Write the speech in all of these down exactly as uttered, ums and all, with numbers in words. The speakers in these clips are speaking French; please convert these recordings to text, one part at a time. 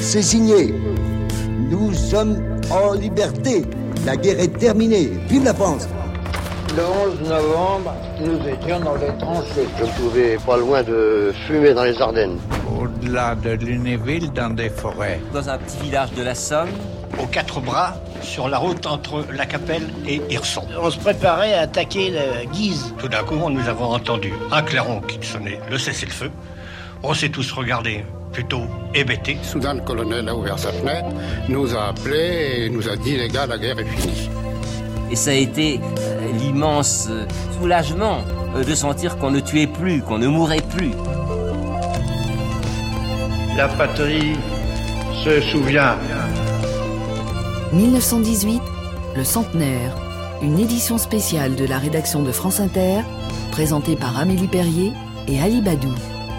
c'est signé. Nous sommes en liberté. La guerre est terminée. Vive la France. Le onze novembre, nous étions dans les tranchées. Je me trouvais pas loin de fumer dans les Ardennes. Au-delà de Lunéville, dans des forêts. Dans un petit village de la Somme. Aux Quatre Bras, sur la route entre La Capelle et Hirson. On se préparait à attaquer la Guise. Tout d'un coup, nous avons entendu un clairon qui sonnait le cessez-le-feu. On s'est tous regardés, plutôt hébétés. Soudain, le colonel a ouvert sa fenêtre, nous a appelés et nous a dit « Les gars, la guerre est finie ». Et ça a été euh, l'immense euh, soulagement euh, de sentir qu'on ne tuait plus, qu'on ne mourait plus. La patrie se souvient. mille neuf cent dix-huit, le centenaire. Une édition spéciale de la rédaction de France Inter, présentée par Amélie Perrier et Ali Badou.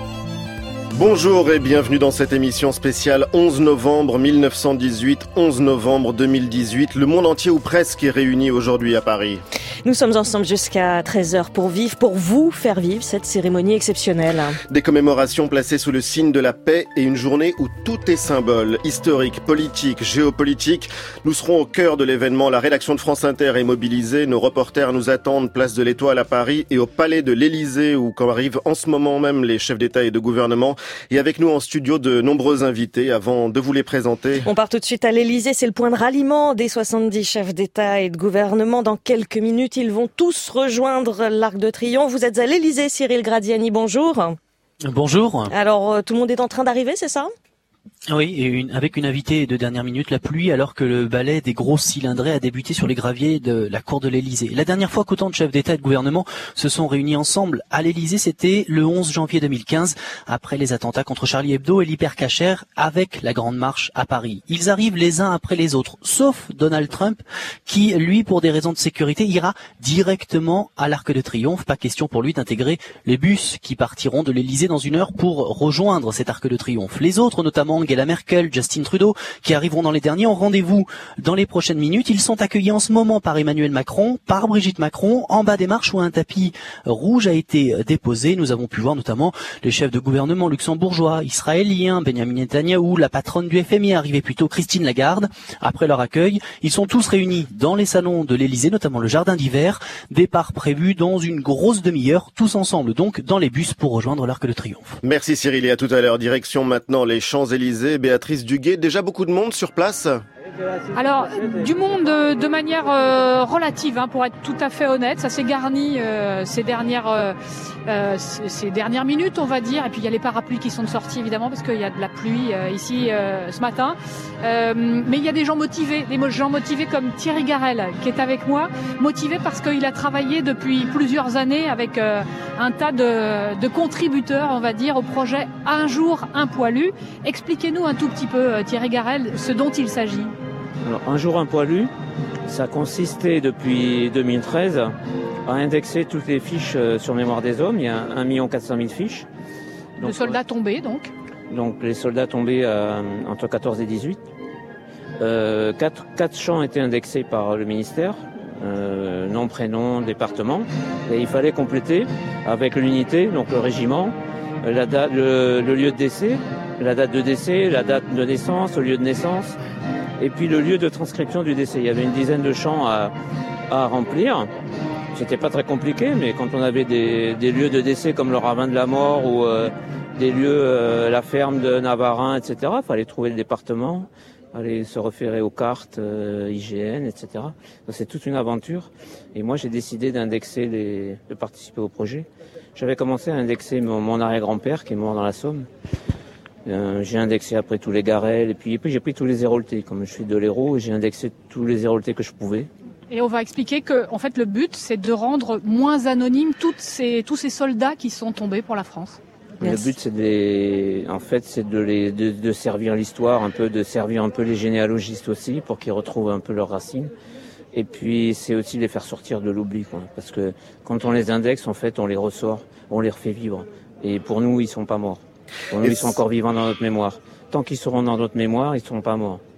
Bonjour et bienvenue dans cette émission spéciale onze novembre mille neuf cent dix-huit, onze novembre deux mille dix-huit. Le monde entier ou presque est réuni aujourd'hui à Paris. Nous sommes ensemble jusqu'à treize heures pour vivre, pour vous faire vivre cette cérémonie exceptionnelle. Des commémorations placées sous le signe de la paix et une journée où tout est symbole, historique, politique, géopolitique. Nous serons au cœur de l'événement. La rédaction de France Inter est mobilisée. Nos reporters nous attendent place de l'Étoile à Paris et au palais de l'Élysée où arrivent en ce moment même les chefs d'État et de gouvernement. Et avec nous en studio de nombreux invités avant de vous les présenter. On part tout de suite à l'Élysée, c'est le point de ralliement des soixante-dix chefs d'État et de gouvernement. Dans quelques minutes, ils vont tous rejoindre l'Arc de Triomphe. Vous êtes à l'Élysée, Cyril Gradiani, bonjour. Bonjour. Alors, euh, tout le monde est en train d'arriver, c'est ça ? Oui, et une, avec une invitée de dernière minute, la pluie, alors que le ballet des grosses cylindrées a débuté sur les graviers de la cour de l'Élysée. La dernière fois qu'autant de chefs d'État et de gouvernement se sont réunis ensemble à l'Élysée, c'était le onze janvier deux mille quinze, après les attentats contre Charlie Hebdo et l'hypercacher, avec la Grande Marche à Paris. Ils arrivent les uns après les autres, sauf Donald Trump, qui, lui, pour des raisons de sécurité, ira directement à l'Arc de Triomphe. Pas question pour lui d'intégrer les bus qui partiront de l'Élysée dans une heure pour rejoindre cet Arc de Triomphe. Les autres, notamment Angela Merkel, Justin Trudeau, qui arriveront dans les derniers, ont rendez-vous dans les prochaines minutes. Ils sont accueillis en ce moment par Emmanuel Macron, par Brigitte Macron, en bas des marches où un tapis rouge a été déposé. Nous avons pu voir notamment les chefs de gouvernement luxembourgeois, israéliens, Benjamin Netanyahou, la patronne du F M I arrivée plus tôt, Christine Lagarde. Après leur accueil, ils sont tous réunis dans les salons de l'Élysée, notamment le jardin d'hiver. Départ prévu dans une grosse demi-heure, tous ensemble donc dans les bus pour rejoindre l'Arc de Triomphe. Merci Cyril et à tout à l'heure. Direction maintenant les Champs-Élysées. Béatrice Duguay, déjà beaucoup de monde sur place ? Alors, du monde de, de manière euh, relative, hein, pour être tout à fait honnête. Ça s'est garni euh, ces dernières euh, euh, ces dernières minutes, on va dire. Et puis il y a les parapluies qui sont sortis évidemment parce qu'il y a de la pluie euh, ici euh, ce matin. Euh, mais il y a des gens motivés, des gens motivés comme Thierry Garel qui est avec moi, motivé parce qu'il a travaillé depuis plusieurs années avec euh, un tas de, de contributeurs, on va dire, au projet Un jour un poilu. Expliquez-nous un tout petit peu, Thierry Garel, ce dont il s'agit. Alors, Un jour un poilu, ça consistait depuis deux mille treize à indexer toutes les fiches sur Mémoire des Hommes. Il y a un million quatre cent mille fiches. Donc, de soldats tombés, donc Donc les soldats tombés euh, entre quatorze et dix-huit. Euh, quatre, quatre champs étaient indexés par le ministère, euh, nom, prénom, département. Et il fallait compléter avec l'unité, donc le régiment, la date, le, le lieu de décès, la date de décès, la date de naissance, le lieu de naissance, et puis le lieu de transcription du décès. Il y avait une dizaine de champs à, à remplir. C'était pas très compliqué, mais quand on avait des, des lieux de décès comme le ravin de la mort ou euh, des lieux, euh, la ferme de Navarin, et cetera, il fallait trouver le département, aller se référer aux cartes euh, I G N, et cetera. Donc c'est toute une aventure. Et moi, j'ai décidé d'indexer les, de participer au projet. J'avais commencé à indexer mon, mon arrière-grand-père qui est mort dans la Somme. Euh, j'ai indexé après tous les Garel et puis, et puis j'ai pris tous les Héroltais. Comme je suis de l'Hérault, j'ai indexé tous les Héroltais que je pouvais. Et on va expliquer que, en fait, le but, c'est de rendre moins anonymes toutes ces, tous ces soldats qui sont tombés pour la France. Merci. Le but, c'est de les, en fait, c'est de les, de, de servir l'histoire, un peu, de servir un peu les généalogistes aussi, pour qu'ils retrouvent un peu leurs racines. Et puis, c'est aussi de les faire sortir de l'oubli, quoi. Parce que quand on les indexe, en fait, on les ressort, on les refait vivre. Et pour nous, ils sont pas morts. Pour nous, ils sont encore vivants dans notre mémoire. Tant qu'ils seront dans notre mémoire, ils ne seront pas morts.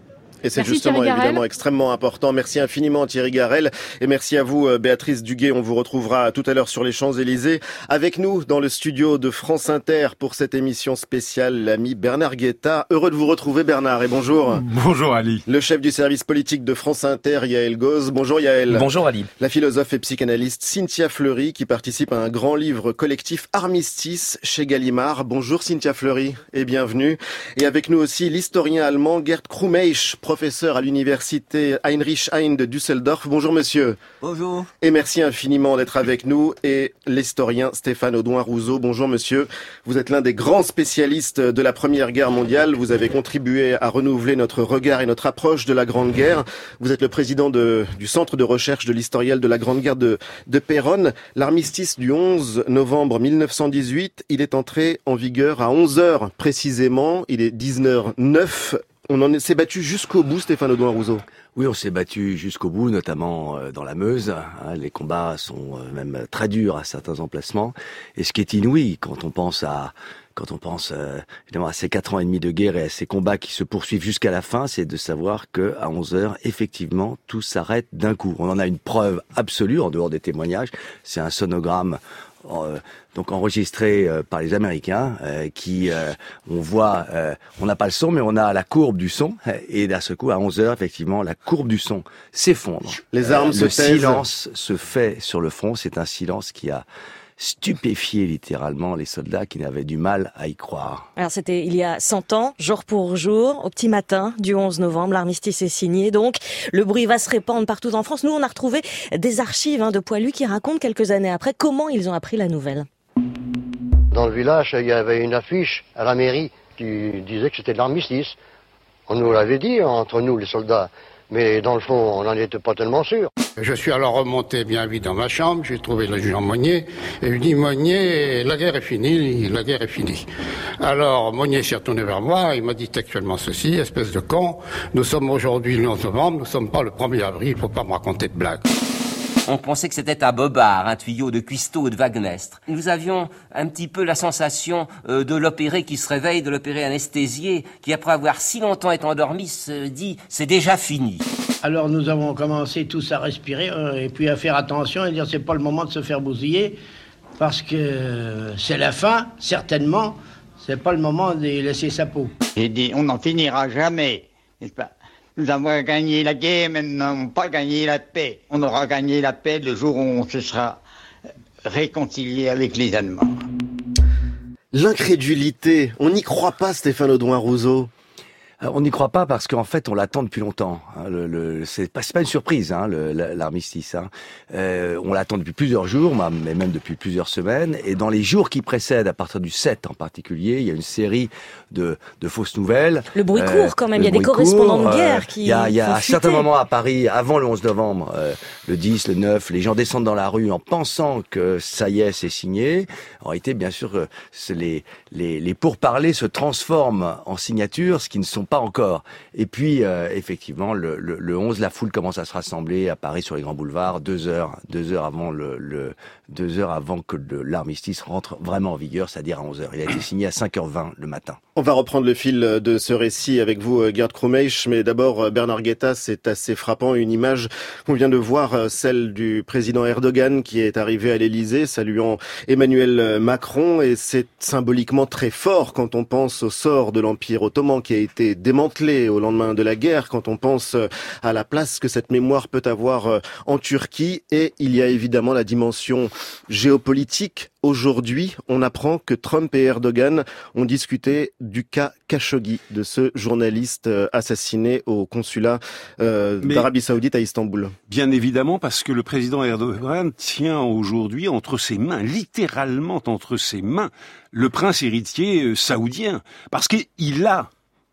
Et c'est Merci, justement Thierry évidemment Garel. extrêmement important. Merci infiniment Thierry Garel et merci à vous Béatrice Duguay. On vous retrouvera tout à l'heure sur les Champs-Élysées avec nous dans le studio de France Inter pour cette émission spéciale, l'ami Bernard Guetta. Heureux de vous retrouver Bernard et bonjour. Bonjour Ali. Le chef du service politique de France Inter, Yael Goz. Bonjour Yael. Bonjour Ali. La philosophe et psychanalyste Cynthia Fleury qui participe à un grand livre collectif Armistice chez Gallimard. Bonjour Cynthia Fleury et bienvenue. Et avec nous aussi l'historien allemand Gerd Krumeich, professeur à l'université Heinrich Heine de Düsseldorf. Bonjour monsieur. Bonjour. Et merci infiniment d'être avec nous. Et l'historien Stéphane Audouin-Rousseau. Bonjour monsieur. Vous êtes l'un des grands spécialistes de la Première Guerre mondiale. Vous avez contribué à renouveler notre regard et notre approche de la Grande Guerre. Vous êtes le président de, du Centre de recherche de l'historiel de la Grande Guerre de, de Péronne. L'armistice du onze novembre mille neuf cent dix-huit, il est entré en vigueur à onze heures précisément. Il est dix-neuf heures neuf. On en s'est battu jusqu'au bout, Stéphane Audouin-Rousseau. Oui, on s'est battu jusqu'au bout, notamment dans la Meuse. Hein, les combats sont même très durs à certains emplacements. Et ce qui est inouï, quand on pense à quand on pense euh, évidemment à ces quatre ans et demi de guerre et à ces combats qui se poursuivent jusqu'à la fin, c'est de savoir que à onze heures, effectivement, tout s'arrête d'un coup. On en a une preuve absolue en dehors des témoignages. C'est un sonogramme. Euh, donc enregistré euh, par les Américains, euh, qui euh, on voit, euh, on n'a pas le son, mais on a la courbe du son, et d'un seul coup, à onze heures, effectivement, la courbe du son s'effondre. Les armes euh, se le taisent. Le silence se fait sur le front. C'est un silence qui a stupéfié littéralement les soldats qui n'avaient du mal à y croire. Alors c'était il y a cent ans, jour pour jour, au petit matin du onze novembre, l'armistice est signé. Donc le bruit va se répandre partout en France. Nous, on a retrouvé des archives hein, de poilus qui racontent quelques années après comment ils ont appris la nouvelle. Dans le village, il y avait une affiche à la mairie qui disait que c'était de l'armistice. On nous l'avait dit, entre nous, les soldats. Mais dans le fond, on n'en était pas tellement sûr. Je suis alors remonté bien vite dans ma chambre, j'ai trouvé le Jean Monnier, et je dis Monnier, la guerre est finie, la guerre est finie. Alors Monnier s'est retourné vers moi, il m'a dit textuellement ceci, espèce de con, nous sommes aujourd'hui le onze novembre, nous ne sommes pas le premier avril, il ne faut pas me raconter de blagues. On pensait que c'était un bobard, un tuyau de cuistot ou de Wagnestre. Nous avions un petit peu la sensation euh, de l'opéré qui se réveille, de l'opéré anesthésié, qui après avoir si longtemps été endormi se dit « c'est déjà fini ». Alors nous avons commencé tous à respirer euh, et puis à faire attention et dire c'est pas le moment de se faire bousiller parce que euh, c'est la fin, certainement, c'est pas le moment de laisser sa peau. J'ai dit on n'en finira jamais, n'est-ce pas? Nous avons gagné la guerre, mais nous n'avons pas gagné la paix. On aura gagné la paix le jour où on se sera réconcilié avec les Allemands. L'incrédulité, on n'y croit pas, Stéphane Audouin-Rousseau. On n'y croit pas parce qu'en fait on l'attend depuis longtemps. Hein, le, le, c'est pas, c'est pas une surprise, hein, le, l'armistice. Hein. Euh, on l'attend depuis plusieurs jours, mais même depuis plusieurs semaines. Et dans les jours qui précèdent, à partir du sept en particulier, il y a une série de, de fausses nouvelles. Le bruit euh, court quand même. Il y a des correspondants de guerre qui. Il y a, il y a à certains fuiter. moments à Paris, avant le onze novembre, euh, le dix, le neuf, les gens descendent dans la rue en pensant que ça y est, c'est signé. En réalité, bien sûr, c'est les, les, les pourparlers se transforment en signatures, ce qui ne sont pas encore. Et puis, euh, effectivement, le, le, le onze, la foule commence à se rassembler à Paris sur les grands boulevards, deux heures, deux heures avant le, le deux heures avant que le, l'armistice rentre vraiment en vigueur, c'est-à-dire à onze heures. Il a été signé à cinq heures vingt le matin. On va reprendre le fil de ce récit avec vous, Gerd Krumeich, mais d'abord, Bernard Guetta, c'est assez frappant, une image qu'on vient de voir, celle du président Erdogan qui est arrivé à l'Élysée, saluant Emmanuel Macron, et c'est symboliquement très fort quand on pense au sort de l'Empire ottoman qui a été démantelé au lendemain de la guerre, quand on pense à la place que cette mémoire peut avoir en Turquie, et il y a évidemment la dimension géopolitique. Aujourd'hui, on apprend que Trump et Erdogan ont discuté du cas Khashoggi, de ce journaliste assassiné au consulat euh, d'Arabie Saoudite à Istanbul. Bien évidemment, parce que le président Erdogan tient aujourd'hui entre ses mains, littéralement entre ses mains, le prince héritier saoudien. Parce qu'il a,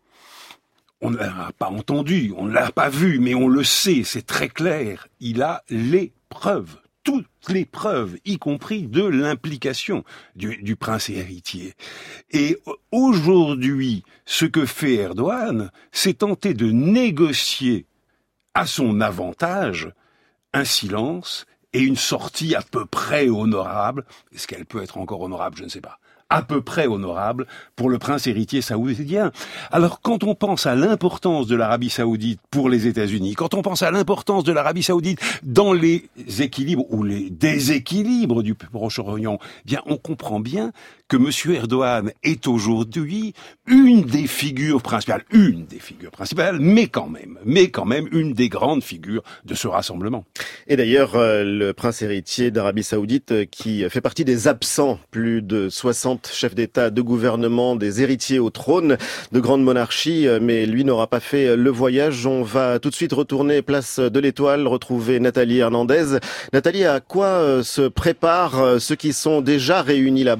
on ne l'a pas entendu, on ne l'a pas vu, mais on le sait, c'est très clair, il a les preuves. Toutes les preuves, y compris de l'implication du, du prince héritier. Et aujourd'hui, ce que fait Erdogan, c'est tenter de négocier à son avantage un silence et une sortie à peu près honorable. Est-ce qu'elle peut être encore honorable? Je ne sais pas. à peu près honorable pour le prince héritier saoudien. Alors quand on pense à l'importance de l'Arabie saoudite pour les États-Unis, quand on pense à l'importance de l'Arabie saoudite dans les équilibres ou les déséquilibres du Proche-Orient, eh bien on comprend bien que M. Erdogan est aujourd'hui une des figures principales, une des figures principales, mais quand même, mais quand même une des grandes figures de ce rassemblement. Et d'ailleurs, euh, le prince héritier d'Arabie saoudite euh, qui fait partie des absents, plus de soixante chefs d'État, de gouvernement, des héritiers au trône de grande monarchie, euh, mais lui n'aura pas fait le voyage. On va tout de suite retourner place de l'Étoile, retrouver Nathalie Hernandez. Nathalie, à quoi euh, se préparent euh, ceux qui sont déjà réunis là-bas ?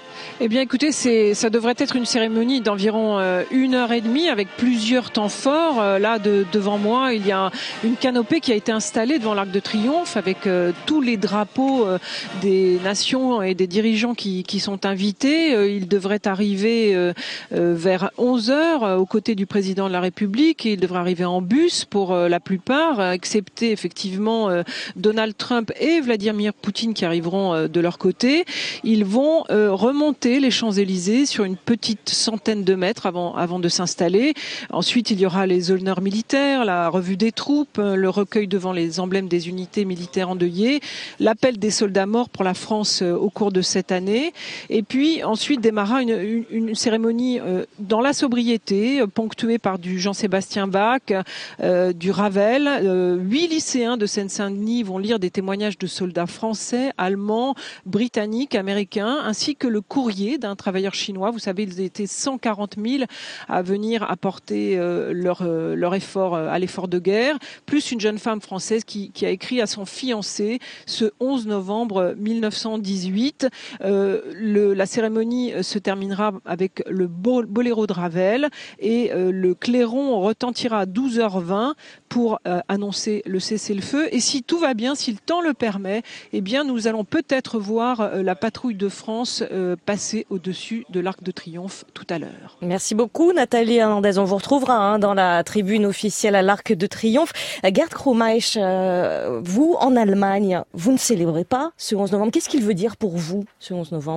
Eh bien, écoutez, c'est, ça devrait être une cérémonie d'environ euh, une heure et demie avec plusieurs temps forts. Euh, là, de, devant moi, il y a une canopée qui a été installée devant l'Arc de Triomphe avec euh, tous les drapeaux euh, des nations et des dirigeants qui, qui sont invités. Euh, ils devraient arriver euh, euh, vers onze heures euh, aux côtés du président de la République. Ils devraient arriver en bus pour euh, la plupart, euh, excepté effectivement euh, Donald Trump et Vladimir Poutine qui arriveront euh, de leur côté. Ils vont euh, remonter les Champs-Élysées sur une petite centaine de mètres avant, avant de s'installer. Ensuite, il y aura les honneurs militaires, la revue des troupes, le recueil devant les emblèmes des unités militaires endeuillées, l'appel des soldats morts pour la France au cours de cette année. Et puis, ensuite, démarra une, une, une cérémonie dans la sobriété, ponctuée par du Jean-Sébastien Bach, euh, du Ravel. Euh, huit lycéens de Seine-Saint-Denis vont lire des témoignages de soldats français, allemands, britanniques, américains, ainsi que le courrier d'un travailleur chinois. Vous savez, ils étaient cent quarante mille à venir apporter euh, leur, euh, leur effort euh, à l'effort de guerre, plus une jeune femme française qui, qui a écrit à son fiancé ce onze novembre mille neuf cent dix-huit. Euh, le, la cérémonie se terminera avec le boléro de Ravel et euh, le clairon retentira à douze heures vingt pour euh, annoncer le cessez-le-feu. Et si tout va bien, si le temps le permet, eh bien, nous allons peut-être voir euh, la patrouille de France euh, passer au-dessus de l'Arc de Triomphe tout à l'heure. Merci beaucoup Nathalie Hernandez. On vous retrouvera hein, dans la tribune officielle à l'Arc de Triomphe. Gerd Krumeich, euh, vous en Allemagne, vous ne célébrez pas ce onze novembre. Qu'est-ce qu'il veut dire pour vous ce onze novembre ?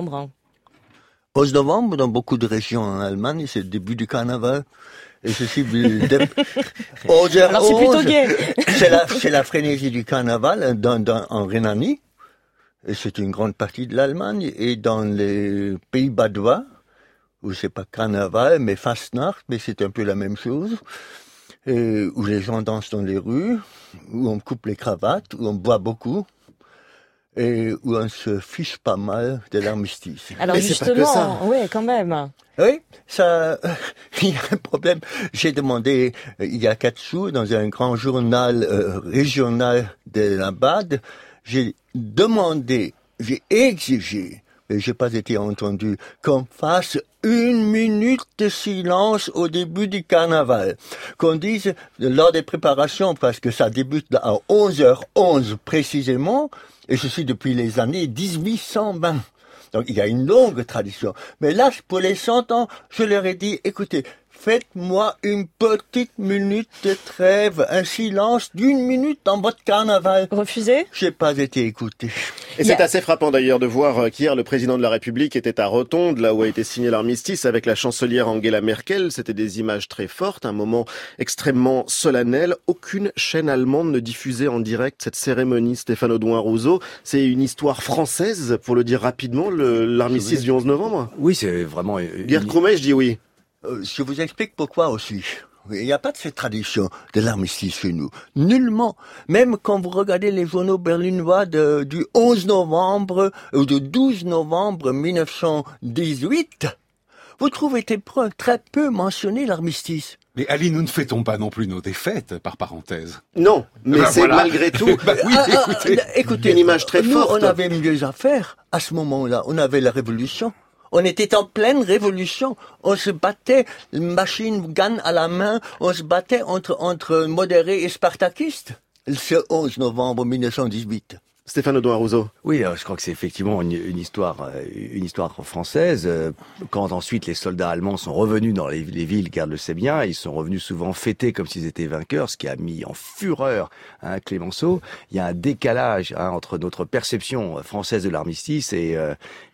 onze novembre, dans beaucoup de régions en Allemagne, c'est le début du carnaval. Et ceci, de... onze heures onze, alors c'est plutôt gai. c'est, la, c'est la frénésie du carnaval dans, dans, en Rhénanie. Et c'est une grande partie de l'Allemagne. Et dans les pays badois, où c'est pas carnaval, mais Fastnacht, mais c'est un peu la même chose, et où les gens dansent dans les rues, où on coupe les cravates, où on boit beaucoup, et où on se fiche pas mal de l'armistice. Alors mais justement, oui, quand même. Oui, ça, il y a un problème. J'ai demandé, il y a quatre jours, dans un grand journal euh, régional de la Bade, j'ai demandé, j'ai exigé, mais j'ai pas été entendu, qu'on fasse une minute de silence au début du carnaval. Qu'on dise, lors des préparations, parce que ça débute à onze heures onze précisément, et ceci depuis les années dix-huit cent vingt. Donc il y a une longue tradition. Mais là, pour les cent ans, je leur ai dit, écoutez, faites-moi une petite minute de trêve, un silence d'une minute dans votre carnaval. Refusé ? J'ai pas été écouté. Et c'est assez frappant d'ailleurs de voir qu'hier le président de la République était à Rotonde, là où a été signé l'armistice, avec la chancelière Angela Merkel. C'était des images très fortes, un moment extrêmement solennel. Aucune chaîne allemande ne diffusait en direct cette cérémonie, Stéphane Audouin-Rousseau. C'est une histoire française, pour le dire rapidement, le, l'armistice du onze novembre ? Oui, c'est vraiment... Gerd Krumeich, je dis oui. Euh, je vous explique pourquoi aussi. Il n'y a pas de cette tradition de l'armistice chez nous. Nullement. Même quand vous regardez les journaux berlinois de, du onze novembre ou du douze novembre mille neuf cent dix-huit, vous trouvez très peu mentionné l'armistice. Mais Ali, nous ne fêtons pas non plus nos défaites, par parenthèse. Non, mais ben c'est voilà. Malgré tout bah oui, ah, écoutez. Ah, écoutez, une image très nous, forte. On avait mieux à faire à ce moment-là. On avait la révolution. On était en pleine révolution. On se battait, machine gun à la main, on se battait entre, entre modérés et spartakistes. Ce onze novembre mille neuf cent dix-huit. Stéphane Audouin-Rousseau. Oui, alors je crois que c'est effectivement une, une histoire, une histoire française. Quand ensuite les soldats allemands sont revenus dans les, les villes, Gerd le sait bien, ils sont revenus souvent fêtés comme s'ils étaient vainqueurs, ce qui a mis en fureur hein, Clémenceau. Il y a un décalage hein, entre notre perception française de l'armistice et, euh,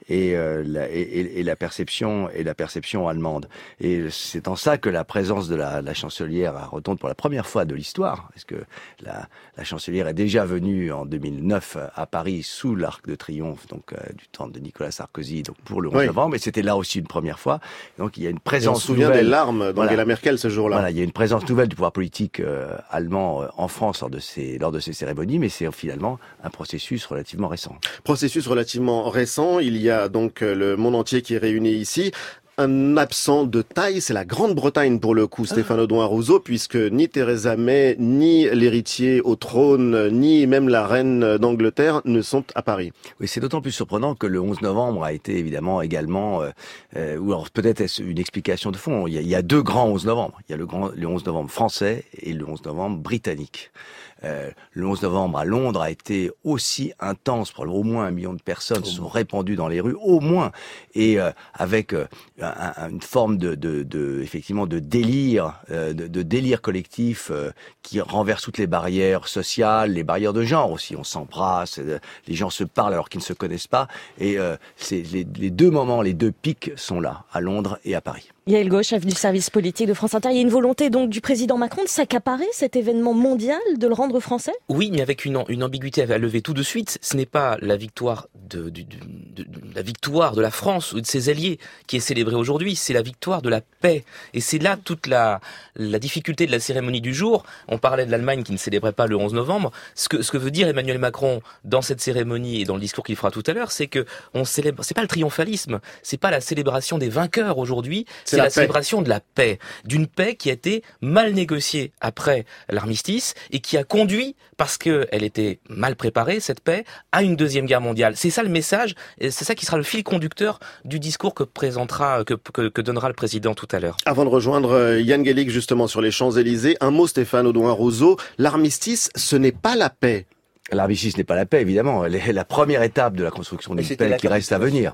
et, euh, la, et, et la perception et la perception allemande. Et c'est en ça que la présence de la, la chancelière à Rotonde pour la première fois de l'histoire, parce que la, la chancelière est déjà venue en deux mille neuf à Paris sous l'Arc de Triomphe, donc euh, du temps de Nicolas Sarkozy, donc pour le onze oui. novembre, et c'était là aussi une première fois. Donc il y a une présence. Et on se souvient nouvelle. des larmes d'Angela voilà. Merkel ce jour-là. Voilà, il y a une présence nouvelle du pouvoir politique euh, allemand euh, en France lors de ces lors de ces cérémonies, mais c'est finalement un processus relativement récent. Processus relativement récent. Il y a donc le monde entier qui est réuni ici. Un absent de taille, c'est la Grande-Bretagne pour le coup, ah. Stéphane Audouin-Rousseau, puisque ni Theresa May, ni l'héritier au trône, ni même la reine d'Angleterre ne sont à Paris. Oui, c'est d'autant plus surprenant que le onze novembre a été évidemment également, euh, euh, ou alors peut-être est-ce une explication de fond. Il y a, il y a deux grands onze novembre. Il y a le grand, le onze novembre français et le onze novembre britannique. Euh, le onze novembre à Londres a été aussi intense, pour au moins un million de personnes se sont répandues dans les rues, au moins, et euh, avec euh, un, un, une forme de, de, de, effectivement, de délire, euh, de, de délire collectif euh, qui renverse toutes les barrières sociales, les barrières de genre aussi. On s'embrasse, euh, les gens se parlent alors qu'ils ne se connaissent pas, et euh, c'est les, les deux moments, les deux pics sont là, à Londres et à Paris. Yael Gauche, chef du service politique de France Inter, il y a une volonté donc du président Macron de s'accaparer cet événement mondial, de le rendre français ? Oui, mais avec une, une ambiguïté à lever tout de suite. Ce n'est pas la victoire de, de, de, de, de la victoire de la France ou de ses alliés qui est célébrée aujourd'hui, c'est la victoire de la paix. Et c'est là toute la, la difficulté de la cérémonie du jour. On parlait de l'Allemagne qui ne célébrait pas le onze novembre. Ce que, ce que veut dire Emmanuel Macron dans cette cérémonie et dans le discours qu'il fera tout à l'heure, c'est que on célèbre, c'est pas le triomphalisme, c'est pas la célébration des vainqueurs aujourd'hui, c'est, c'est la, la célébration de la paix, d'une paix qui a été mal négociée après l'armistice et qui a conduit, parce qu'elle était mal préparée, cette paix, à une deuxième guerre mondiale. C'est ça le message, et c'est ça qui sera le fil conducteur du discours que présentera, que, que, que donnera le président tout à l'heure. Avant de rejoindre Yann Guélic justement sur les Champs-Élysées, un mot Stéphane Audouin-Rousseau, l'armistice, ce n'est pas la paix. L'armistice n'est pas la paix, évidemment. Elle est la première étape de la construction d'une paix qui reste à venir.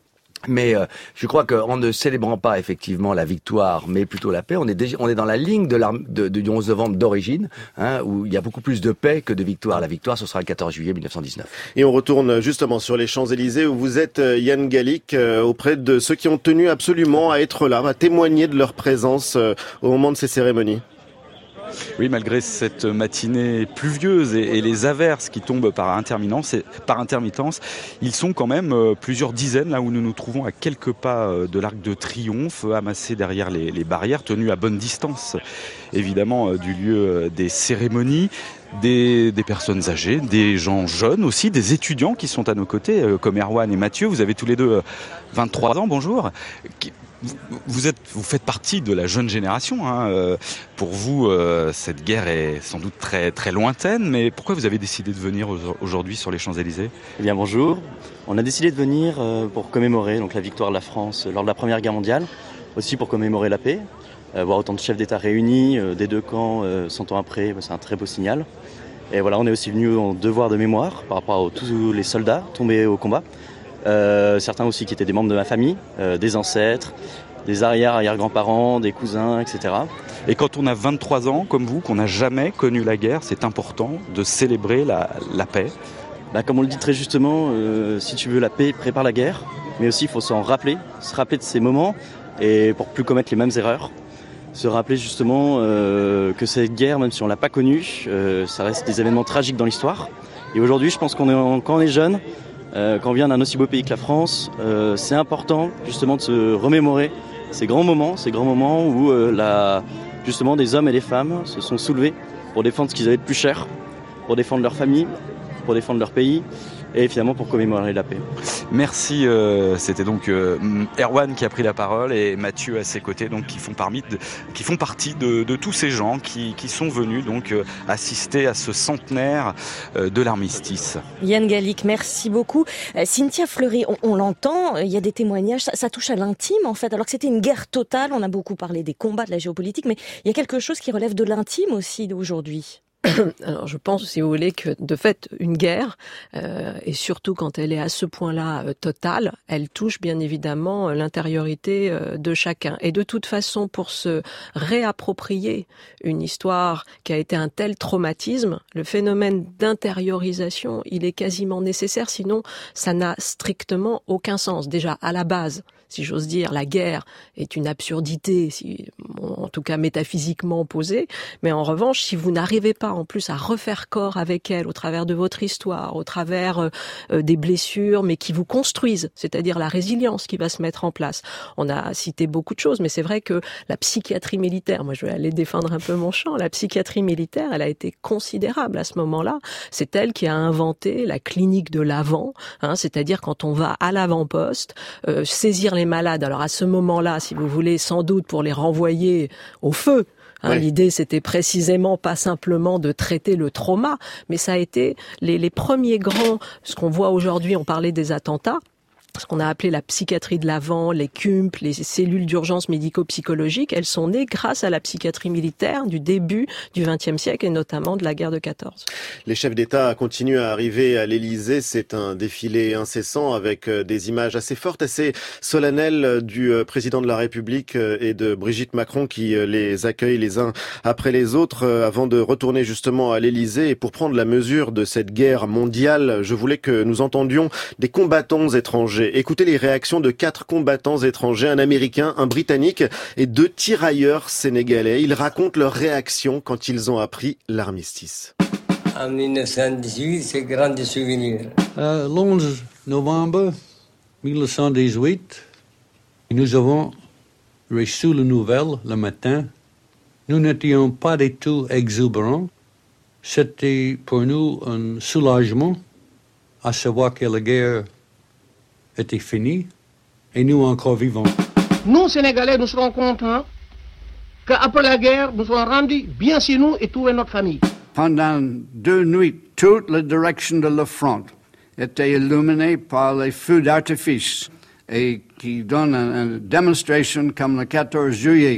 Mais euh, je crois qu'en ne célébrant pas effectivement la victoire, mais plutôt la paix, on est déjà, on est dans la ligne de, de, de du onze novembre d'origine, hein, où il y a beaucoup plus de paix que de victoire. La victoire, ce sera le quatorze juillet mille neuf cent dix-neuf. Et on retourne justement sur les Champs-Élysées où vous êtes, Yann Guélic, euh, auprès de ceux qui ont tenu absolument à être là, à témoigner de leur présence euh, au moment de ces cérémonies. Oui, malgré cette matinée pluvieuse et, et les averses qui tombent par intermittence, par intermittence, ils sont quand même euh, plusieurs dizaines là où nous nous trouvons à quelques pas euh, de l'Arc de Triomphe, amassés derrière les, les barrières, tenus à bonne distance, évidemment, euh, du lieu euh, des cérémonies. Des, des personnes âgées, des gens jeunes aussi, des étudiants qui sont à nos côtés, euh, comme Erwan et Mathieu. Vous avez tous les deux euh, vingt-trois ans, bonjour. Qui, Vous, êtes, vous faites partie de la jeune génération. Hein. Euh, pour vous, euh, cette guerre est sans doute très, très lointaine, mais pourquoi vous avez décidé de venir aujourd'hui sur les Champs-Élysées ? Eh bien, bonjour. On a décidé de venir euh, pour commémorer donc, la victoire de la France lors de la Première Guerre mondiale, aussi pour commémorer la paix. Euh, voir autant de chefs d'État réunis euh, des deux camps euh, cent ans après, bah, c'est un très beau signal. Et voilà, on est aussi venu en devoir de mémoire par rapport à tous les soldats tombés au combat. Euh, certains aussi qui étaient des membres de ma famille, euh, des ancêtres, des arrière-arrière-grands-parents, des cousins, et cetera. Et quand on a vingt-trois ans, comme vous, qu'on n'a jamais connu la guerre, c'est important de célébrer la, la paix. Bah, comme on le dit très justement, euh, si tu veux la paix, prépare la guerre. Mais aussi, il faut s'en rappeler, se rappeler de ces moments, et pour plus commettre les mêmes erreurs. Se rappeler justement euh, que cette guerre, même si on l'a pas connue, euh, ça reste des événements tragiques dans l'histoire. Et aujourd'hui, je pense qu'on est en, quand on est jeune, euh, quand on vient d'un aussi beau pays que la France, euh, c'est important justement de se remémorer ces grands moments, ces grands moments où euh, la, justement des hommes et des femmes se sont soulevés pour défendre ce qu'ils avaient de plus cher, pour défendre leur famille, pour défendre leur pays. Et finalement pour commémorer la paix. Merci, euh, c'était donc euh, Erwan qui a pris la parole et Mathieu à ses côtés, donc qui font, parmi de, qui font partie de, de tous ces gens qui, qui sont venus donc euh, assister à ce centenaire euh, de l'armistice. Yann Guélic, merci beaucoup. Euh, Cynthia Fleury, on, on l'entend, il y a des témoignages, ça, ça touche à l'intime en fait, alors que c'était une guerre totale, on a beaucoup parlé des combats, de la géopolitique, mais il y a quelque chose qui relève de l'intime aussi d'aujourd'hui. Alors je pense, si vous voulez, que de fait, une guerre, euh, et surtout quand elle est à ce point-là euh, totale, elle touche bien évidemment euh, l'intériorité euh, de chacun. Et de toute façon, pour se réapproprier une histoire qui a été un tel traumatisme, le phénomène d'intériorisation, il est quasiment nécessaire, sinon ça n'a strictement aucun sens. Déjà, à la base, si j'ose dire, la guerre est une absurdité, si, en tout cas métaphysiquement posée, mais en revanche, si vous n'arrivez pas en plus à refaire corps avec elle au travers de votre histoire, au travers euh, des blessures, mais qui vous construisent, c'est-à-dire la résilience qui va se mettre en place. On a cité beaucoup de choses, mais c'est vrai que la psychiatrie militaire, moi je vais aller défendre un peu mon champ, la psychiatrie militaire, elle a été considérable à ce moment-là. C'est elle qui a inventé la clinique de l'avant, hein, c'est-à-dire quand on va à l'avant-poste, euh, saisir les malades. Alors à ce moment-là, si vous voulez, sans doute pour les renvoyer au feu. Hein, oui. L'idée, c'était précisément pas simplement de traiter le trauma, mais ça a été les, les premiers grands, ce qu'on voit aujourd'hui, on parlait des attentats, ce qu'on a appelé la psychiatrie de l'avant, les C U M P, les cellules d'urgence médico-psychologiques, elles sont nées grâce à la psychiatrie militaire du début du vingtième siècle et notamment de la guerre de quatorze. Les chefs d'État continuent à arriver à l'Élysée. C'est un défilé incessant avec des images assez fortes, assez solennelles du président de la République et de Brigitte Macron qui les accueillent les uns après les autres avant de retourner justement à l'Élysée. Et pour prendre la mesure de cette guerre mondiale, je voulais que nous entendions des combattants étrangers. Écoutez les réactions de quatre combattants étrangers, un Américain, un Britannique et deux tirailleurs sénégalais. Ils racontent leurs réactions quand ils ont appris l'armistice. En dix-neuf cent dix-huit, c'est grand des souvenirs. Euh, l'onze novembre mille neuf cent dix-huit, nous avons reçu la nouvelle le matin. Nous n'étions pas du tout exubérants. C'était pour nous un soulagement à savoir que la guerre était fini et nous encore vivants. Nous, Sénégalais, nous serons contents qu'après la guerre, nous serons rendus bien chez nous et trouver notre famille. Pendant deux nuits, toute la direction de la front était illuminée par les feux d'artifice et qui donnent une démonstration comme le quatorze juillet.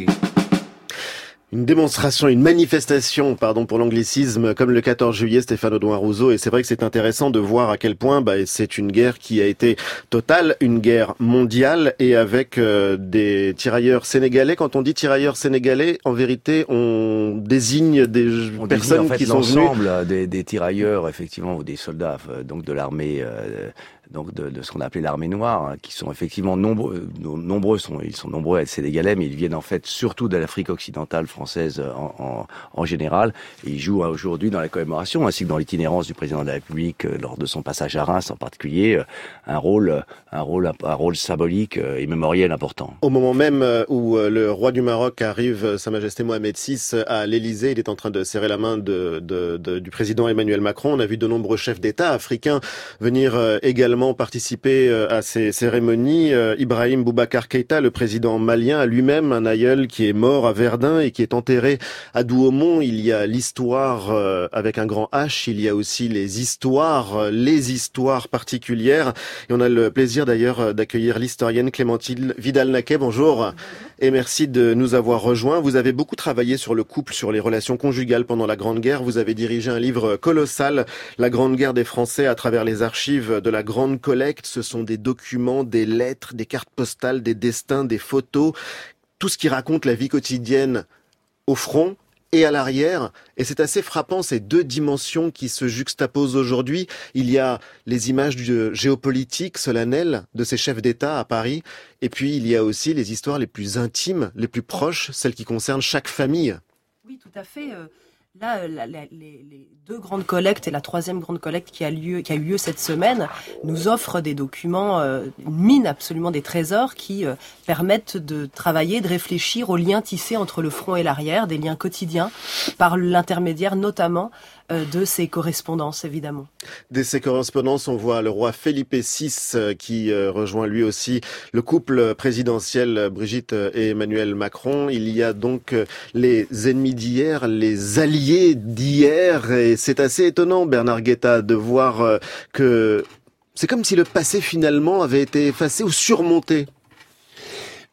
Une démonstration, une manifestation, pardon pour l'anglicisme, comme le quatorze juillet, Stéphane Audouin-Rousseau. Et c'est vrai que c'est intéressant de voir à quel point bah, c'est une guerre qui a été totale, une guerre mondiale, et avec euh, des tirailleurs sénégalais. Quand on dit tirailleurs sénégalais, en vérité, on désigne des on personnes désigne, en fait, qui sont venues... l'ensemble des, des tirailleurs, effectivement, ou des soldats, donc de l'armée... Euh, donc de, de ce qu'on appelait l'armée noire, hein, qui sont effectivement nombreux, nombreux sont, ils sont nombreux à être sénégalais, mais ils viennent en fait surtout de l'Afrique occidentale française en, en, en général. Et ils jouent aujourd'hui dans la commémoration, ainsi que dans l'itinérance du président de la République euh, lors de son passage à Reims en particulier, euh, un rôle, un rôle, un rôle symbolique euh, et mémoriel important. Au moment même où euh, le roi du Maroc arrive, Sa Majesté Mohamed six, à l'Élysée, il est en train de serrer la main de, de, de, du président Emmanuel Macron. On a vu de nombreux chefs d'État africains venir euh, également participer à ces cérémonies. Ibrahim Boubacar Keïta, le président malien, a lui-même un aïeul qui est mort à Verdun et qui est enterré à Douaumont. Il y a l'histoire avec un grand H, il y a aussi les histoires, les histoires particulières. Et on a le plaisir d'ailleurs d'accueillir l'historienne Clémentine Vidal-Naquet. Bonjour et merci de nous avoir rejoints. Vous avez beaucoup travaillé sur le couple, sur les relations conjugales pendant la Grande Guerre. Vous avez dirigé un livre colossal, La Grande Guerre des Français, à travers les archives de la Grande Collecte. Ce sont des documents, des lettres, des cartes postales, des destins, des photos, tout ce qui raconte la vie quotidienne au front et à l'arrière. Et c'est assez frappant, ces deux dimensions qui se juxtaposent aujourd'hui. Il y a les images du géopolitique solennel de ces chefs d'État à Paris, et puis il y a aussi les histoires les plus intimes, les plus proches, celles qui concernent chaque famille. Oui, tout à fait. Euh... Là, la, la, les, les deux grandes collectes et la troisième grande collecte qui a, lieu, qui a eu lieu cette semaine nous offrent des documents, euh, une mine absolument des trésors qui euh, permettent de travailler, de réfléchir aux liens tissés entre le front et l'arrière, des liens quotidiens, par l'intermédiaire notamment euh, de ces correspondances, évidemment. De ces correspondances, on voit le roi Felipe six euh, qui euh, rejoint lui aussi le couple présidentiel Brigitte et Emmanuel Macron. Il y a donc euh, les ennemis d'hier, les alliés d'hier, et c'est assez étonnant, Bernard Guetta, de voir euh, que c'est comme si le passé finalement avait été effacé ou surmonté.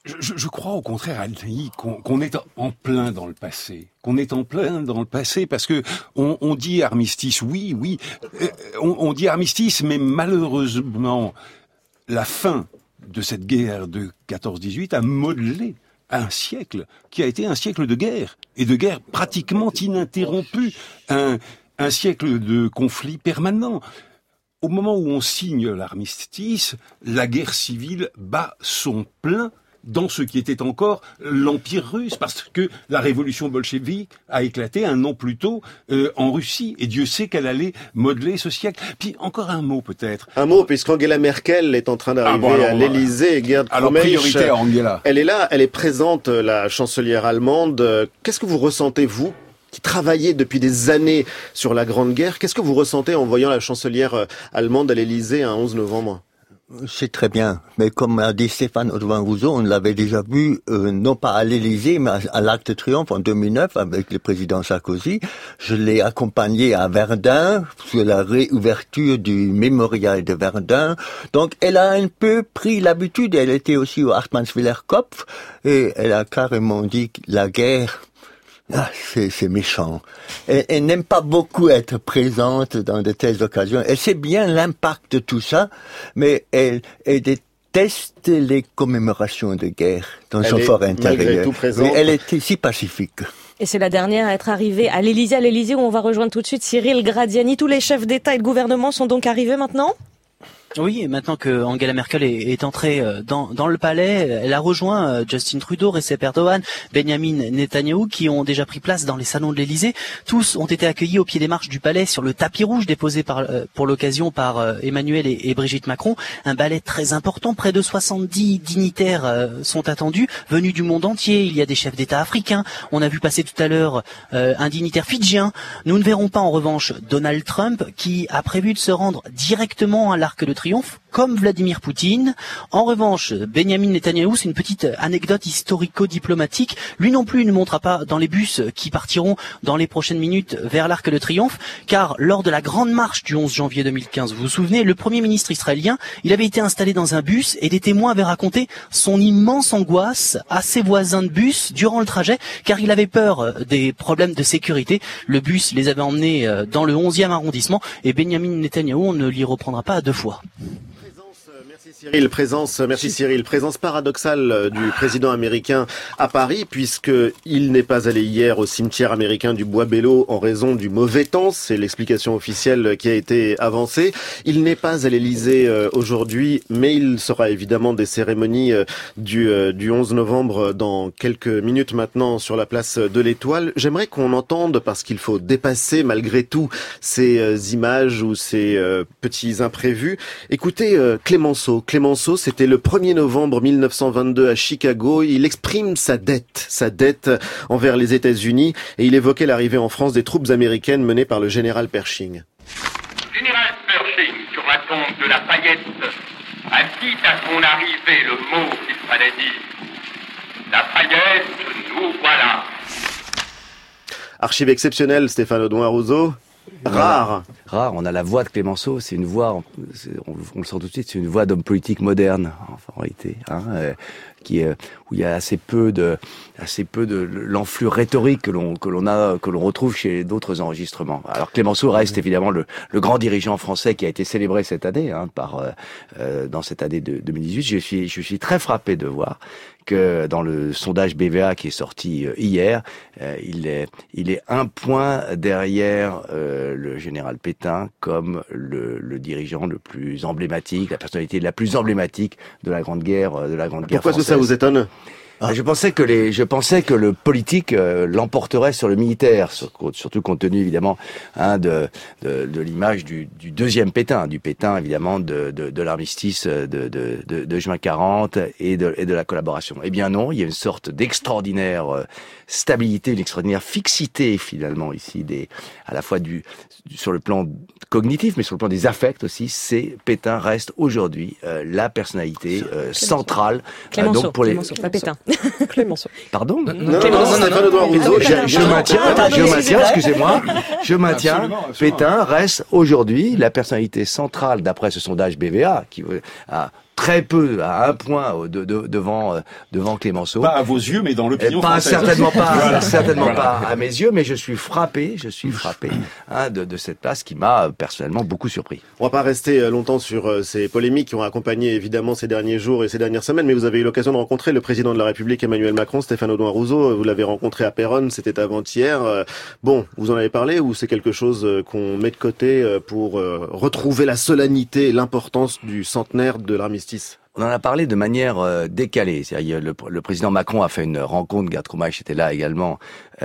Je, je crois au contraire, Altaï, qu'on, qu'on est en plein dans le passé. Qu'on est en plein dans le passé parce que on, on dit armistice, oui, oui, euh, on, on dit armistice, mais malheureusement, la fin de cette guerre de quatorze dix-huit a modelé un siècle qui a été un siècle de guerre, et de guerre pratiquement ininterrompue, un, un siècle de conflits permanents. Au moment où on signe l'armistice, la guerre civile bat son plein dans ce qui était encore l'Empire russe, parce que la révolution bolchevique a éclaté un an plus tôt euh, en Russie, et Dieu sait qu'elle allait modeler ce siècle. Puis encore un mot peut-être. Un mot, puisqu'Angela Merkel est en train d'arriver ah bon, alors, à l'Élysée. Gerd alors Kromeich, priorité à Angela. Elle est là, elle est présente, la chancelière allemande. Qu'est-ce que vous ressentez, vous, qui travaillez depuis des années sur la Grande Guerre, qu'est-ce que vous ressentez en voyant la chancelière allemande à l'Élysée un onze novembre? C'est très bien, mais comme a dit Stéphane Audouin-Rousseau, on l'avait déjà vu, euh, non pas à l'Élysée, mais à, à l'Arc de Triomphe en deux mille neuf avec le président Sarkozy. Je l'ai accompagné à Verdun, sur la réouverture du mémorial de Verdun. Donc, elle a un peu pris l'habitude, elle était aussi au Hartmannswiller Kopf, et elle a carrément dit que la guerre... Ah, c'est, c'est méchant. Elle, elle n'aime pas beaucoup être présente dans de telles occasions. Elle sait bien l'impact de tout ça, mais elle, elle déteste les commémorations de guerre dans elle son fort intérieur. Mais elle était si pacifique. Et c'est la dernière à être arrivée à l'Élysée, à l'Élysée où on va rejoindre tout de suite Cyril Gradiani. Tous les chefs d'État et de gouvernement sont donc arrivés maintenant ? Oui, et maintenant que Angela Merkel est, est entrée dans, dans le palais, elle a rejoint Justin Trudeau, Recep Erdogan, Benjamin Netanyahou, qui ont déjà pris place dans les salons de l'Élysée. Tous ont été accueillis au pied des marches du palais sur le tapis rouge déposé par, pour l'occasion par Emmanuel et, et Brigitte Macron. Un ballet très important, près de soixante-dix dignitaires sont attendus, venus du monde entier. Il y a des chefs d'État africains. On a vu passer tout à l'heure euh, un dignitaire fidjien. Nous ne verrons pas en revanche Donald Trump, qui a prévu de se rendre directement à l'Arc de Triomphe, comme Vladimir Poutine. En revanche, Benjamin Netanyahou, c'est une petite anecdote historico-diplomatique. Lui non plus ne montera pas dans les bus qui partiront dans les prochaines minutes vers l'Arc de Triomphe, car lors de la grande marche du onze janvier deux mille quinze, vous vous souvenez, le premier ministre israélien, il avait été installé dans un bus et des témoins avaient raconté son immense angoisse à ses voisins de bus durant le trajet, car il avait peur des problèmes de sécurité. Le bus les avait emmenés dans le onzième arrondissement et Benjamin Netanyahou, on ne l'y reprendra pas à deux fois. Cyril, présence, merci Cyril, présence paradoxale du président américain à Paris, puisque il n'est pas allé hier au cimetière américain du Bois-Bello en raison du mauvais temps, c'est l'explication officielle qui a été avancée. Il n'est pas à l'Élysée aujourd'hui, mais il sera évidemment des cérémonies du, du onze novembre dans quelques minutes maintenant sur la place de l'Étoile. J'aimerais qu'on entende, parce qu'il faut dépasser malgré tout ces images ou ces petits imprévus. Écoutez Clémenceau. Clémenceau, c'était le premier novembre mille neuf cent vingt-deux à Chicago. Il exprime sa dette, sa dette envers les États-Unis, et il évoquait l'arrivée en France des troupes américaines menées par le général Pershing. Général Pershing, sur la tombe de Lafayette, a dit à son arrivée le mot qu'il fallait dire. Lafayette, nous voilà. Archive exceptionnelle, Stéphane Audouin-Rousseau. Rare. Rare. On a la voix de Clémenceau. C'est une voix, on, on le sent tout de suite, c'est une voix d'homme politique moderne, enfin, en réalité, hein, euh, qui est, où il y a assez peu de, assez peu de l'enflure rhétorique que l'on, que l'on a, que l'on retrouve chez d'autres enregistrements. Alors Clémenceau reste évidemment le, le grand dirigeant français qui a été célébré cette année, hein, par, euh, dans cette année de deux mille dix-huit. Je suis, je suis très frappé de voir que dans le sondage B V A qui est sorti hier, euh, il est, il est un point derrière euh, le général Pétain comme le, le dirigeant le plus emblématique, la personnalité la plus emblématique de la Grande Guerre, de la Grande Guerre française. Pourquoi est-ce que ça vous étonne? Ah. Je pensais que les, je pensais que le politique euh, l'emporterait sur le militaire, sur, surtout compte tenu évidemment hein, de, de, de l'image du, du deuxième Pétain, du Pétain évidemment de, de, de l'armistice de, de, de, de juin quarante et de, et de la collaboration. Eh bien non, il y a une sorte d'extraordinaire euh, stabilité, une extraordinaire fixité finalement ici, des, à la fois du, du sur le plan cognitif, mais sur le plan des affects aussi. C'est Pétain reste aujourd'hui euh, la personnalité euh, centrale. Clémenceau, euh, donc pour les Clémenceau, pas Pétain. Clémenceau. Pardon? Non, non, non, non, je, je maintiens, je maintiens, excusez-moi, je maintiens, absolument, absolument. Pétain reste aujourd'hui la personnalité centrale, d'après ce sondage B V A, qui a très peu, à un point de, de, devant, devant Clémenceau. Pas à vos yeux, mais dans l'opinion pas, française. Certainement pas, voilà. certainement Voilà. pas à mes yeux, mais je suis frappé, je suis frappé hein, de, de cette place qui m'a personnellement beaucoup surpris. On va pas rester longtemps sur ces polémiques qui ont accompagné évidemment ces derniers jours et ces dernières semaines, mais vous avez eu l'occasion de rencontrer le président de la République Emmanuel Macron, Stéphane Audouin-Rousseau. Vous l'avez rencontré à Péronne, c'était avant-hier. Bon, vous en avez parlé ou c'est quelque chose qu'on met de côté pour retrouver la solennité et l'importance du centenaire de l'armistice? On en a parlé de manière euh, décalée. C'est-à-dire, le, le président Macron a fait une rencontre, Gerd Krumaich était là également,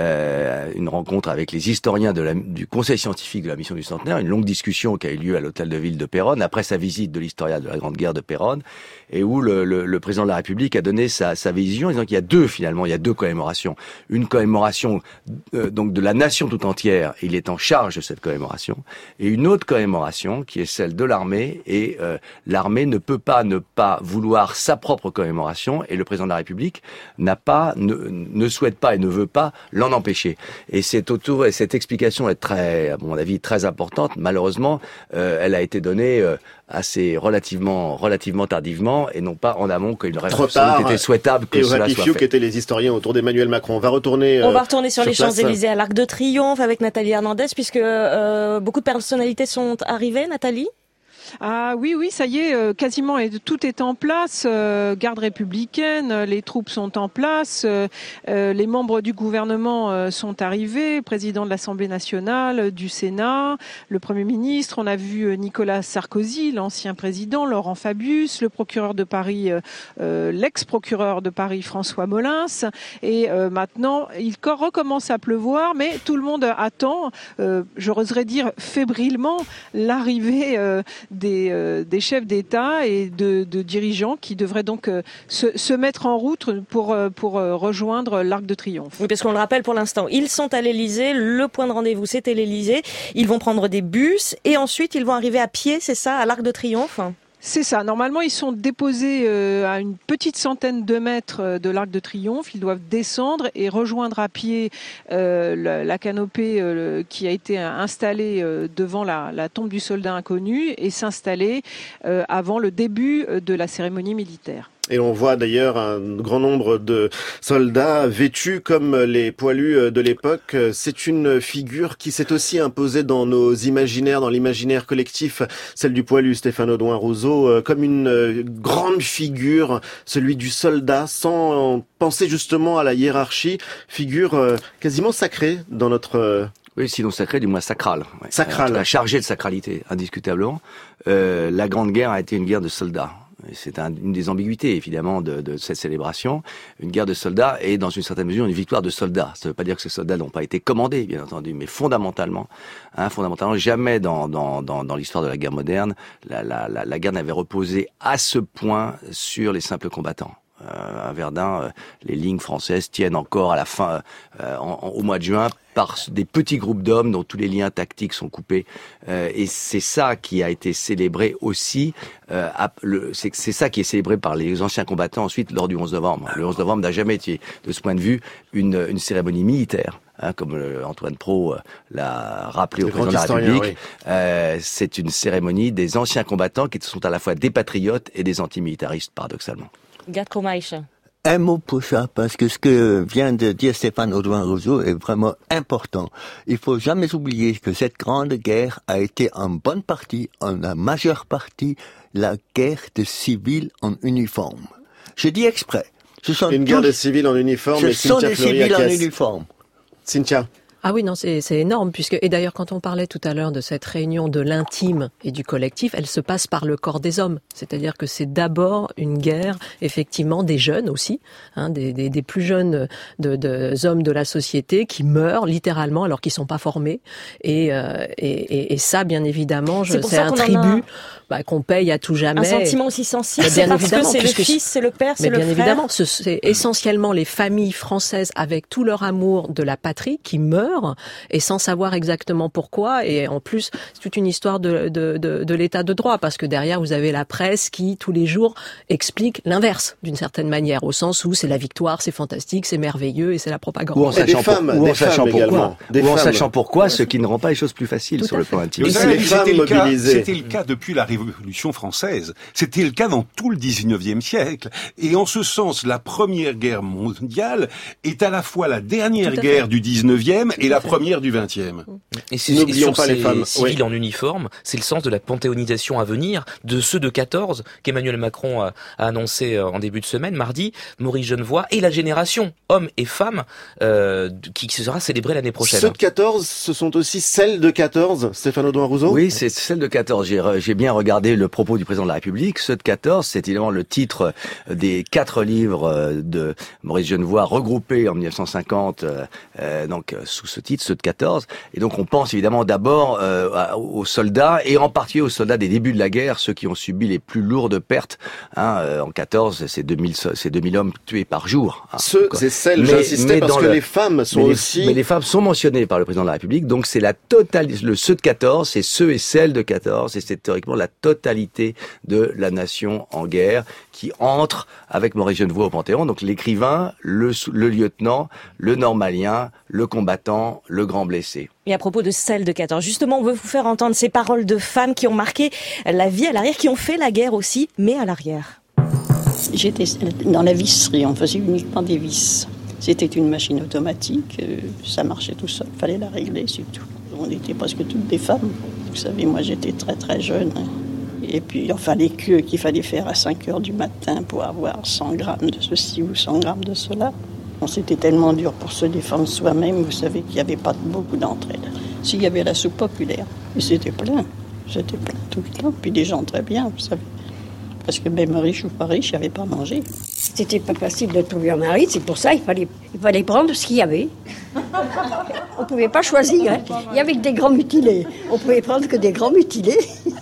euh, une rencontre avec les historiens de la, du conseil scientifique de la mission du centenaire, une longue discussion qui a eu lieu à l'hôtel de ville de Péronne, après sa visite de l'historiat de la Grande Guerre de Péronne, et où le, le, le président de la République a donné sa, sa vision, en disant qu'il y a deux, finalement, il y a deux commémorations. Une commémoration euh, donc de la nation tout entière, et il est en charge de cette commémoration, et une autre commémoration qui est celle de l'armée, et euh, l'armée ne peut pas ne pas vouloir sa propre commémoration, et le président de la République n'a pas, ne, ne souhaite pas et ne veut pas l'en empêcher. Et c'est autour, et cette explication est très, à mon avis, très importante. Malheureusement, euh, elle a été donnée euh, assez relativement, relativement tardivement, et non pas en amont, qu'il aurait sans doute été souhaitable que et cela soit fait. fait. qui étaient les historiens autour d'Emmanuel Macron. On va retourner. Euh, On va retourner sur, sur les place. Champs-Élysées à l'Arc de Triomphe avec Nathalie Hernandez, puisque euh, beaucoup de personnalités sont arrivées, Nathalie. Ah oui, oui, ça y est, euh, quasiment et tout est en place. Euh, garde républicaine, euh, les troupes sont en place, euh, euh, les membres du gouvernement euh, sont arrivés, président de l'Assemblée nationale, euh, du Sénat, le Premier ministre. On a vu euh, Nicolas Sarkozy, l'ancien président, Laurent Fabius, le procureur de Paris, euh, euh, l'ex-procureur de Paris, François Molins. Et euh, maintenant, il recommence à pleuvoir, mais tout le monde attend, euh, j'oserais dire fébrilement, l'arrivée euh, Des, euh, des chefs d'État et de, de dirigeants qui devraient donc euh, se, se mettre en route pour, euh, pour euh, rejoindre l'Arc de Triomphe. Oui, parce qu'on le rappelle pour l'instant, ils sont à l'Élysée, le point de rendez-vous c'était l'Élysée, ils vont prendre des bus et ensuite ils vont arriver à pied, c'est ça, à l'Arc de Triomphe ? C'est ça. Normalement, ils sont déposés euh, à une petite centaine de mètres de l'Arc de Triomphe. Ils doivent descendre et rejoindre à pied euh, la, la canopée euh, qui a été installée euh, devant la, la tombe du soldat inconnu et s'installer euh, avant le début de la cérémonie militaire. Et on voit d'ailleurs un grand nombre de soldats vêtus comme les poilus de l'époque. C'est une figure qui s'est aussi imposée dans nos imaginaires, dans l'imaginaire collectif, celle du poilu Stéphane Audouin-Rousseau, comme une grande figure, celui du soldat, sans penser justement à la hiérarchie, figure quasiment sacrée dans notre... Oui, sinon sacré, du moins sacral. Ouais. Sacral. Euh, chargé de sacralité, indiscutablement. Euh, la Grande Guerre a été une guerre de soldats. C'est un, une des ambiguïtés, évidemment, de, de cette célébration. Une guerre de soldats et, dans une certaine mesure, une victoire de soldats. Ça ne veut pas dire que ces soldats n'ont pas été commandés, bien entendu, mais fondamentalement, hein, fondamentalement, jamais dans, dans, dans, dans l'histoire de la guerre moderne, la, la, la, la guerre n'avait reposé à ce point sur les simples combattants. Euh, à Verdun, euh, les lignes françaises tiennent encore à la fin, euh, en, en, au mois de juin, par des petits groupes d'hommes dont tous les liens tactiques sont coupés. Euh, et c'est ça qui a été célébré aussi. Euh, à, le, c'est, c'est ça qui est célébré par les anciens combattants ensuite lors du onze novembre. Le onze novembre n'a jamais été, de ce point de vue, une, une cérémonie militaire. Hein, comme euh, Antoine Pro euh, l'a rappelé au président de la République, oui. euh, c'est une cérémonie des anciens combattants qui sont à la fois des patriotes et des antimilitaristes, paradoxalement. Gerd Krumaich. Un mot pour ça, parce que ce que vient de dire Stéphane Audouin-Rousseau est vraiment important. Il faut jamais oublier que cette grande guerre a été en bonne partie, en la majeure partie, la guerre de civils en uniforme. Je dis exprès. Ce sont une tous, guerre de civils en uniforme. Ce et sont des civils en uniforme. Cynthia. Ah oui, non, c'est, c'est énorme, puisque, et d'ailleurs, quand on parlait tout à l'heure de cette réunion de l'intime et du collectif, elle se passe par le corps des hommes. C'est-à-dire que c'est d'abord une guerre, effectivement, des jeunes aussi, hein, des, des, des plus jeunes de, de, de hommes de la société qui meurent littéralement alors qu'ils sont pas formés. Et, euh, et, et, et ça, bien évidemment, je, c'est, c'est un tribut a... bah, qu'on paye à tout jamais. Un sentiment aussi sensible, c'est parce que c'est le fils, c'est le père, c'est mais le bien frère. Évidemment, ce, c'est essentiellement les familles françaises avec tout leur amour de la patrie qui meurent meurent et sans savoir exactement pourquoi. Et en plus, c'est toute une histoire de, de, de, de l'état de droit, parce que derrière, vous avez la presse qui, tous les jours, explique l'inverse, d'une certaine manière, au sens où c'est la victoire, c'est fantastique, c'est merveilleux et c'est la propagande. Ou en sachant, femmes, pour, ou en sachant pourquoi, des ou en femmes. sachant pourquoi, ce qui ne rend pas les choses plus faciles Tout sur à le fait. plan intime. Vous c'est savez, les c'était femmes le cas, mobilisées. c'était le cas depuis la Révolution française. C'était le cas dans tout le dix-neuvième siècle. Et en ce sens, la Première Guerre mondiale est à la fois la dernière Tout à guerre fait. du dix-neuvième Tout et à la fait. première du vingtième. Et, c'est- N'oublions et sur pas les ces femmes. civils Oui. en uniforme, c'est le sens de la panthéonisation à venir de ceux de quatorze qu'Emmanuel Macron a, a annoncé euh, en début de semaine, mardi, Maurice Genevoix et la génération, hommes et femmes, euh, qui, qui sera célébrée l'année prochaine. Ceux de quatorze, ce sont aussi celles de quatorze, Stéphane Audouin-Rousseau? Oui, c'est celle de quatorze. J'ai, re- j'ai bien regardé le propos du président de la République. Ceux de quatorze, c'est évidemment le titre des quatre livres euh, de Maurice Genevoix regroupés en mille neuf cent cinquante, euh, euh, donc euh, sous ce titre, ceux de quatorze. Et donc on pense évidemment d'abord euh, à- aux soldats, et en particulier aux soldats des débuts de la guerre, ceux qui ont subi les plus lourdes pertes. Hein, euh, en quatorze, c'est deux mille, so- c'est deux mille hommes tués par jour. Hein. Ceux Donc, et celles, mais- j'insistais, mais parce dans que le- les femmes sont mais les, aussi... mais les femmes sont mentionnées par le président de la République, donc c'est la totalité, le ceux de quatorze, c'est ceux et celles de quatorze, et c'est théoriquement la totalité de la nation en guerre qui entre avec Maurice Genevoix au Panthéon, donc l'écrivain, le, sous- le lieutenant, le normalien, le combattant, le grand blessé. Et à propos de celle de quatorze, justement, on veut vous faire entendre ces paroles de femmes qui ont marqué la vie à l'arrière, qui ont fait la guerre aussi, mais à l'arrière. J'étais dans la visserie, on faisait uniquement des vis. C'était une machine automatique, euh, ça marchait tout seul, il fallait la régler, c'est tout. On était presque toutes des femmes. Vous savez, moi j'étais très très jeune. Et puis il fallait que qu'il fallait faire à cinq heures du matin pour avoir cent grammes de ceci ou cent grammes de cela. Bon, c'était tellement dur pour se défendre soi-même, vous savez qu'il n'y avait pas beaucoup d'entraide. S'il y avait la soupe populaire, et c'était plein, c'était plein tout le temps. Puis des gens très bien, vous savez. Parce que même riche ou pas riche, il n'y avait pas à manger. C'était pas facile de trouver un mari, c'est pour ça qu'il fallait, il fallait prendre ce qu'il y avait. On ne pouvait pas choisir, hein. Il y avait que des grands mutilés. On pouvait prendre que des grands mutilés.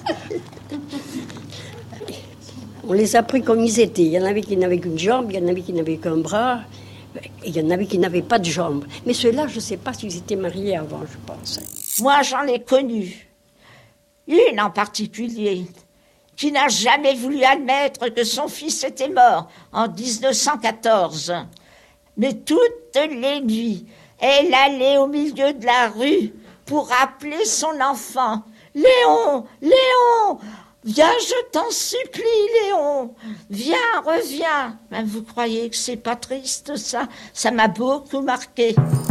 On les a pris comme ils étaient. Il y en avait qui n'avaient qu'une jambe, il y en avait qui n'avaient qu'un bras, et il y en avait qui n'avaient pas de jambes. Mais ceux-là, je ne sais pas s'ils étaient mariés avant, je pense. Moi, j'en ai connu une en particulier qui n'a jamais voulu admettre que son fils était mort en dix-neuf cent quatorze. Mais toutes les nuits, elle allait au milieu de la rue pour appeler son enfant. « Léon, Léon, viens, je t'en supplie, Léon, viens, reviens. » Ben, vous croyez que c'est pas triste, ça? Ça m'a beaucoup marqué.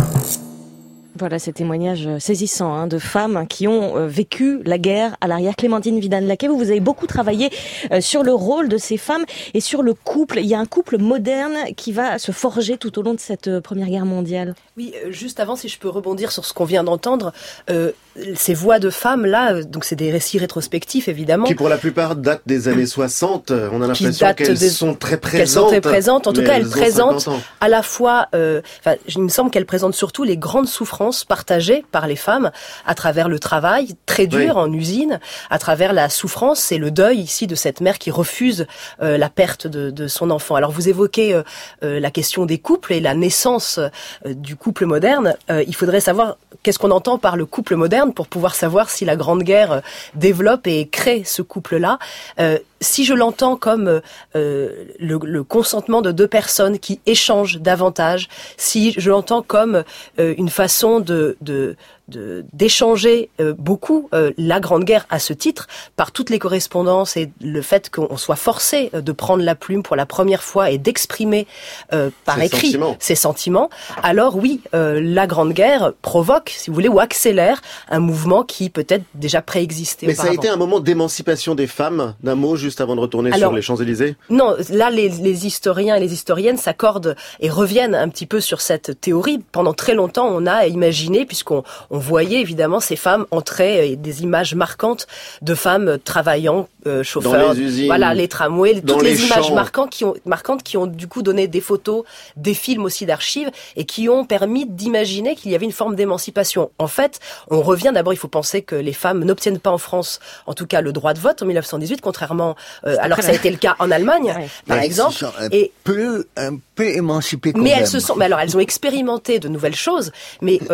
Voilà ces témoignages saisissants hein, de femmes qui ont euh, vécu la guerre à l'arrière. Clémentine Vidal-Naquet, vous, vous avez beaucoup travaillé euh, sur le rôle de ces femmes et sur le couple. Il y a un couple moderne qui va se forger tout au long de cette euh, Première Guerre mondiale. Oui, euh, juste avant, si je peux rebondir sur ce qu'on vient d'entendre, euh, ces voix de femmes là, euh, donc c'est des récits rétrospectifs évidemment. Qui pour la plupart datent des années soixante. On a Qui l'impression datent qu'elles des- sont très présentes. Qu'elles sont très présentes. En tout mais cas, elles ont présentent cinquante ans. à la fois, euh, enfin, il me semble qu'elles présentent surtout les grandes souffrances partagées par les femmes à travers le travail très dur Oui. en usine, à travers la souffrance et le deuil ici de cette mère qui refuse euh, la perte de, de son enfant. Alors vous évoquez euh, euh, la question des couples et la naissance euh, du couple moderne. Euh, il faudrait savoir qu'est-ce qu'on entend par le couple moderne pour pouvoir savoir si la Grande Guerre euh, développe et crée ce couple-là. Euh, si je l'entends comme euh, le, le consentement de deux personnes qui échangent davantage, si je l'entends comme euh, une façon de, de, de d'échanger euh, beaucoup euh, la Grande Guerre à ce titre, par toutes les correspondances et le fait qu'on soit forcé de prendre la plume pour la première fois et d'exprimer euh, par Ses écrit sentiments. ses sentiments, alors oui, euh, la Grande Guerre provoque, si vous voulez, ou accélère un mouvement qui peut-être déjà préexistait Mais ça a auparavant. été un moment d'émancipation des femmes, d'un mot juste avant de retourner Alors, sur les Champs-Élysées. Non, là, les, les historiens et les historiennes s'accordent et reviennent un petit peu sur cette théorie. Pendant très longtemps, on a imaginé, puisqu'on on voyait évidemment ces femmes entrer, et des images marquantes de femmes travaillant, euh, chauffeurs, Dans les usines, voilà, les tramways, dans toutes les, les images champs. marquantes qui ont, marquantes qui ont du coup donné des photos, des films aussi d'archives, et qui ont permis d'imaginer qu'il y avait une forme d'émancipation. En fait, on revient d'abord, il faut penser que les femmes n'obtiennent pas en France, en tout cas, le droit de vote en mille neuf cent dix-huit, contrairement, euh, alors que ça a été le cas en Allemagne, Ouais. par Elles exemple. se sont un Et peu, un peu émancipées quand mais même. elles se sont, mais alors elles ont expérimenté de nouvelles choses, mais euh,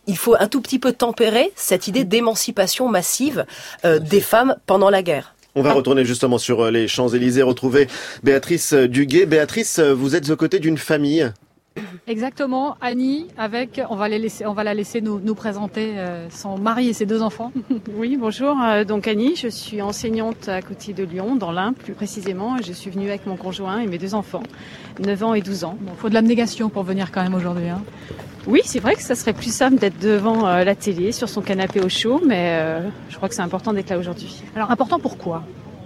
il faut un tout petit peu tempérer cette idée d'émancipation massive euh, des femmes pendant la guerre. On va retourner justement sur les Champs-Élysées, retrouver Béatrice Duguay. Béatrice, vous êtes aux côtés d'une famille. Exactement, Annie, avec, on va, les laisser, on va la laisser nous, nous présenter euh, son mari et ses deux enfants. Oui, bonjour, euh, donc Annie, je suis enseignante à côté de Lyon, dans l'Ain plus précisément. Je suis venue avec mon conjoint et mes deux enfants, neuf ans et douze ans. Bon, faut de l'abnégation pour venir quand même aujourd'hui. Hein. Oui, c'est vrai que ça serait plus simple d'être devant euh, la télé, sur son canapé au chaud, mais euh, je crois que c'est important d'être là aujourd'hui. Alors important pourquoi ?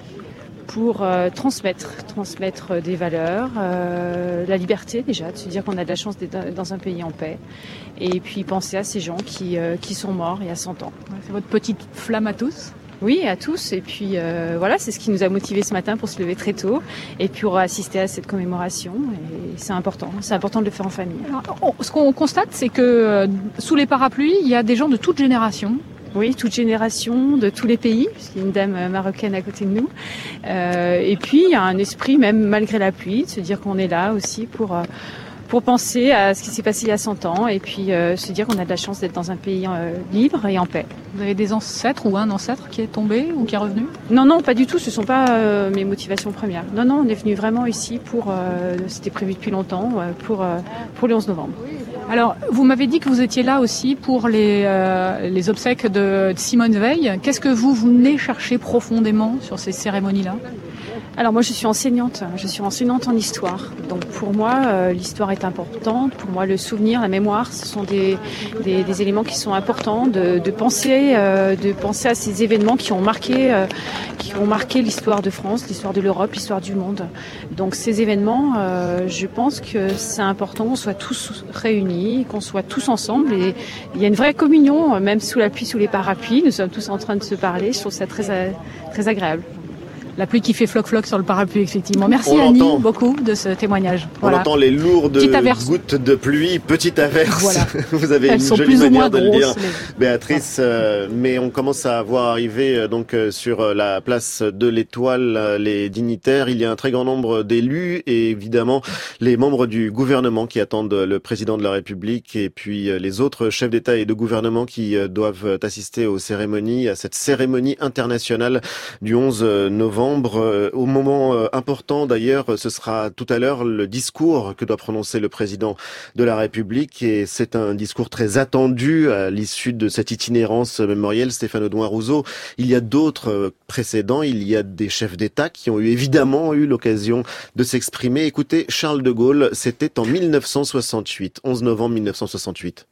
Pour euh, transmettre, transmettre des valeurs, euh, la liberté déjà, de se dire qu'on a de la chance d'être dans un pays en paix, et puis penser à ces gens qui, euh, qui sont morts il y a cent ans. C'est votre petite flamme à tous ? Oui, à tous, et puis euh, voilà, c'est ce qui nous a motivés ce matin pour se lever très tôt, et puis pour assister à cette commémoration, et c'est important, c'est important de le faire en famille. Alors, on, ce qu'on constate, c'est que euh, sous les parapluies, il y a des gens de toute génération. Oui, toute génération, de tous les pays, puisqu'il y a une dame marocaine à côté de nous. Euh, et puis, il y a un esprit, même malgré la pluie, de se dire qu'on est là aussi pour, euh, pour penser à ce qui s'est passé il y a cent ans, et puis euh, se dire qu'on a de la chance d'être dans un pays euh, libre et en paix. Vous avez des ancêtres ou un ancêtre qui est tombé ou qui est revenu ? Non, non, pas du tout, ce ne sont pas euh, mes motivations premières. Non, non, on est venu vraiment ici pour, euh, c'était prévu depuis longtemps, euh, pour, euh, pour le onze novembre. Alors, vous m'avez dit que vous étiez là aussi pour les, euh, les obsèques de, de Simone Veil. Qu'est-ce que vous venez chercher profondément sur ces cérémonies-là ? Alors moi je suis enseignante, je suis enseignante en histoire. Donc pour moi euh, l'histoire est importante, pour moi le souvenir, la mémoire, ce sont des, des, des éléments qui sont importants, de, de penser, euh, de penser à ces événements qui ont marqué, euh, qui ont marqué l'histoire de France, l'histoire de l'Europe, l'histoire du monde. Donc ces événements, euh, je pense que c'est important qu'on soit tous réunis, qu'on soit tous ensemble. Et il y a une vraie communion, même sous la pluie, sous les parapluies. Nous sommes tous en train de se parler. Je trouve ça très, très agréable. La pluie qui fait floc-floc sur le parapluie, effectivement. Merci on Annie entend. beaucoup de ce témoignage. On Voilà. entend les lourdes gouttes de pluie, petite averse. Voilà. Vous avez Elles une sont jolie plus ou manière moins de le grosses, dire, mais- Béatrice. Euh, mais on commence à voir arriver euh, donc euh, sur euh, la place de l'Étoile euh, les dignitaires. Il y a un très grand nombre d'élus et évidemment les membres du gouvernement qui attendent le président de la République et puis euh, les autres chefs d'État et de gouvernement qui euh, doivent assister aux cérémonies, à cette cérémonie internationale du onze novembre. Euh, Au moment euh, important d'ailleurs, ce sera tout à l'heure le discours que doit prononcer le président de la République et c'est un discours très attendu à l'issue de cette itinérance mémorielle. Stéphane Audouin-Rousseau, il y a d'autres euh, précédents, il y a des chefs d'État qui ont eu évidemment eu l'occasion de s'exprimer. Écoutez, Charles de Gaulle, c'était en mille neuf cent soixante-huit, onze novembre mille neuf cent soixante-huit.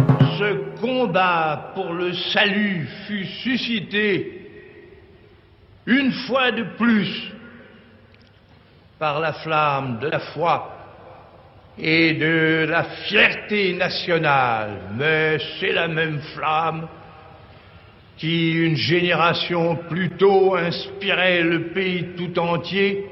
Ce combat pour le salut fut suscité une fois de plus par la flamme de la foi et de la fierté nationale, mais c'est la même flamme qui, une génération plus tôt, inspirait le pays tout entier,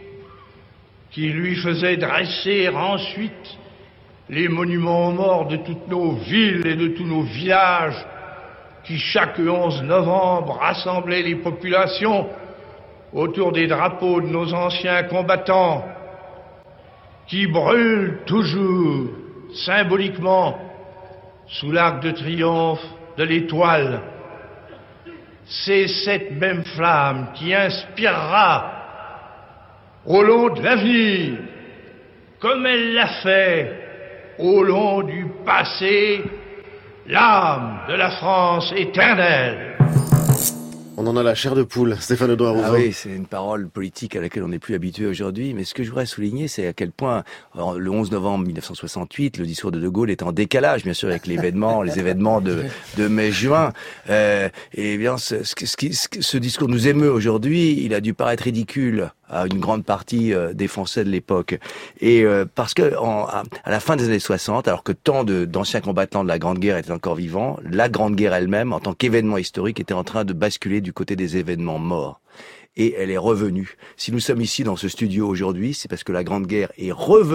qui lui faisait dresser ensuite les monuments aux morts de toutes nos villes et de tous nos villages, qui chaque onze novembre rassemblaient les populations autour des drapeaux de nos anciens combattants, qui brûlent toujours symboliquement sous l'arc de triomphe de l'Étoile. C'est cette même flamme qui inspirera au long de l'avenir, comme elle l'a fait au long du passé, l'âme de la France éternelle. On en a la chair de poule, Stéphane Audouin-Rousseau. Ah oui, c'est une parole politique à laquelle on n'est plus habitué aujourd'hui. Mais ce que je voudrais souligner, c'est à quel point, le onze novembre mille neuf cent soixante-huit, le discours de De Gaulle est en décalage, bien sûr, avec l'événement, les événements de, de mai-juin. Euh, et bien, ce, ce, ce, ce discours nous émeut aujourd'hui. Il a dû paraître ridicule à une grande partie euh, des Français de l'époque. Et euh, parce que en, à, à la fin des années soixante, alors que tant de, d'anciens combattants de la Grande Guerre étaient encore vivants, la Grande Guerre elle-même, en tant qu'événement historique, était en train de basculer du côté des événements morts. Et elle est revenue. Si nous sommes ici dans ce studio aujourd'hui, c'est parce que la Grande Guerre est revenue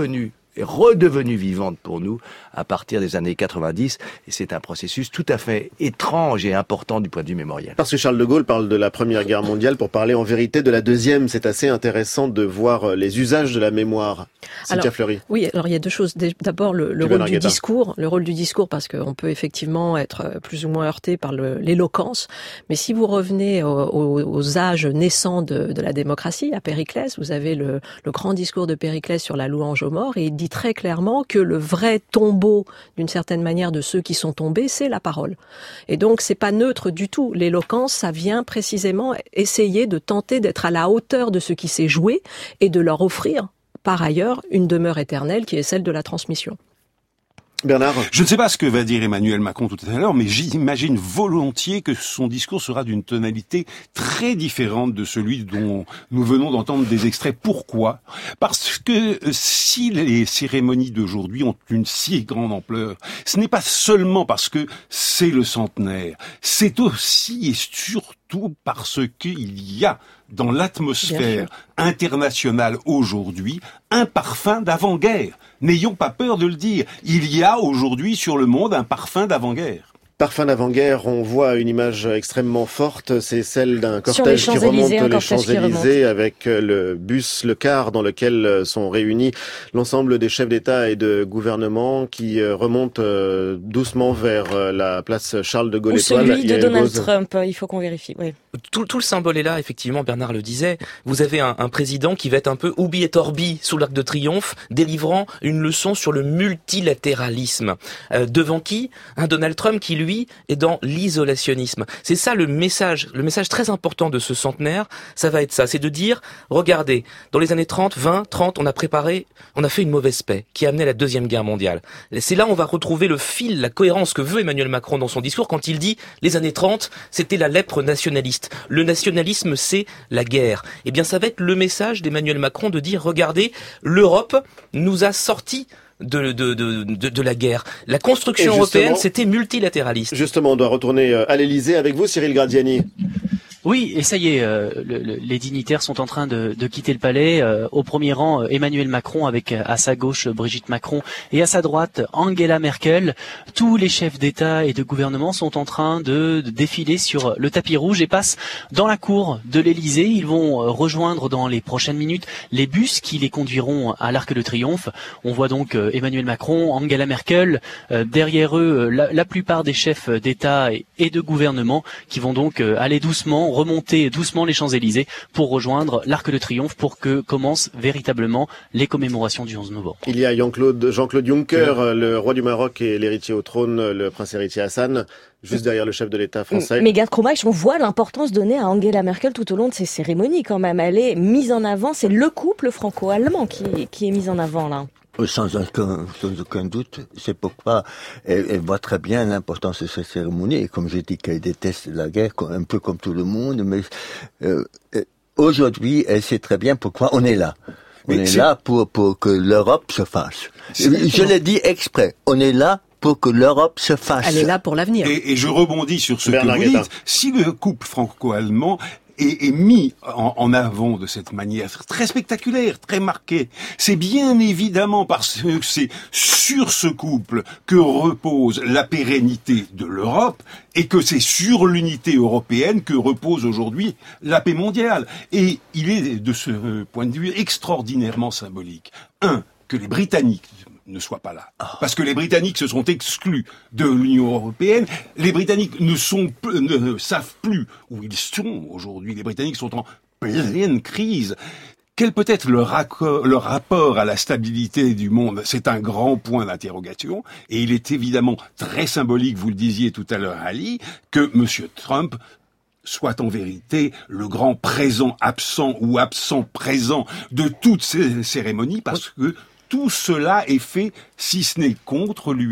est redevenue vivante pour nous à partir des années quatre-vingt-dix, et c'est un processus tout à fait étrange et important du point de vue mémoriel. Parce que Charles de Gaulle parle de la Première Guerre mondiale pour parler en vérité de la Deuxième. C'est assez intéressant de voir les usages de la mémoire. Cynthia Fleury. Oui, alors il y a deux choses. D'abord, le, le rôle du discours, le rôle du discours, parce qu'on peut effectivement être plus ou moins heurté par le, l'éloquence. Mais si vous revenez aux, aux, aux âges naissants de, de la démocratie, à Périclès, vous avez le, le grand discours de Périclès sur la louange aux morts, et il dit très clairement que le vrai tombeau, d'une certaine manière, de ceux qui sont tombés, c'est la parole. Et donc, c'est pas neutre du tout. L'éloquence, ça vient précisément essayer de tenter d'être à la hauteur de ce qui s'est joué et de leur offrir, par ailleurs, une demeure éternelle qui est celle de la transmission. Bernard. Je ne sais pas ce que va dire Emmanuel Macron tout à l'heure, mais j'imagine volontiers que son discours sera d'une tonalité très différente de celui dont nous venons d'entendre des extraits. Pourquoi ? Parce que si les cérémonies d'aujourd'hui ont une si grande ampleur, ce n'est pas seulement parce que c'est le centenaire, c'est aussi et surtout parce qu'il y a dans l'atmosphère internationale aujourd'hui un parfum d'avant-guerre. N'ayons pas peur de le dire. Il y a aujourd'hui sur le monde un parfum d'avant-guerre. Parfum d'avant-guerre, on voit une image extrêmement forte, c'est celle d'un cortège qui remonte les Champs-Élysées avec le bus, le car dans lequel sont réunis l'ensemble des chefs d'État et de gouvernement qui remontent doucement vers la place Charles de Gaulle. Ou celui de Donald Trump, il faut qu'on vérifie. Oui. Tout, tout le symbole est là, effectivement, Bernard le disait. Vous avez un, un président qui va être un peu oubi et torbi sous l'Arc de Triomphe, délivrant une leçon sur le multilatéralisme. Euh, devant qui ? Un Donald Trump qui, lui, est dans l'isolationnisme. C'est ça le message, le message très important de ce centenaire, ça va être ça, c'est de dire, regardez, dans les années trente, vingt, trente, on a préparé, on a fait une mauvaise paix qui a amené à la Deuxième Guerre mondiale. C'est là où on va retrouver le fil, la cohérence que veut Emmanuel Macron dans son discours quand il dit, les années trente, c'était la lèpre nationaliste. Le nationalisme, c'est la guerre. Eh bien, ça va être le message d'Emmanuel Macron de dire, regardez, l'Europe nous a sortis De, de, de, de, de la guerre. La construction européenne, c'était multilatéraliste. Justement, on doit retourner à l'Élysée avec vous, Cyril Gradiani. Oui, et ça y est, euh, le, le, les dignitaires sont en train de, de quitter le palais. Euh, au premier rang, Emmanuel Macron, avec à sa gauche Brigitte Macron et à sa droite Angela Merkel. Tous les chefs d'État et de gouvernement sont en train de, de défiler sur le tapis rouge et passent dans la cour de l'Élysée. Ils vont rejoindre dans les prochaines minutes les bus qui les conduiront à l'Arc de Triomphe. On voit donc euh, Emmanuel Macron, Angela Merkel, euh, derrière eux la, la plupart des chefs d'État et, et de gouvernement qui vont donc euh, aller doucement remonter doucement les Champs-Élysées pour rejoindre l'Arc de Triomphe pour que commencent véritablement les commémorations du onze novembre. Il y a Jean-Claude, Jean-Claude Juncker, oui. le roi du Maroc et l'héritier au trône, le prince héritier Hassan, juste derrière le chef de l'État français. Mais Gerd Krumach, on voit l'importance donnée à Angela Merkel tout au long de ces cérémonies quand même. Elle est mise en avant, c'est le couple franco-allemand qui, qui est mis en avant là. Sans aucun, sans aucun doute, c'est pourquoi elle, elle voit très bien l'importance de cette cérémonie. Et comme j'ai dit qu'elle déteste la guerre, un peu comme tout le monde, mais euh, aujourd'hui, elle sait très bien pourquoi on est là. On mais est, est là pour, pour que l'Europe se fasse. Je l'ai dit exprès, on est là pour que l'Europe se fasse. Elle est là pour l'avenir. Et, et je rebondis sur ce Bernard que vous dites. Si le couple franco-allemand est, est mis en, en avant de cette manière très spectaculaire, très marquée, c'est bien évidemment parce que c'est sur ce couple que repose la pérennité de l'Europe et que c'est sur l'unité européenne que repose aujourd'hui la paix mondiale. Et il est de ce point de vue extraordinairement symbolique. Un, que les Britanniques ne soient pas là. Parce que les Britanniques se sont exclus de l'Union européenne. Les Britanniques ne sont, ne savent plus où ils sont aujourd'hui. Les Britanniques sont en pleine crise. Quel peut être le, raccord, le rapport à la stabilité du monde ? C'est un grand point d'interrogation. Et il est évidemment très symbolique, vous le disiez tout à l'heure, Ali, que M. Trump soit en vérité le grand présent absent ou absent présent de toutes ces cérémonies, parce que tout cela est fait, si ce n'est contre lui,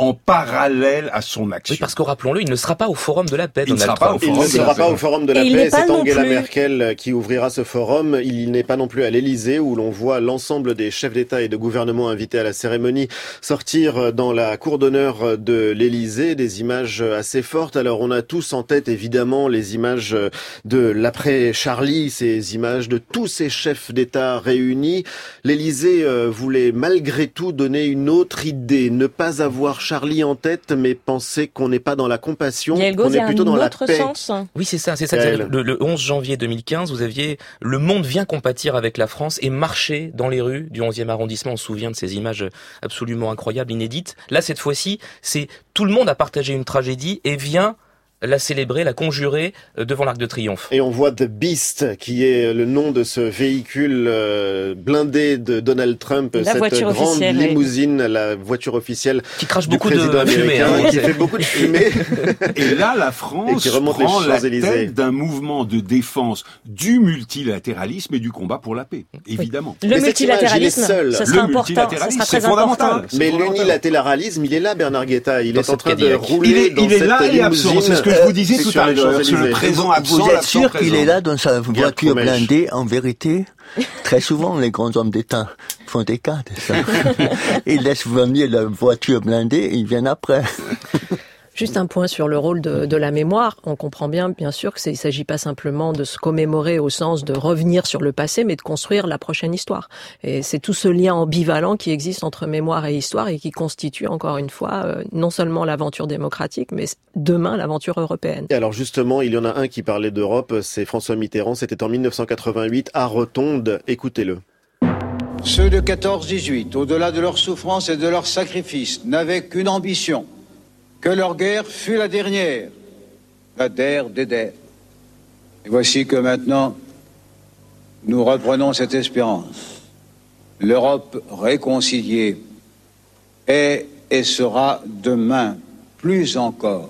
en parallèle à son action. Oui, parce que rappelons-le, il ne sera pas au Forum de la paix. Il ne sera pas au Il ne sera pas au Forum de la Et paix. C'est non Angela plus. Merkel qui ouvrira ce forum. Il n'est pas non plus à l'Élysée où l'on voit l'ensemble des chefs d'État et de gouvernement invités à la cérémonie sortir dans la cour d'honneur de l'Élysée. Des images assez fortes. Alors on a tous en tête évidemment les images de l'après Charlie, ces images de tous ces chefs d'État réunis. L'Élysée voulait malgré tout donner une autre idée, ne pas avoir Charlie en tête, mais penser qu'on n'est pas dans la compassion, qu'on est plutôt dans la paix. Sens. Oui, c'est ça, c'est ça. Le, le onze janvier deux mille quinze, vous aviez le monde vient compatir avec la France et marcher dans les rues du onzième arrondissement. On se souvient de ces images absolument incroyables, inédites. Là, cette fois-ci, c'est tout le monde a partagé une tragédie et vient la célébrer, la conjurer devant l'Arc de Triomphe. Et on voit The Beast, qui est le nom de ce véhicule euh, blindé de Donald Trump, la cette grande limousine, oui. La voiture officielle qui crache du beaucoup président de américain, fumée, hein, qui fait beaucoup de fumée. Et là, la France prend la tête d'un mouvement de défense du multilatéralisme et du combat pour la paix, évidemment. Le multilatéralisme, ça sera important, ça sera très fondamental. Mais l'unilatéralisme, il est là, Bernard Guetta, il est en train de rouler il est, dans il est cette là et limousine. absent, c'est ce que je vous disais tout à l'heure, sur le présent absent. Vous êtes sûr qu'il est là dans sa voiture blindée, en vérité? Très souvent, les grands hommes d'État font des cas de ça. Ils laissent venir la voiture blindée et ils viennent après. Juste un point sur le rôle de, de la mémoire. On comprend bien, bien sûr, qu'il ne s'agit pas simplement de se commémorer au sens de revenir sur le passé, mais de construire la prochaine histoire. Et c'est tout ce lien ambivalent qui existe entre mémoire et histoire et qui constitue, encore une fois, euh, non seulement l'aventure démocratique, mais demain l'aventure européenne. Et alors justement, il y en a un qui parlait d'Europe, c'est François Mitterrand. C'était en mille neuf cent quatre-vingt-huit à Rotonde. Écoutez-le. Ceux de quatorze dix-huit, au-delà de leurs souffrances et de leurs sacrifices, n'avaient qu'une ambition, que leur guerre fût la dernière, la der des der. Et voici que maintenant, nous reprenons cette espérance. L'Europe réconciliée est et sera demain, plus encore,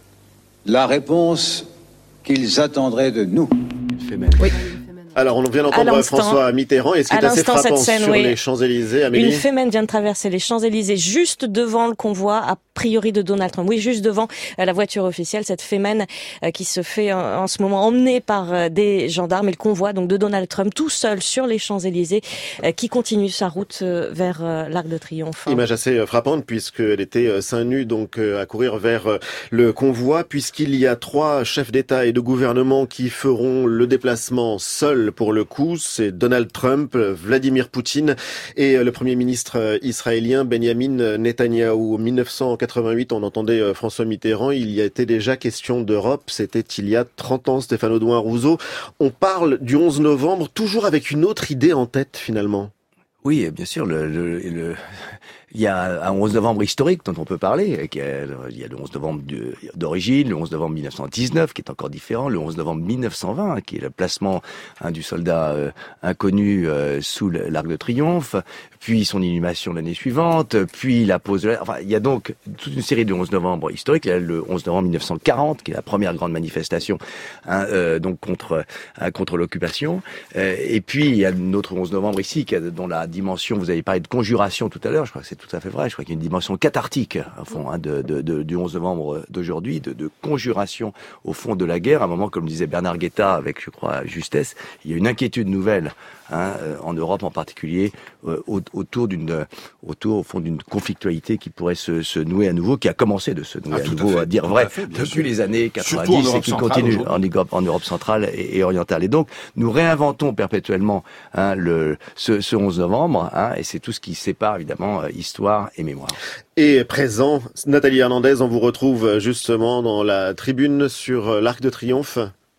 la réponse qu'ils attendraient de nous. Oui. Alors, on vient d'entendre François Mitterrand, et ce qui est assez frappant scène, sur oui. les Champs-Élysées, Amélie. Une Femen vient de traverser les Champs-Élysées juste devant le convoi, a priori de Donald Trump. Oui, juste devant la voiture officielle, cette Femen qui se fait en ce moment emmener par des gendarmes, et le convoi donc de Donald Trump tout seul sur les Champs-Élysées qui continue sa route vers l'Arc de Triomphe. Image assez frappante puisqu'elle était seins nus donc à courir vers le convoi, puisqu'il y a trois chefs d'État et de gouvernement qui feront le déplacement seuls pour le coup. C'est Donald Trump, Vladimir Poutine et le Premier ministre israélien Benjamin Netanyahou. En mille neuf cent quatre-vingt-huit, on entendait François Mitterrand, il y était déjà question d'Europe, c'était il y a trente ans, Stéphane Audouin-Rousseau. On parle du onze novembre, toujours avec une autre idée en tête finalement. Oui, bien sûr, le, le, le... il y a un onze novembre historique dont on peut parler. Il y a le onze novembre d'origine, le onze novembre mille neuf cent dix-neuf qui est encore différent, le onze novembre mille neuf cent vingt qui est le placement hein, du soldat euh, inconnu euh, sous l'Arc de Triomphe, puis son inhumation l'année suivante, puis la pose de la... Enfin, il y a donc toute une série de onze novembre historiques. Il y a le onze novembre mille neuf cent quarante qui est la première grande manifestation hein, euh, donc contre hein, contre l'occupation. Euh, et puis il y a notre onze novembre ici qui a, dont la dimension, vous avez parlé de conjuration tout à l'heure, je crois que c'est tout à fait vrai, je crois qu'il y a une dimension cathartique au fond hein, de, de, de, du onze novembre d'aujourd'hui, de, de conjuration au fond de la guerre, à un moment comme disait Bernard Guetta avec je crois justesse, il y a une inquiétude nouvelle hein, en Europe en particulier euh, autour d'une autour au fond d'une conflictualité qui pourrait se, se nouer à nouveau, qui a commencé de se nouer ah, à nouveau, à, fait, à dire vrai, fait, depuis sûr. les années quatre-vingt-dix et qui continue en Europe, en Europe centrale et, et orientale. Et donc nous réinventons perpétuellement hein, le ce, ce onze novembre hein, et c'est tout ce qui sépare évidemment euh, histoire et mémoire. Et présent, Nathalie Hernandez, on vous retrouve justement dans la tribune sur l'Arc de Triomphe.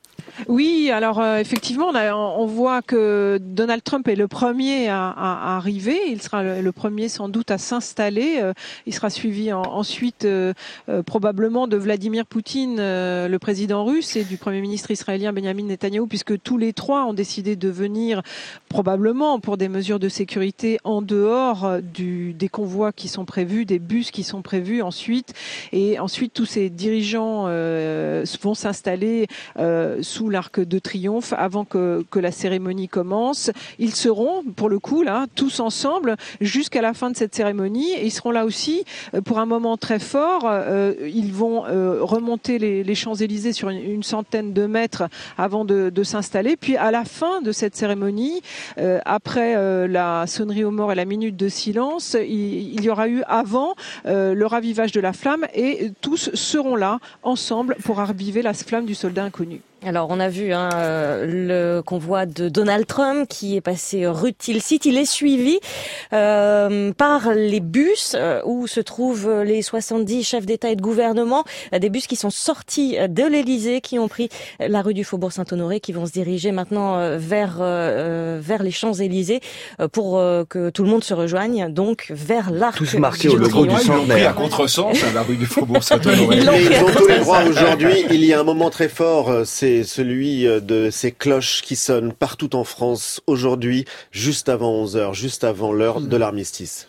Oui, alors euh, effectivement, on, a, on voit que Donald Trump est le premier à, à, à arriver. Il sera le, le premier sans doute à s'installer. Euh, il sera suivi en, ensuite euh, euh, probablement de Vladimir Poutine, euh, le président russe, et du Premier ministre israélien Benjamin Netanyahou, puisque tous les trois ont décidé de venir probablement pour des mesures de sécurité en dehors du, des convois qui sont prévus, des bus qui sont prévus ensuite. Et ensuite, tous ces dirigeants euh, vont s'installer euh, sous sous l'Arc de Triomphe avant que, que la cérémonie commence. Ils seront, pour le coup, là, tous ensemble jusqu'à la fin de cette cérémonie. Et ils seront là aussi pour un moment très fort. Euh, ils vont euh, remonter les, les Champs-Élysées sur une, une centaine de mètres avant de, de s'installer. Puis à la fin de cette cérémonie, euh, après euh, la sonnerie aux morts et la minute de silence, il, il y aura eu avant euh, le ravivage de la flamme et tous seront là ensemble pour raviver la flamme du soldat inconnu. Alors, on a vu hein, le convoi de Donald Trump qui est passé rue Tilsit. Il est suivi euh, par les bus euh, où se trouvent les soixante-dix chefs d'État et de gouvernement. Des bus qui sont sortis de l'Élysée, qui ont pris la rue du Faubourg Saint-Honoré, qui vont se diriger maintenant vers euh, vers les Champs-Élysées pour euh, que tout le monde se rejoigne, donc vers l'Arc. Tous marqués au logo du centenaire. Ils ont pris à contresens à la rue du Faubourg Saint-Honoré. Ils ont tous les droits aujourd'hui. Il y a un moment très fort, c'est celui de ces cloches qui sonnent partout en France aujourd'hui, juste avant onze heures, juste avant l'heure de l'armistice.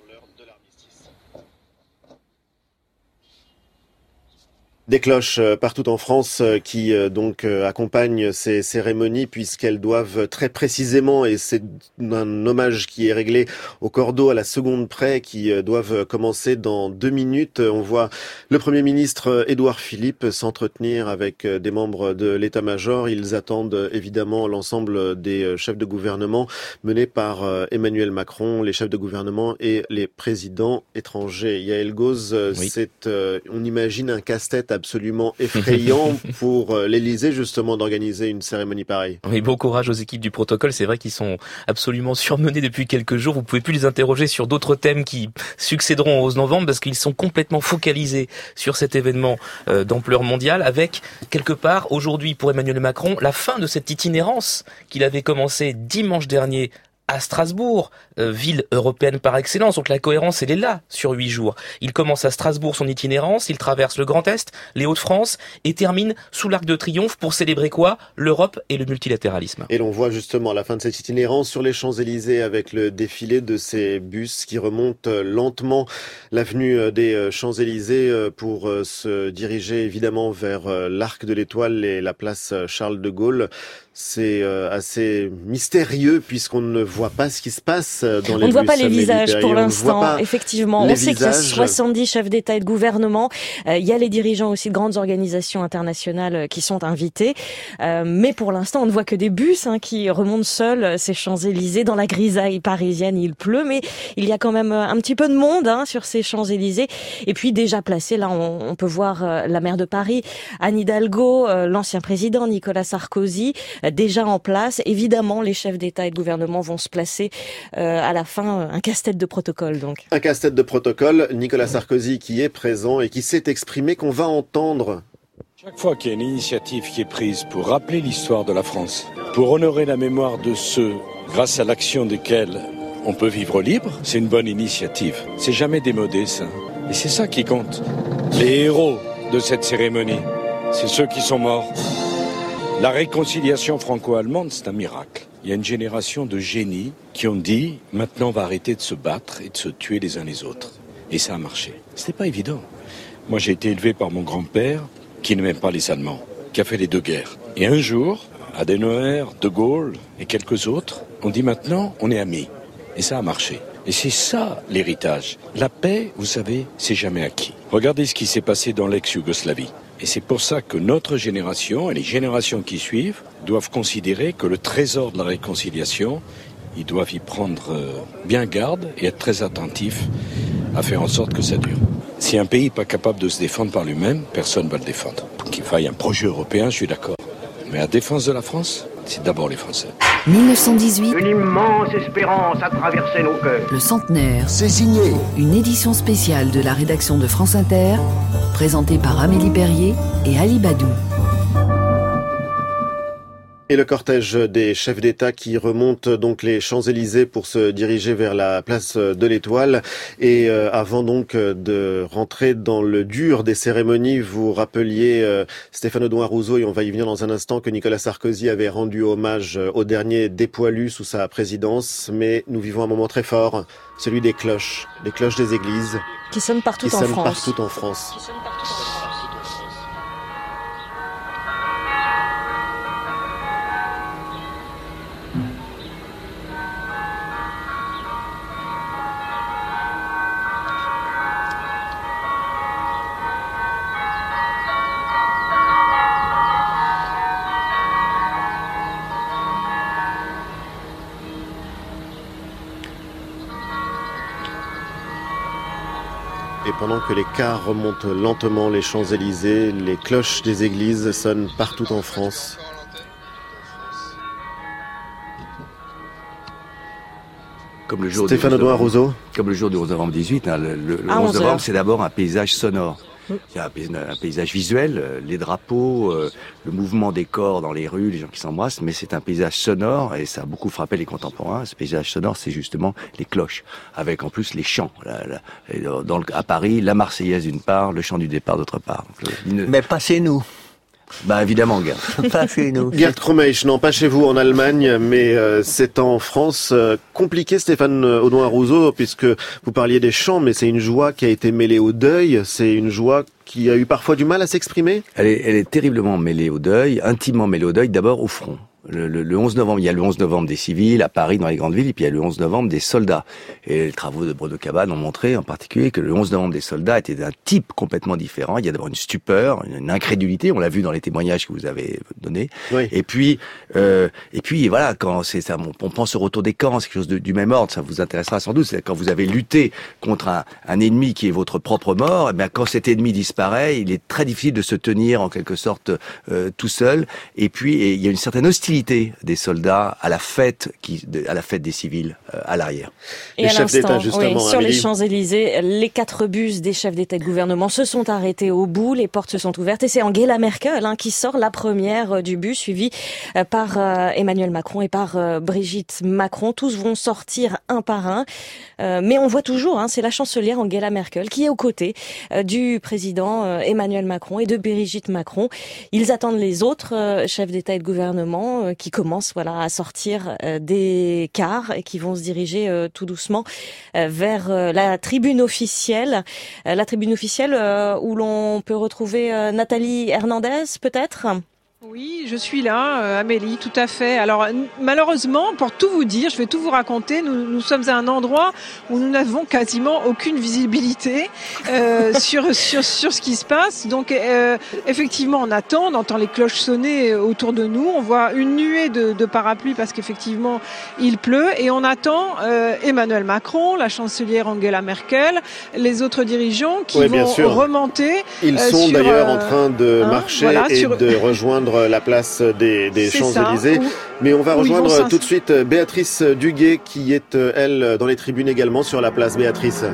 Des cloches partout en France qui donc accompagnent ces cérémonies puisqu'elles doivent très précisément, et c'est un hommage qui est réglé au cordeau à la seconde près, qui doivent commencer dans deux minutes. On voit le Premier ministre Édouard Philippe s'entretenir avec des membres de l'état-major. Ils attendent évidemment l'ensemble des chefs de gouvernement menés par Emmanuel Macron, les chefs de gouvernement et les présidents étrangers. Yael Gauze, oui. c'est, on imagine un casse-tête absolument effrayant pour l'Élysée justement d'organiser une cérémonie pareille. Oui, bon courage aux équipes du protocole. C'est vrai qu'ils sont absolument surmenés depuis quelques jours. Vous pouvez plus les interroger sur d'autres thèmes qui succéderont au onze novembre parce qu'ils sont complètement focalisés sur cet événement euh, d'ampleur mondiale avec quelque part aujourd'hui pour Emmanuel Macron la fin de cette itinérance qu'il avait commencé dimanche dernier à Strasbourg, euh, ville européenne par excellence, donc la cohérence elle est là sur huit jours. Il commence à Strasbourg son itinérance, il traverse le Grand Est, les Hauts-de-France et termine sous l'Arc de Triomphe pour célébrer quoi ? L'Europe et le multilatéralisme. Et l'on voit justement à la fin de cette itinérance sur les Champs-Élysées avec le défilé de ces bus qui remontent lentement l'avenue des Champs-Élysées pour se diriger évidemment vers l'Arc de l'Étoile et la place Charles de Gaulle. C'est assez mystérieux puisqu'on ne voit pas ce qui se passe dans les bus. On ne voit pas les visages pour l'instant, effectivement. On sait qu'il y a soixante-dix chefs d'État et de gouvernement. Euh, il y a les dirigeants aussi de grandes organisations internationales qui sont invités. Euh, mais pour l'instant, on ne voit que des bus hein, qui remontent seuls ces Champs-Élysées. Dans la grisaille parisienne, il pleut, mais il y a quand même un petit peu de monde hein, sur ces Champs-Élysées. Et puis déjà placé, là, on, on peut voir euh, la maire de Paris, Anne Hidalgo, euh, l'ancien président Nicolas Sarkozy, euh, déjà en place. Évidemment, les chefs d'État et de gouvernement vont se placer euh, à la fin, un casse-tête de protocole donc. Un casse-tête de protocole, Nicolas Sarkozy qui est présent et qui s'est exprimé, qu'on va entendre. Chaque fois qu'il y a une initiative qui est prise pour rappeler l'histoire de la France, pour honorer la mémoire de ceux grâce à l'action desquels on peut vivre libre, c'est une bonne initiative. C'est jamais démodé ça. Et c'est ça qui compte. Les héros de cette cérémonie, c'est ceux qui sont morts. La réconciliation franco-allemande, c'est un miracle. Il y a une génération de génies qui ont dit « Maintenant, on va arrêter de se battre et de se tuer les uns les autres. » Et ça a marché. C'était pas évident. Moi, j'ai été élevé par mon grand-père qui n'aimait pas les Allemands, qui a fait les deux guerres. Et un jour, Adenauer, De Gaulle et quelques autres ont dit « Maintenant, on est amis. » Et ça a marché. Et c'est ça, l'héritage. La paix, vous savez, c'est jamais acquis. Regardez ce qui s'est passé dans l'ex-Yougoslavie. Et c'est pour ça que notre génération et les générations qui suivent doivent considérer que le trésor de la réconciliation, ils doivent y prendre bien garde et être très attentifs à faire en sorte que ça dure. Si un pays n'est pas capable de se défendre par lui-même, personne ne va le défendre. Qu'il faille un projet européen, je suis d'accord. Mais la défense de la France, c'est d'abord les Français. mille neuf cent dix-huit. Une immense espérance a traversé nos cœurs. Le centenaire. C'est signé. Une édition spéciale de la rédaction de France Inter, présentée par Amélie Perrier et Ali Badou. Et le cortège des chefs d'État qui remonte donc les Champs-Élysées pour se diriger vers la place de l'Étoile. Et euh, avant donc de rentrer dans le dur des cérémonies, vous rappeliez euh, Stéphane Audouin-Rousseau, et on va y venir dans un instant, que Nicolas Sarkozy avait rendu hommage au dernier dépoilu sous sa présidence. Mais nous vivons un moment très fort, celui des cloches, les cloches des églises. Qui sonnent partout qui en sonnent France. Partout en France. pendant que les cars remontent lentement les Champs-Élysées, les cloches des églises sonnent partout en France. Comme le jour Stéphane Audouin-Rousseau. Comme le jour du onze novembre dix-huit, hein, le, le, le à onze novembre, c'est d'abord un paysage sonore. Il y a un paysage visuel, les drapeaux, euh, le mouvement des corps dans les rues, les gens qui s'embrassent, mais c'est un paysage sonore et ça a beaucoup frappé les contemporains. Ce paysage sonore, c'est justement les cloches, avec en plus les chants. La, la, dans le, à Paris, la Marseillaise d'une part, le chant du départ d'autre part. Donc, une... Mais pas chez nous. Bah évidemment, Gerd. Pas chez nous. Gerd Krumeich, non pas chez vous en Allemagne, mais euh, c'est en France. Euh, compliqué, Stéphane Audouin-Rousseau, puisque vous parliez des chants, mais c'est une joie qui a été mêlée au deuil. C'est une joie qui a eu parfois du mal à s'exprimer. Elle est, elle est terriblement mêlée au deuil, intimement mêlée au deuil, d'abord au front. Le, le, le onze novembre, il y a le onze novembre des civils à Paris, dans les grandes villes, et puis il y a le onze novembre des soldats. Et les travaux de Brodeau-Cabane ont montré en particulier que le onze novembre des soldats était d'un type complètement différent. Il y a d'abord une stupeur, une incrédulité, on l'a vu dans les témoignages que vous avez donnés. Oui. Et puis, euh, et puis voilà, quand c'est ça, on pense au retour des camps, c'est quelque chose de, du même ordre. Ça vous intéressera sans doute. C'est quand vous avez lutté contre un, un ennemi qui est votre propre mort. Et bien quand cet ennemi disparaît, il est très difficile de se tenir en quelque sorte euh, tout seul. Et puis, et il y a une certaine hostilité des soldats à la fête, qui, à la fête des civils euh, à l'arrière. Et les à chefs d'État, justement, oui, sur Amélie. Les Champs-Élysées, les quatre bus des chefs d'État et de gouvernement se sont arrêtés au bout, les portes se sont ouvertes et c'est Angela Merkel hein, qui sort la première du bus, suivie euh, par euh, Emmanuel Macron et par euh, Brigitte Macron. Tous vont sortir un par un, euh, mais on voit toujours, hein, c'est la chancelière Angela Merkel qui est aux côtés euh, du président euh, Emmanuel Macron et de Brigitte Macron. Ils attendent les autres euh, chefs d'État et de gouvernement euh, qui commencent voilà à sortir euh, des cars et qui vont se diriger euh, tout doucement euh, vers euh, la tribune officielle, euh, la tribune officielle euh, où l'on peut retrouver euh, Nathalie Hernandez peut-être. Oui, je suis là, euh, Amélie, tout à fait. Alors malheureusement, pour tout vous dire, je vais tout vous raconter, nous, nous sommes à un endroit où nous n'avons quasiment aucune visibilité euh, sur, sur, sur ce qui se passe. Donc euh, effectivement, on attend, on entend les cloches sonner autour de nous, on voit une nuée de, de parapluies parce qu'effectivement, il pleut et on attend euh, Emmanuel Macron, la chancelière Angela Merkel, les autres dirigeants qui oui, vont remonter. Ils euh, sont sur, d'ailleurs euh, en train de hein, marcher voilà, et sur... de rejoindre la place des, des Champs-Élysées. Où, Mais on va rejoindre tout de s'inscrire. suite Béatrice Duguay qui est, elle, dans les tribunes également sur la place. Béatrice.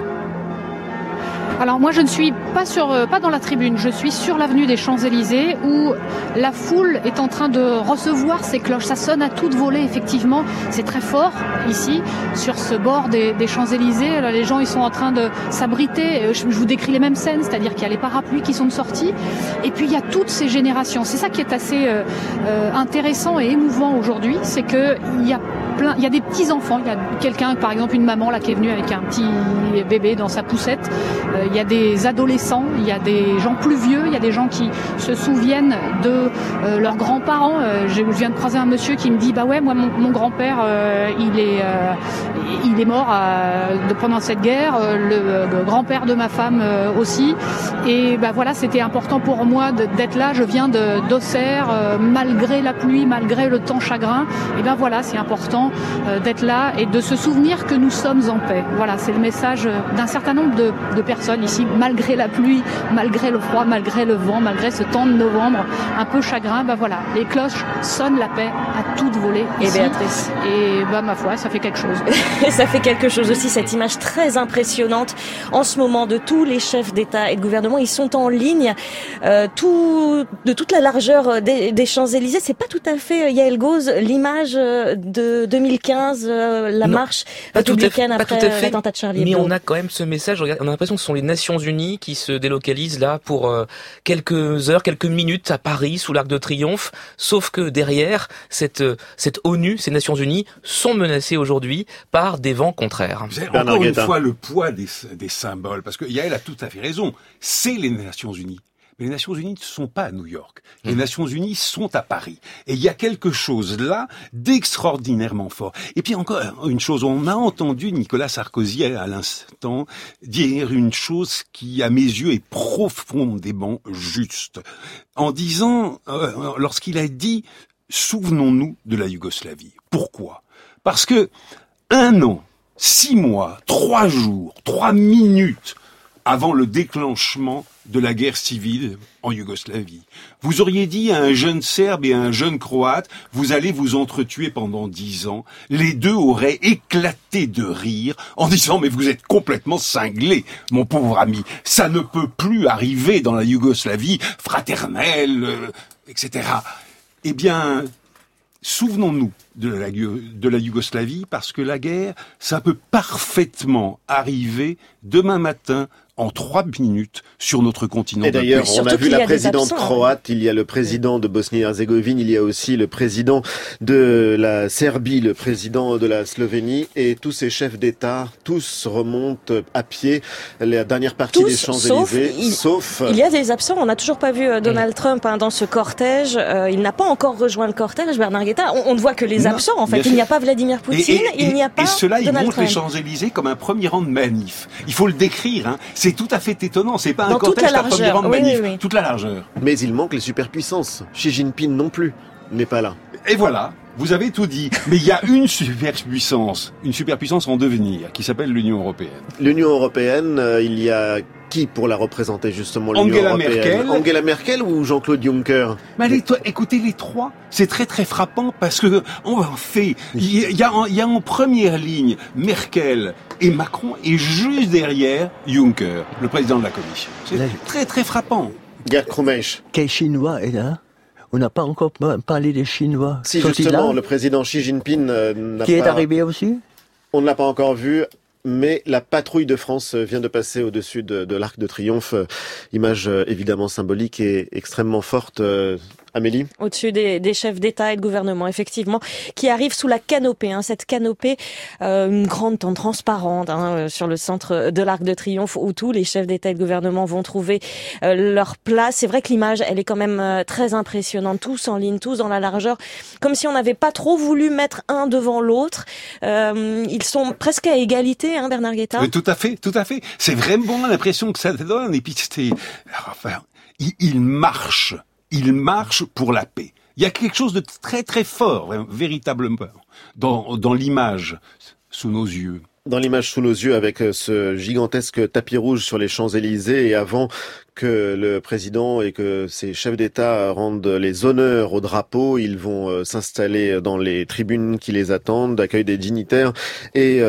Alors moi je ne suis pas sur, pas dans la tribune, je suis sur l'avenue des Champs-Élysées où la foule est en train de recevoir ces cloches. Ça sonne à toute volée effectivement, c'est très fort ici sur ce bord des, des Champs-Élysées. Là, les gens ils sont en train de s'abriter. Je, je vous décris les mêmes scènes, c'est-à-dire qu'il y a les parapluies qui sont sortis et puis il y a toutes ces générations. C'est ça qui est assez euh, euh, intéressant et émouvant aujourd'hui, c'est que il y a plein, il y a des petits enfants. Il y a quelqu'un, par exemple une maman là qui est venue avec un petit bébé dans sa poussette. Euh, Il y a des adolescents, il y a des gens plus vieux, il y a des gens qui se souviennent de euh, leurs grands-parents. Euh, je viens de croiser un monsieur qui me dit bah ouais moi mon, mon grand-père euh, il est euh, il est mort euh, de, pendant cette guerre, euh, le, le grand-père de ma femme euh, aussi. Et bah voilà c'était important pour moi de, d'être là. Je viens de d'Auxerre euh, malgré la pluie, malgré le temps chagrin. Et ben voilà c'est important euh, d'être là et de se souvenir que nous sommes en paix. Voilà c'est le message d'un certain nombre de, de personnes ici, malgré la pluie, malgré le froid, malgré le vent, malgré ce temps de novembre un peu chagrin, ben voilà, les cloches sonnent la paix à toute volée ici. Et Béatrice. Et ben ma foi, ça fait quelque chose. Et ça fait quelque chose aussi, cette image très impressionnante en ce moment de tous les chefs d'État et de gouvernement. Ils sont en ligne, euh, tout, de toute la largeur des, des Champs-Élysées. C'est pas tout à fait, Yael Gauze, l'image de deux mille quinze, euh, la non, marche républicaine après l'attentat de Charlie Hebdo. Mais on a quand même ce message, on a l'impression que ce sont les Nations Unies qui se délocalisent là pour euh, quelques heures, quelques minutes à Paris sous l'Arc de Triomphe, sauf que derrière cette cette ONU, ces Nations Unies sont menacées aujourd'hui par des vents contraires. Vous avez encore une fois le poids des, des symboles, parce que Yael a tout à fait raison, c'est les Nations Unies. Mais les Nations Unies ne sont pas à New York. Les mmh. Nations Unies sont à Paris. Et il y a quelque chose là d'extraordinairement fort. Et puis encore une chose, on a entendu Nicolas Sarkozy à l'instant dire une chose qui, à mes yeux, est profondément juste. En disant, euh, lorsqu'il a dit « Souvenons-nous de la Yougoslavie ». Pourquoi ? Parce que un an, six mois, trois jours, trois minutes avant le déclenchement de la guerre civile en Yougoslavie. Vous auriez dit à un jeune Serbe et à un jeune Croate, vous allez vous entretuer pendant dix ans. Les deux auraient éclaté de rire en disant, mais vous êtes complètement cinglé, mon pauvre ami. Ça ne peut plus arriver dans la Yougoslavie fraternelle, euh, et cetera. Eh bien, souvenons-nous de la, de la Yougoslavie, parce que la guerre, ça peut parfaitement arriver demain matin en trois minutes sur notre continent. Et d'ailleurs, on a vu la présidente croate, il y a le président de Bosnie-Herzégovine, il y a aussi le président de la Serbie, le président de la Slovénie, et tous ces chefs d'État, tous remontent à pied la dernière partie tous, des Champs-Élysées, sauf, sauf... Il y a des absents, on n'a toujours pas vu Donald mmh. Trump hein, dans ce cortège, euh, il n'a pas encore rejoint le cortège, Bernard Guetta, on, on ne voit que les non, absents en fait, il n'y a pas Vladimir Poutine, et, et, il n'y a pas Et cela, ils montrent Trump. les Champs-Élysées comme un premier rang de manif. Il faut le décrire, hein. C'est tout à fait étonnant, c'est pas un Dans cortège, c'est un premier rang de oui, manif, oui, oui. toute la largeur. Mais il manque les superpuissances. Xi Jinping non plus n'est pas là. Et voilà, vous avez tout dit. Mais il y a une superpuissance, une superpuissance en devenir, qui s'appelle l'Union européenne. L'Union européenne, euh, il y a qui pour la représenter justement l'Union Angela européenne Merkel. Angela Merkel ou Jean-Claude Juncker? Mais allez, toi, écoutez les trois, c'est très très frappant parce que on fait, il y, y a, il y a en première ligne Merkel et Macron et juste derrière Juncker, le président de la Commission. C'est là, très très frappant. Gerd Krumeich. Quel Chinois est là? On n'a pas encore parlé des Chinois. Si justement, le président Xi Jinping euh, n'a Qui pas... est arrivé aussi? On ne l'a pas encore vu. Mais la patrouille de France vient de passer au-dessus de, de l'Arc de Triomphe. Image euh, évidemment symbolique et extrêmement forte. Euh, Amélie? Au-dessus des, des chefs d'État et de gouvernement, effectivement, qui arrivent sous la canopée. Hein, cette canopée, euh, une grande tente transparente hein, sur le centre de l'Arc de Triomphe où tous les chefs d'État et de gouvernement vont trouver euh, leur place. C'est vrai que l'image, elle est quand même euh, très impressionnante. Tous en ligne, tous dans la largeur, comme si on n'avait pas trop voulu mettre un devant l'autre. Euh, ils sont presque à égalité, hein, Bernard Guetta. Oui, tout à fait, tout à fait. C'est vraiment l'impression que ça donne. Et puis, c'est, enfin, il, il marche. Il marche pour la paix. Il y a quelque chose de très très fort, véritablement, dans, dans l'image sous nos yeux. Dans l'image sous nos yeux avec ce gigantesque tapis rouge sur les Champs-Élysées et avant que le président et que ses chefs d'État rendent les honneurs au drapeau, ils vont s'installer dans les tribunes qui les attendent, d'accueil des dignitaires et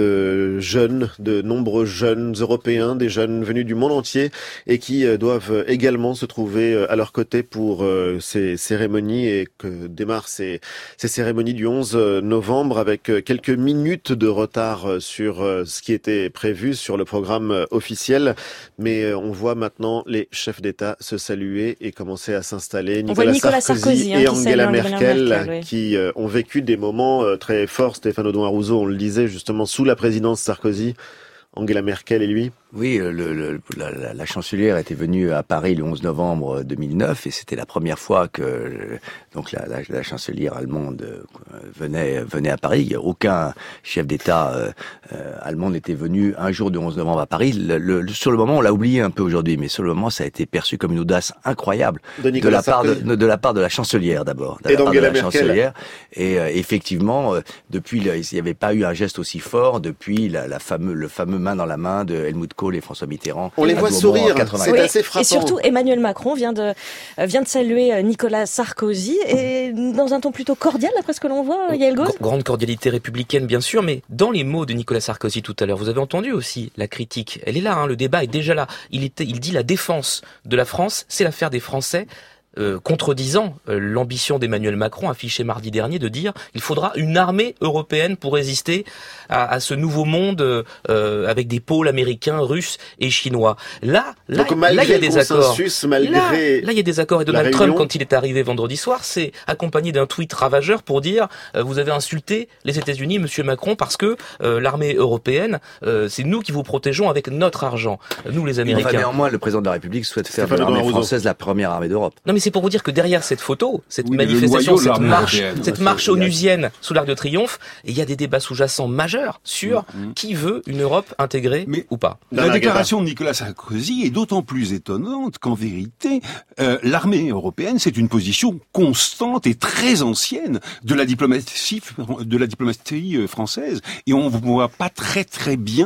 de jeunes, de nombreux jeunes européens, des jeunes venus du monde entier et qui doivent également se trouver à leur côté pour ces cérémonies et que démarrent ces, ces cérémonies du onze novembre avec quelques minutes de retard sur ce qui était prévu sur le programme officiel. Mais on voit maintenant les chefs d'État se saluer et commencer à s'installer. Nicolas, Nicolas Sarkozy, Sarkozy hein, et Angela Merkel, Merkel oui. qui euh, ont vécu des moments euh, très forts. Stéphane Audouin-Rousseau, on le disait justement sous la présidence Sarkozy. Angela Merkel et lui. Oui, le, le, la, la chancelière était venue à Paris le onze novembre deux mille neuf et c'était la première fois que donc la, la, la chancelière allemande venait venait à Paris. Aucun chef d'État euh, allemand n'était venu un jour du onze novembre à Paris. Le, le, sur le moment, on l'a oublié un peu aujourd'hui, mais sur le moment, ça a été perçu comme une audace incroyable de, de la part de, de la part de la chancelière d'abord, de et la part de la Merkel. chancelière. Et euh, effectivement, euh, depuis, il n'y avait pas eu un geste aussi fort depuis la, la fameux le fameux main dans la main de Helmut Kohl et François Mitterrand. On les voit sourire, c'est oui, assez frappant. Et surtout, Emmanuel Macron vient de vient de saluer Nicolas Sarkozy et dans un ton plutôt cordial, d'après ce que l'on voit, Yael Gauz. Grande cordialité républicaine, bien sûr, mais dans les mots de Nicolas Sarkozy tout à l'heure, vous avez entendu aussi la critique. Elle est là, hein, le débat est déjà là. Il était, il dit la défense de la France, c'est l'affaire des Français. Euh, contredisant euh, l'ambition d'Emmanuel Macron affichée mardi dernier de dire il faudra une armée européenne pour résister à, à ce nouveau monde euh, avec des pôles américains, russes et chinois. Là, là, Donc, malgré là il y a des accords. Malgré là, là, il y a des accords. Et Donald Trump, quand il est arrivé vendredi soir, c'est accompagné d'un tweet ravageur pour dire euh, vous avez insulté les États-Unis, Monsieur Macron, parce que euh, l'armée européenne, euh, c'est nous qui vous protégeons avec notre argent, nous les Américains. Enfin, néanmoins, le président de la République souhaite faire de l'armée française la première armée d'Europe. Non, mais c'est pour vous dire que derrière cette photo, cette oui, manifestation, cette marche, européenne, cette marche onusienne sous l'Arc de Triomphe, il y a des débats sous-jacents majeurs sur mmh. qui veut une Europe intégrée mais ou pas. La déclaration de Nicolas Sarkozy est d'autant plus étonnante qu'en vérité, euh, l'armée européenne, c'est une position constante et très ancienne de la diplomatie, de la diplomatie française, et on ne voit pas très très bien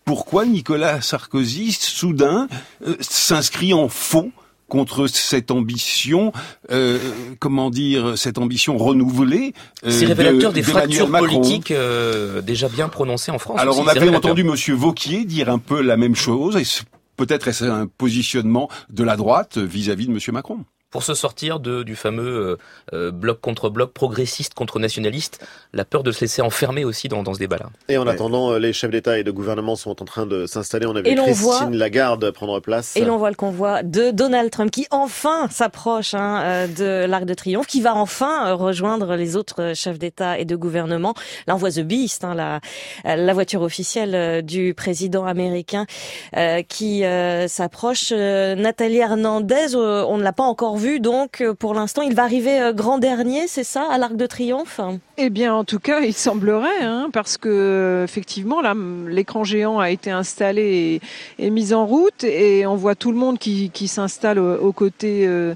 pourquoi Nicolas Sarkozy, soudain, euh, s'inscrit en faux contre cette ambition, euh, comment dire, cette ambition renouvelée. Euh, c'est révélateur de, des fractures Macron. politiques euh, déjà bien prononcées en France. Alors aussi, on avait entendu Monsieur Wauquiez dire un peu la même chose, et peut-être est-ce un positionnement de la droite vis-à-vis de Monsieur Macron. Pour se sortir de, du fameux euh, bloc contre bloc, progressiste contre nationaliste, la peur de se laisser enfermer aussi dans, dans ce débat-là. Et en ouais. attendant, les chefs d'État et de gouvernement sont en train de s'installer. On a vu Christine voit... Lagarde prendre place. Et l'on voit le convoi de Donald Trump qui enfin s'approche hein, de l'Arc de Triomphe, qui va enfin rejoindre les autres chefs d'État et de gouvernement. Là, on voit The Beast, hein, la, la voiture officielle du président américain euh, qui euh, s'approche. Euh, Nathalie Hernandez, euh, on ne l'a pas encore vu, donc pour l'instant il va arriver grand dernier, c'est ça, à l'Arc de Triomphe? Eh bien en tout cas il semblerait, hein, parce que effectivement là l'écran géant a été installé et, et mis en route, et on voit tout le monde qui, qui s'installe aux, aux côtés euh,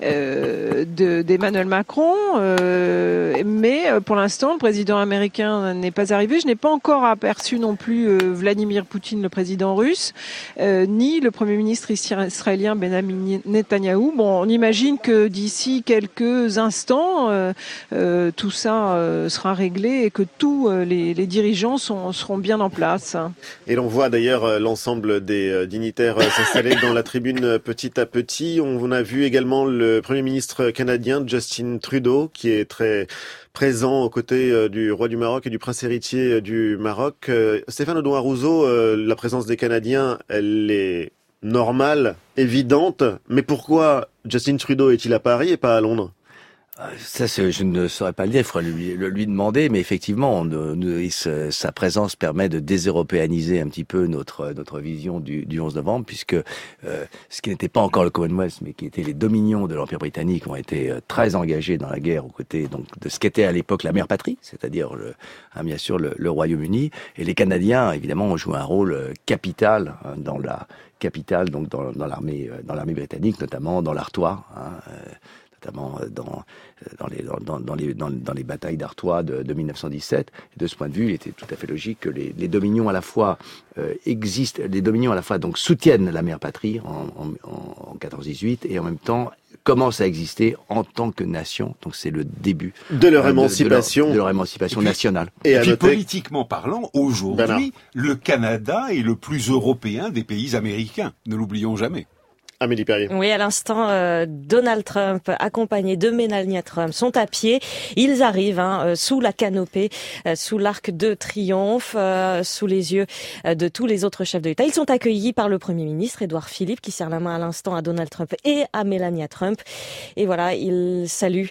euh, de, d'Emmanuel Macron, euh, mais pour l'instant le président américain n'est pas arrivé. Je n'ai pas encore aperçu non plus euh, Vladimir Poutine, le président russe, euh, ni le premier ministre israélien Benjamin Netanyahou. Bon, on imagine que d'ici quelques instants, euh, euh, tout ça euh, sera réglé et que tous euh, les, les dirigeants sont, seront bien en place. Et l'on voit d'ailleurs euh, l'ensemble des euh, dignitaires euh, s'installer dans la tribune euh, petit à petit. On, on a vu également le Premier ministre canadien Justin Trudeau, qui est très présent aux côtés euh, du roi du Maroc et du prince héritier euh, du Maroc. Euh, Stéphane Audouin-Rousseau, euh, la présence des Canadiens, elle est normale, évidente, mais pourquoi Justin Trudeau est-il à Paris et pas à Londres? Ça, je ne saurais pas le dire, il faudrait lui, lui demander, mais effectivement, on, on, sa présence permet de déseuropéaniser un petit peu notre notre vision du, du onze novembre, puisque euh, ce qui n'était pas encore le Commonwealth, mais qui étaient les dominions de l'Empire britannique, ont été très engagés dans la guerre aux côtés donc de ce qu'était à l'époque la mère patrie, c'est-à-dire le, hein, bien sûr le, le Royaume-Uni, et les Canadiens, évidemment, ont joué un rôle capital hein, dans la capitale, donc dans, dans l'armée dans l'armée britannique, notamment dans l'Artois. Hein, euh, notamment dans dans les dans, dans les dans, dans les batailles d'Artois de, de mille neuf cent dix-sept. Et de ce point de vue, il était tout à fait logique que les, les dominions à la fois euh, existent, les dominions à la fois donc soutiennent la mère patrie en, en, en quatorze dix-huit et en même temps commencent à exister en tant que nation. Donc c'est le début de leur euh, émancipation, de, de, leur, de leur émancipation et puis, nationale. Et, et à puis noter... politiquement parlant, aujourd'hui, Bernard. Le Canada est le plus européen des pays américains. Ne l'oublions jamais. Amélie Perrier. Oui, à l'instant, euh, Donald Trump, accompagné de Melania Trump, sont à pied. Ils arrivent hein, euh, sous la canopée, euh, sous l'Arc de Triomphe, euh, sous les yeux euh, de tous les autres chefs de l'État. Ils sont accueillis par le Premier ministre, Édouard Philippe, qui serre la main à l'instant à Donald Trump et à Melania Trump. Et voilà, ils saluent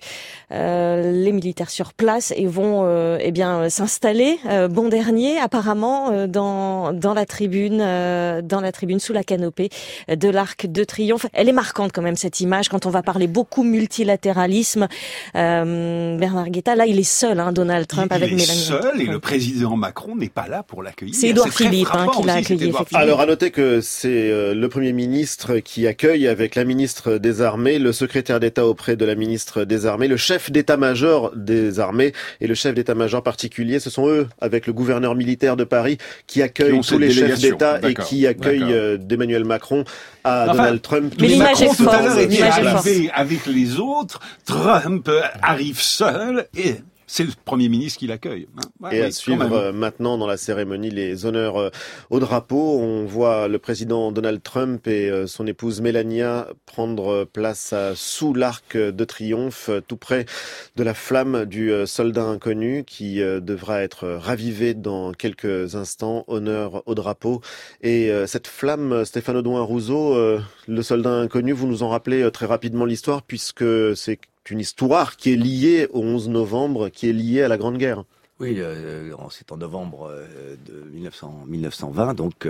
euh, les militaires sur place et vont euh, eh bien s'installer, euh, bon dernier, apparemment, euh, dans dans la tribune, euh, dans la tribune sous la canopée de l'Arc de Triomphe. Elle est marquante quand même cette image quand on va parler beaucoup multilatéralisme. Euh, Bernard Guetta, là il est seul, hein, Donald Trump il avec Mélanie. Il est seul et le président Macron n'est pas là pour l'accueillir. C'est Édouard Philippe hein, qui l'a accueilli. Alors à noter que c'est euh, le Premier ministre qui accueille avec la ministre des Armées, le secrétaire d'État auprès de la ministre des Armées, le chef d'état-major des Armées et le chef d'état-major particulier. Ce sont eux, avec le gouverneur militaire de Paris, qui accueillent tous les chefs d'État et qui accueillent euh, d'Emmanuel Macron à enfin, Donald Trump. Mais l'image est forte. L'image est forte. Avec les autres, Trump arrive seul et c'est le Premier ministre qui l'accueille. Ouais, et oui, à suivre maintenant dans la cérémonie les honneurs au drapeau. On voit le président Donald Trump et son épouse Melania prendre place sous l'Arc de Triomphe, tout près de la flamme du soldat inconnu qui devra être ravivé dans quelques instants. Honneur au drapeau. Et cette flamme, Stéphane Audouin-Rousseau, le soldat inconnu, vous nous en rappelez très rapidement l'histoire puisque c'est une histoire qui est liée au onze novembre, qui est liée à la Grande Guerre. Oui, euh, c'est en novembre euh, de mille neuf cents, mille neuf cent vingt, donc euh,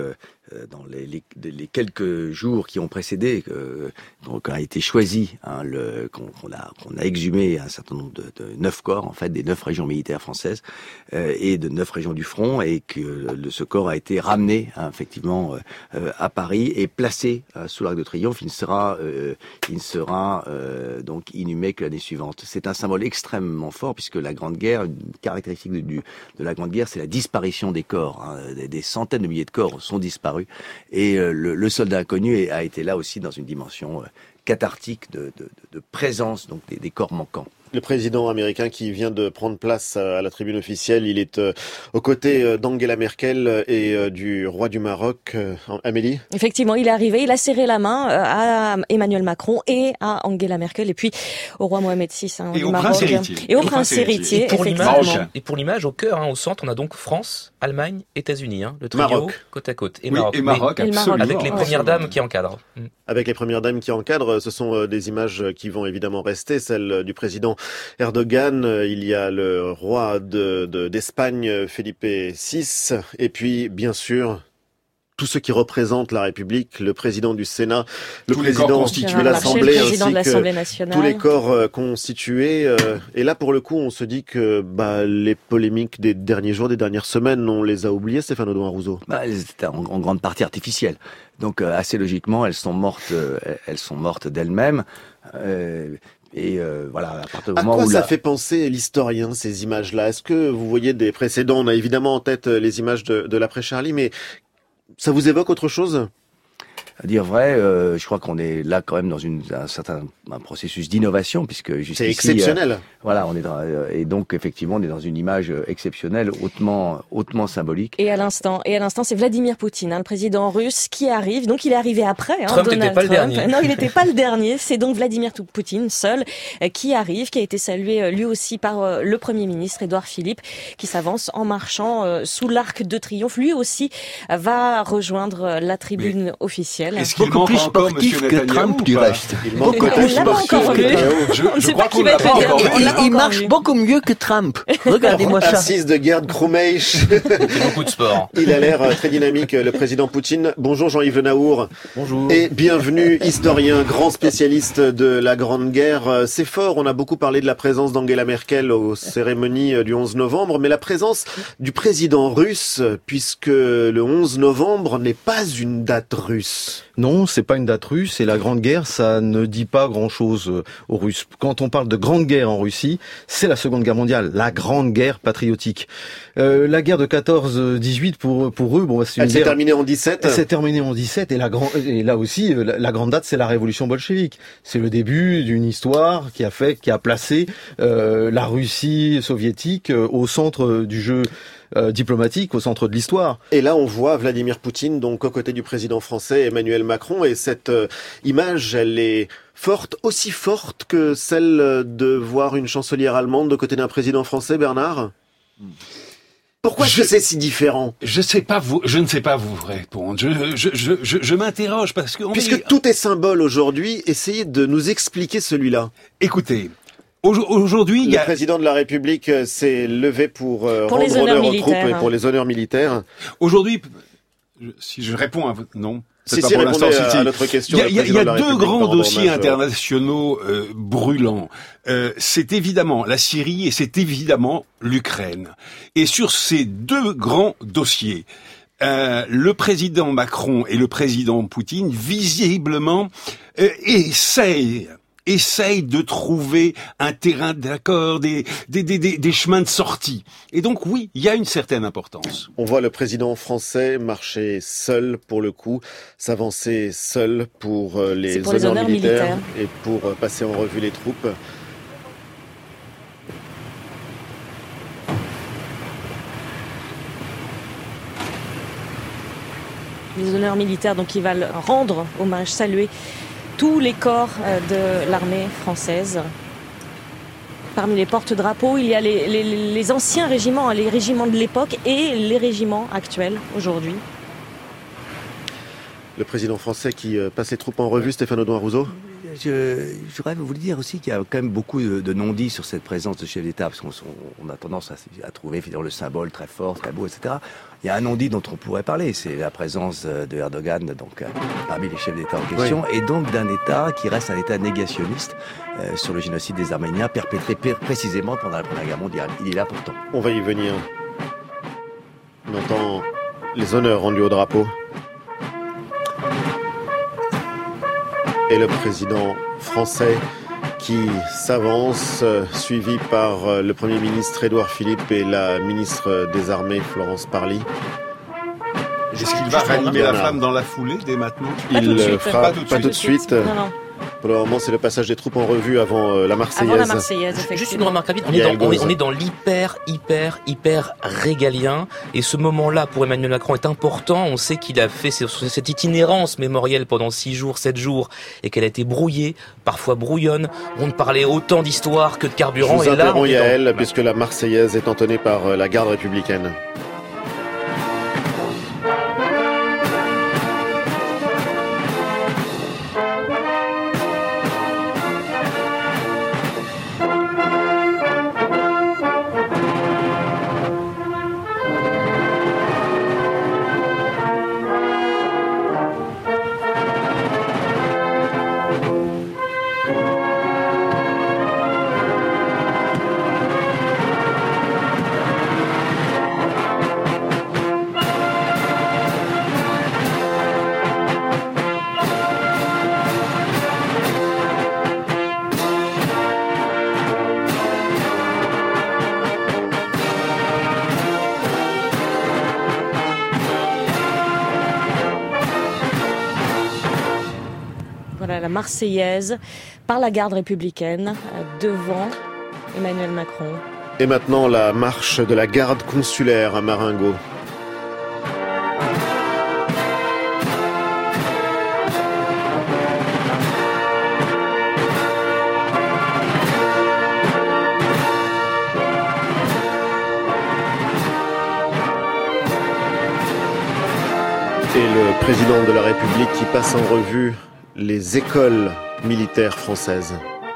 dans les, les, les quelques jours qui ont précédé, euh, donc a été choisi, hein, le, qu'on, qu'on a, qu'on a exhumé un certain nombre de, de neuf corps, en fait, des neuf régions militaires françaises euh, et de neuf régions du front, et que le, ce corps a été ramené, hein, effectivement, euh, à Paris et placé euh, sous l'Arc de Triomphe. Il ne sera, euh, il ne sera euh, donc inhumé que l'année suivante. C'est un symbole extrêmement fort, puisque la Grande Guerre, une caractéristique de, du, de la Grande Guerre, c'est la disparition des corps. Hein. Des, des centaines de milliers de corps sont disparus. Et euh, le, le soldat inconnu a été là aussi dans une dimension euh, cathartique de, de, de présence donc des, des corps manquants. Le président américain qui vient de prendre place à la tribune officielle, il est euh, aux côtés euh, d'Angela Merkel et euh, du roi du Maroc, euh, Amélie. Effectivement, il est arrivé, il a serré la main euh, à Emmanuel Macron et à Angela Merkel, et puis au roi Mohamed six hein, et du au Maroc. Prince héritier. Et au prince héritier. Et pour l'image, et pour l'image, au cœur, hein, au centre, on a donc France, Allemagne, États-Unis, hein, le trio Maroc. côte à côte. Et oui, Maroc. Et Maroc, oui. absolument. Avec les premières absolument. dames qui encadrent. Avec les premières dames qui encadrent, ce sont des images qui vont évidemment rester, celles du président Erdogan. Il y a le roi de, de, d'Espagne, Felipe six, et puis bien sûr tous ceux qui représentent la République, le président du Sénat, le tous président de l'Assemblée, le président ainsi de l'Assemblée que nationale. tous les corps euh, constitués. Euh, et là, pour le coup, on se dit que bah, les polémiques des derniers jours, des dernières semaines, on les a oubliées, Stéphane Audouin-Rousseau. Bah, elles étaient en, en grande partie artificielles. Donc, euh, assez logiquement, elles sont mortes, euh, elles sont mortes d'elles-mêmes. Euh, Et euh, voilà, à partir du à moment quoi où ça la... fait penser l'historien, ces images-là? Est-ce que vous voyez des précédents? On a évidemment en tête les images de, de l'après-Charlie, mais ça vous évoque autre chose? À dire vrai, euh, je crois qu'on est là quand même dans une, un certain un processus d'innovation, puisque jusqu'ici, c'est exceptionnel. Euh, voilà, on est dans, euh, et donc effectivement on est dans une image exceptionnelle, hautement, hautement symbolique. Et à l'instant, et à l'instant, c'est Vladimir Poutine, hein, le président russe, qui arrive. Donc il est arrivé après. Hein, Trump n'était pas le dernier. Non, il n'était pas le dernier. C'est donc Vladimir Poutine seul euh, qui arrive, qui a été salué euh, lui aussi par euh, le Premier ministre Édouard Philippe, qui s'avance en marchant euh, sous l'Arc de Triomphe. Lui aussi euh, va rejoindre euh, la tribune Mais officielle. Est-ce qu'il Beaucoup manque plus encore sportif Monsieur que Netanyahou Trump ou du pas reste. Il manque On plus l'a pas encore sportif vu. que Netanyahou. Je, On ne je sait crois pas qu'on qui l'a va pas être le encore dernier. vu. On l'a Il, il encore marche vu. beaucoup mieux que Trump. Regardez-moi ça. Assise de garde Krumeish. Beaucoup de sport. Il a l'air très dynamique, le président Poutine. Bonjour Jean-Yves Le Naour. Bonjour. Et bienvenue, historien, grand spécialiste de la Grande Guerre. C'est fort, on a beaucoup parlé de la présence d'Angela Merkel aux cérémonies du onze novembre, mais la présence du président russe, puisque le onze novembre n'est pas une date russe. Non, c'est pas une date russe, et la Grande Guerre, ça ne dit pas grand-chose aux Russes. Quand on parle de Grande Guerre en Russie, c'est la Seconde Guerre mondiale, la Grande Guerre patriotique. Euh, la guerre de quatorze dix-huit, pour pour eux, bon, c'est une Elle s'est guerre... terminée en dix-sept. Elle s'est terminée en dix-sept, et, la grand... et là aussi, la, la grande date, c'est la révolution bolchevique. C'est le début d'une histoire qui a fait, qui a placé euh, la Russie soviétique euh, au centre du jeu Euh, diplomatique, au centre de l'histoire. Et là, on voit Vladimir Poutine, donc aux côtés du président français Emmanuel Macron, et cette euh, image, elle est forte, aussi forte que celle de voir une chancelière allemande de côté d'un président français, Bernard. Pourquoi est-ce que c'est si différent? Je sais pas vous, je ne sais pas vous répondre. Je, je, je, je, je m'interroge parce que puisque est... tout est symbole aujourd'hui, essayez de nous expliquer celui-là. Écoutez. Aujourd'hui, il y a... Le président de la République s'est levé pour, euh, pour rendre honneur aux troupes et hein. pour les honneurs militaires. Aujourd'hui, si je réponds à votre... Non. Si, si, répondez à, à notre question. Il y a, il y a deux grands dossiers internationaux euh, brûlants. Euh, c'est évidemment la Syrie et c'est évidemment l'Ukraine. Et sur ces deux grands dossiers, euh, le président Macron et le président Poutine, visiblement, euh, essayent... essaye de trouver un terrain d'accord, des, des, des, des, des chemins de sortie. Et donc oui, il y a une certaine importance. On voit le président français marcher seul pour le coup, s'avancer seul pour les, pour honneurs, les honneurs militaires, militaires et pour passer en revue les troupes. Les honneurs militaires, donc ils veulent rendre hommage, saluer tous les corps de l'armée française. Parmi les porte-drapeaux, il y a les, les, les anciens régiments, les régiments de l'époque et les régiments actuels aujourd'hui. Le président français qui passe les troupes en revue, Stéphane Audouin-Rousseau. Je, je voudrais vous le dire aussi qu'il y a quand même beaucoup de, de non-dits sur cette présence de chef d'État, parce qu'on on a tendance à, à trouver finalement le symbole très fort, très beau, et cetera. Il y a un non-dit dont on pourrait parler, c'est la présence de Erdogan donc, parmi les chefs d'État en question, oui. Et donc d'un État qui reste un État négationniste euh, sur le génocide des Arméniens, perpétré précisément pendant la Première Guerre mondiale. Il est là pourtant. On va y venir. On entend les honneurs rendus au drapeau. Et le président français qui s'avance, euh, suivi par euh, le Premier ministre Édouard Philippe et la ministre des Armées Florence Parly. Est-ce qu'il va ranimer la flamme dans la foulée dès maintenant? Il le fera pas tout de suite. Pas tout de suite. Non, non. Pour le moment, c'est le passage des troupes en revue avant euh, la Marseillaise. Avant la Marseillaise, effectivement. Juste une remarque rapide. On est, dans, on, est, on est dans l'hyper, hyper, hyper régalien. Et ce moment-là, pour Emmanuel Macron, est important. On sait qu'il a fait cette itinérance mémorielle pendant six jours, sept jours, et qu'elle a été brouillée, parfois brouillonne. On ne parlait autant d'histoire que de carburant. Je vous et là, interromps, Yael, dans... puisque la Marseillaise est entonnée par la garde républicaine. La Marseillaise par la garde républicaine devant Emmanuel Macron. Et maintenant la marche de la garde consulaire à Marengo. Et le président de la République qui passe en revue les écoles militaires françaises.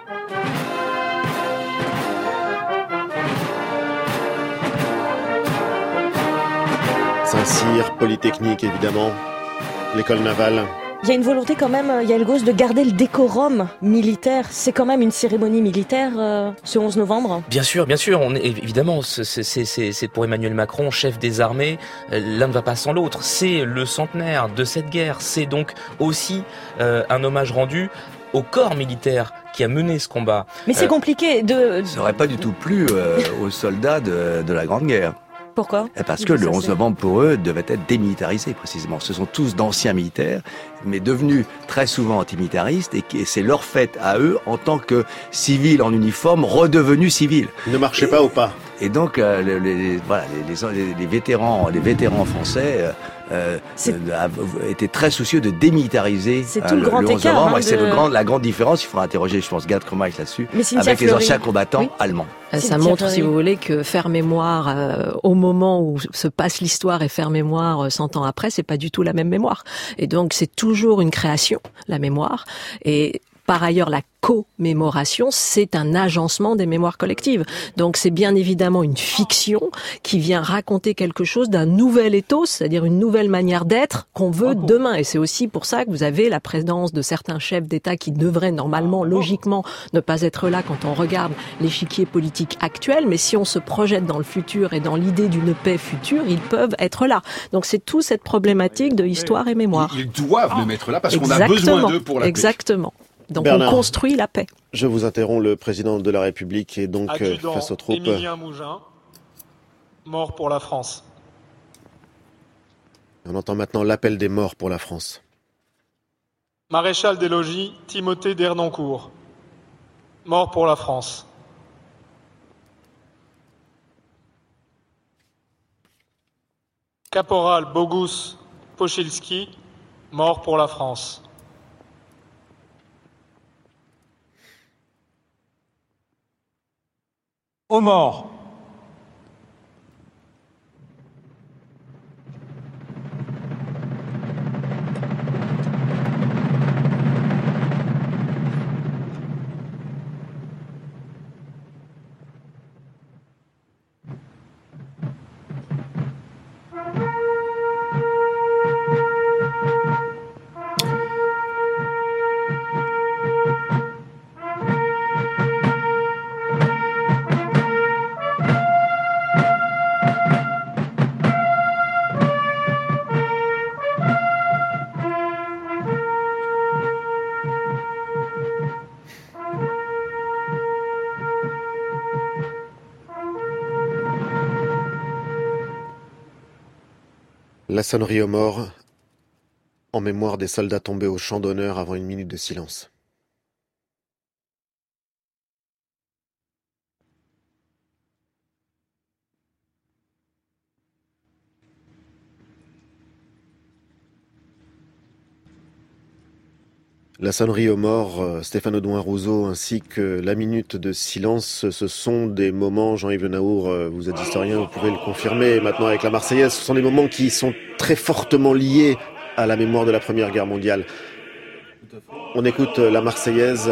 Saint-Cyr, Polytechnique évidemment, l'école navale. Il y a une volonté quand même, Yael Gauze, de garder le décorum militaire. C'est quand même une cérémonie militaire euh, ce onze novembre. Bien sûr, bien sûr. On est, évidemment, c'est, c'est, c'est, c'est pour Emmanuel Macron, chef des armées. L'un ne va pas sans l'autre. C'est le centenaire de cette guerre. C'est donc aussi euh, un hommage rendu au corps militaire qui a mené ce combat. Mais c'est euh, compliqué de... Ça n'aurait pas du tout plu euh, aux soldats de, de la Grande Guerre. Pourquoi? Parce que le onze novembre, pour eux, devait être démilitarisé, précisément. Ce sont tous d'anciens militaires, mais devenus très souvent antimilitaristes, et c'est leur fête à eux, en tant que civils en uniforme, redevenus civils. Ne marchez pas au pas. Et donc, euh, les, les, voilà, les, les, les vétérans, les vétérans français euh, euh, étaient très soucieux de démilitariser c'est euh, tout le, le grand le onze écart, novembre. Hein, de... C'est le grand, la grande différence. Il faudra interroger, je pense, Gerd Krummach là-dessus, avec les anciens combattants oui. allemands. Ça montre, si vous voulez, que faire mémoire euh, au moment où se passe l'histoire et faire mémoire cent ans après, c'est pas du tout la même mémoire. Et donc, c'est toujours une création, la mémoire. Et par ailleurs, la commémoration, c'est un agencement des mémoires collectives. Donc c'est bien évidemment une fiction qui vient raconter quelque chose d'un nouvel ethos, c'est-à-dire une nouvelle manière d'être qu'on veut demain. Et c'est aussi pour ça que vous avez la présence de certains chefs d'État qui devraient normalement, logiquement, ne pas être là quand on regarde l'échiquier politique actuel. Mais si on se projette dans le futur et dans l'idée d'une paix future, ils peuvent être là. Donc c'est toute cette problématique de histoire et mémoire. Ils doivent le mettre là parce qu'on a besoin d'eux pour la paix. Exactement. Donc Bernard, on construit la paix. Je vous interromps, le président de la République est donc Adjudant face aux troupes. Émilien Mougin, mort pour la France. On entend maintenant l'appel des morts pour la France. Maréchal des logis, Timothée d'Ernancourt, mort pour la France. Caporal Bogus Pochilski, mort pour la France. Aux morts. La sonnerie aux morts, en mémoire des soldats tombés au champ d'honneur avant une minute de silence. La sonnerie aux morts, Stéphane Audouin-Rousseau, ainsi que la minute de silence, ce sont des moments, Jean-Yves Le Naour, vous êtes historien, vous pouvez le confirmer, maintenant avec la Marseillaise, ce sont des moments qui sont très fortement liés à la mémoire de la Première Guerre mondiale. On écoute la Marseillaise.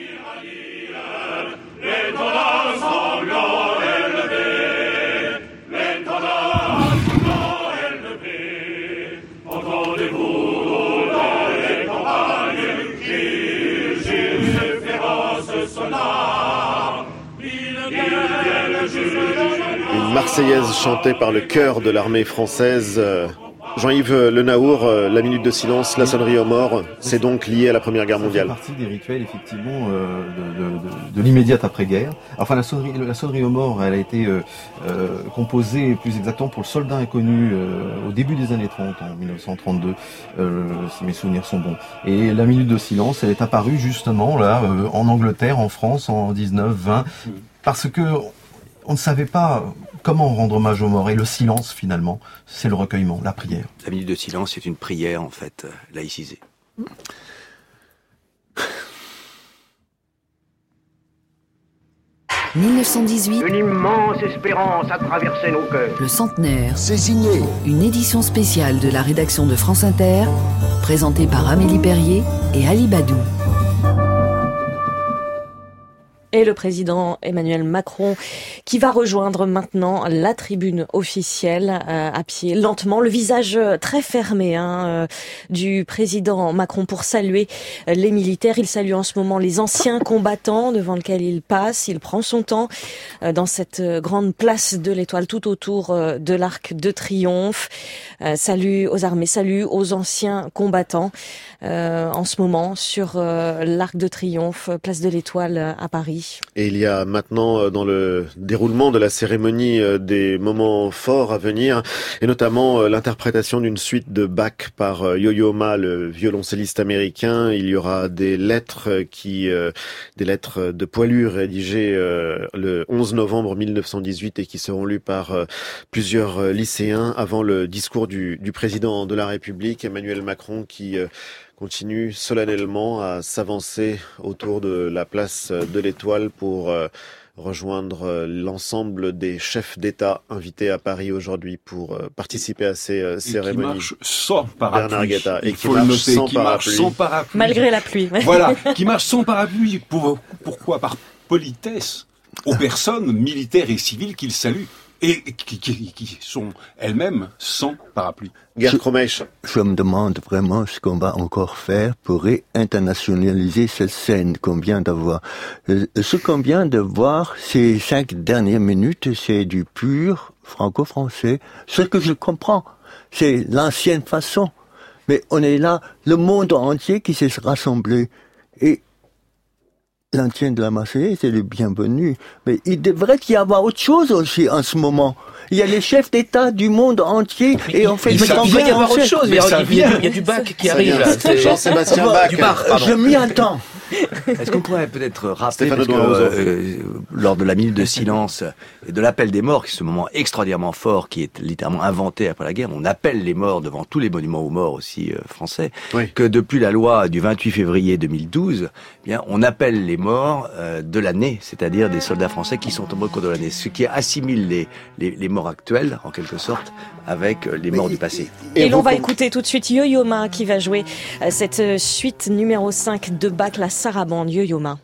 Une Marseillaise chantée par le chœur de l'armée française. Jean-Yves Le Naour, la minute de silence, la sonnerie aux morts, c'est donc lié à la Première Guerre mondiale. Ça fait partie des rituels, effectivement, euh, de, de, de, de l'immédiate après-guerre. Enfin, la sonnerie, la sonnerie aux morts, elle a été euh, euh, composée, plus exactement, pour le soldat inconnu euh, au début des années trente, en dix-neuf cent trente-deux, euh, si mes souvenirs sont bons. Et la minute de silence, elle est apparue justement là, euh, en Angleterre, en France, en dix-neuf vingt, parce que on ne savait pas comment rendre hommage aux morts. Et le silence, finalement, c'est le recueillement, la prière. La minute de silence, c'est une prière, en fait, laïcisée. mille neuf cent dix-huit. Une immense espérance a traversé nos cœurs. Le centenaire. C'est signé. Une édition spéciale de la rédaction de France Inter, présentée par Amélie Perrier et Ali Badou. Et le président Emmanuel Macron qui va rejoindre maintenant la tribune officielle euh, à pied, lentement, le visage très fermé hein, euh, du président Macron pour saluer les militaires. Il salue en ce moment les anciens combattants devant lesquels il passe. Il prend son temps euh, dans cette grande place de l'Étoile tout autour euh, de l'Arc de Triomphe. Euh, salut aux armées, salut aux anciens combattants euh, en ce moment sur euh, l'Arc de Triomphe, place de l'Étoile à Paris. Et il y a maintenant dans le déroulement de la cérémonie des moments forts à venir, et notamment l'interprétation d'une suite de Bach par Yo-Yo Ma, le violoncelliste américain. Il y aura des lettres qui, des lettres de Poilu rédigées le onze novembre mille neuf cent dix-huit et qui seront lues par plusieurs lycéens avant le discours du, du président de la République, Emmanuel Macron, qui continue solennellement à s'avancer autour de la place de l'Étoile pour euh, rejoindre euh, l'ensemble des chefs d'État invités à Paris aujourd'hui pour euh, participer à ces euh, cérémonies. Qui marche sans parapluie. Bernard Guetta. Et Il qui faut le marche noter, sans qui parapluie. marche sans parapluie. Malgré la pluie. Voilà, qui marche sans parapluie. Pour, pourquoi? Par politesse aux personnes militaires et civiles qu'il salue. Et qui, qui, qui sont elles-mêmes sans parapluie. Je, je me demande vraiment ce qu'on va encore faire pour réinternationaliser cette scène qu'on vient d'avoir. Ce qu'on vient de voir ces cinq dernières minutes, c'est du pur franco-français. Ce que je comprends, c'est l'ancienne façon. Mais on est là, le monde entier qui s'est rassemblé. Et l'antenne de la Marseillaise, c'est le bienvenu. Mais il devrait y avoir autre chose aussi en ce moment. Il y a les chefs d'État du monde entier et on fait... Il va y avoir autre chose. Il y a du Bach qui arrive là. Jean-Sébastien Bach. Du Bach, pardon. Je m'y attends. Est-ce qu'on pourrait peut-être rappeler, parce que, euh, lors de la minute de silence et de l'appel des morts, qui est ce moment extraordinairement fort, qui est littéralement inventé après la guerre, on appelle les morts devant tous les monuments aux morts aussi euh, français, oui. que depuis la loi du vingt-huit février deux mille douze, eh bien, on appelle les morts euh, de l'année, c'est-à-dire des soldats français qui sont tombés au cours de l'année, ce qui assimile les, les, les morts actuels, en quelque sorte, avec les morts du passé. Et, et l'on va écouter tout de suite Yo-Yo Ma qui va jouer cette suite numéro cinq de Bach, la sarabande. Yo-Yo Ma.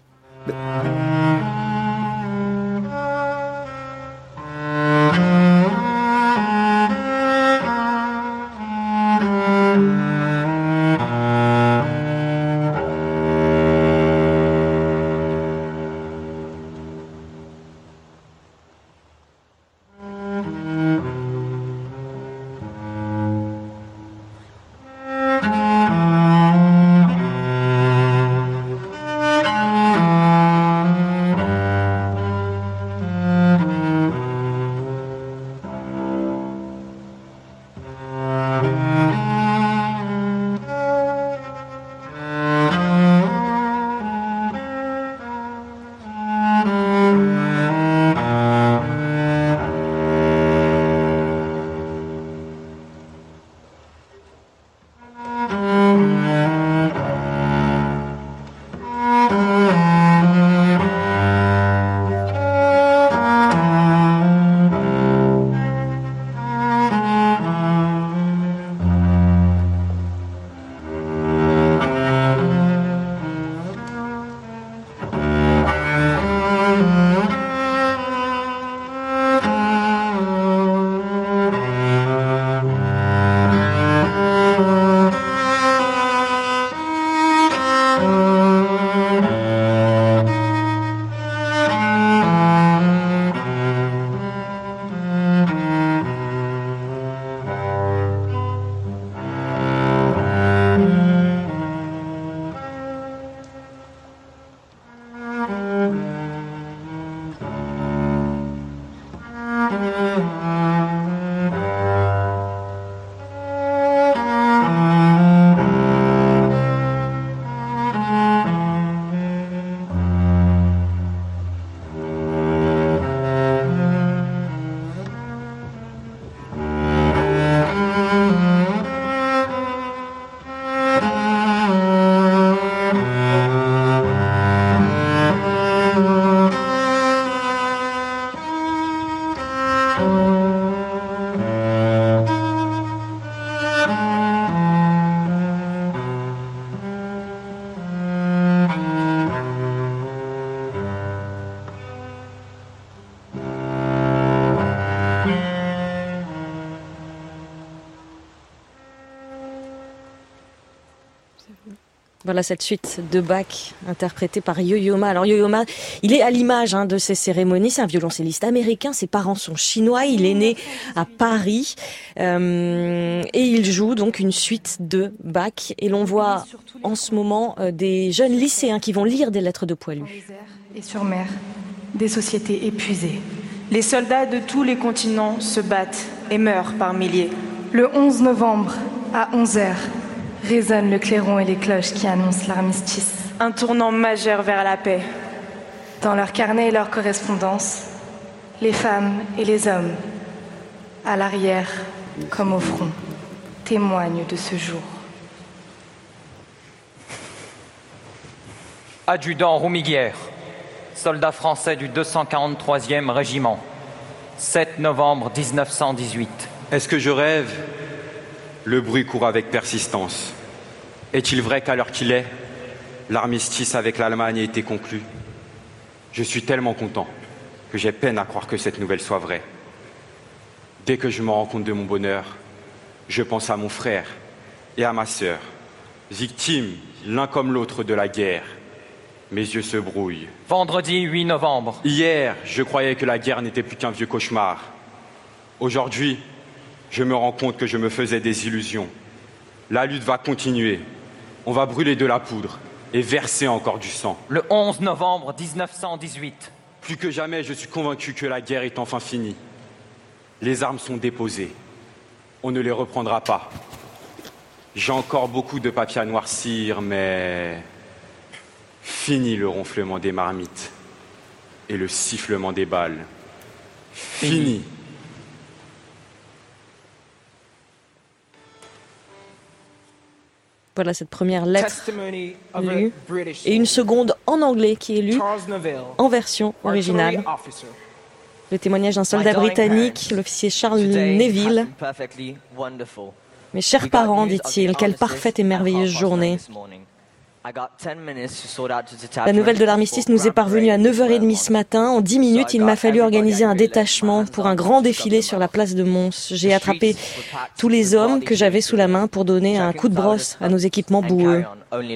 Voilà cette suite de Bach interprétée par Yo-Yo Ma. Alors Yo-Yo Ma, il est à l'image hein, de ces cérémonies. C'est un violoncelliste américain. Ses parents sont chinois. Il est né à Paris euh, et il joue donc une suite de Bach. Et l'on voit en ce moment euh, des jeunes lycéens qui vont lire des lettres de Poilu. Et sur mer, des sociétés épuisées. Les soldats de tous les continents se battent et meurent par milliers. Le onze novembre, à onze heures, résonnent le clairon et les cloches qui annoncent l'armistice. Un tournant majeur vers la paix. Dans leurs carnets et leurs correspondances, les femmes et les hommes, à l'arrière comme au front, témoignent de ce jour. Adjudant Roumiguière, soldat français du deux cent quarante-troisième régiment, sept novembre mille neuf cent dix-huit. Est-ce que je rêve ? Le bruit court avec persistance. Est-il vrai qu'à l'heure qu'il est, l'armistice avec l'Allemagne a été conclu ? Je suis tellement content que j'ai peine à croire que cette nouvelle soit vraie. Dès que je me rends compte de mon bonheur, je pense à mon frère et à ma sœur, victimes l'un comme l'autre de la guerre. Mes yeux se brouillent. Vendredi huit novembre. Hier, je croyais que la guerre n'était plus qu'un vieux cauchemar. Aujourd'hui, je me rends compte que je me faisais des illusions. La lutte va continuer. On va brûler de la poudre et verser encore du sang. Le onze novembre mille neuf cent dix-huit. Plus que jamais, je suis convaincu que la guerre est enfin finie. Les armes sont déposées. On ne les reprendra pas. J'ai encore beaucoup de papier à noircir, mais... Fini le ronflement des marmites et le sifflement des balles. Fini. Voilà cette première lettre lue et une seconde en anglais qui est lue en version originale. Le témoignage d'un soldat britannique, l'officier Charles Neville. Mes chers parents, dit-il, quelle parfaite et merveilleuse journée. La nouvelle de l'armistice nous est parvenue à neuf heures trente ce matin. En dix minutes, il m'a fallu organiser un détachement pour un grand défilé sur la place de Mons. J'ai attrapé tous les hommes que j'avais sous la main pour donner un coup de brosse à nos équipements boueux.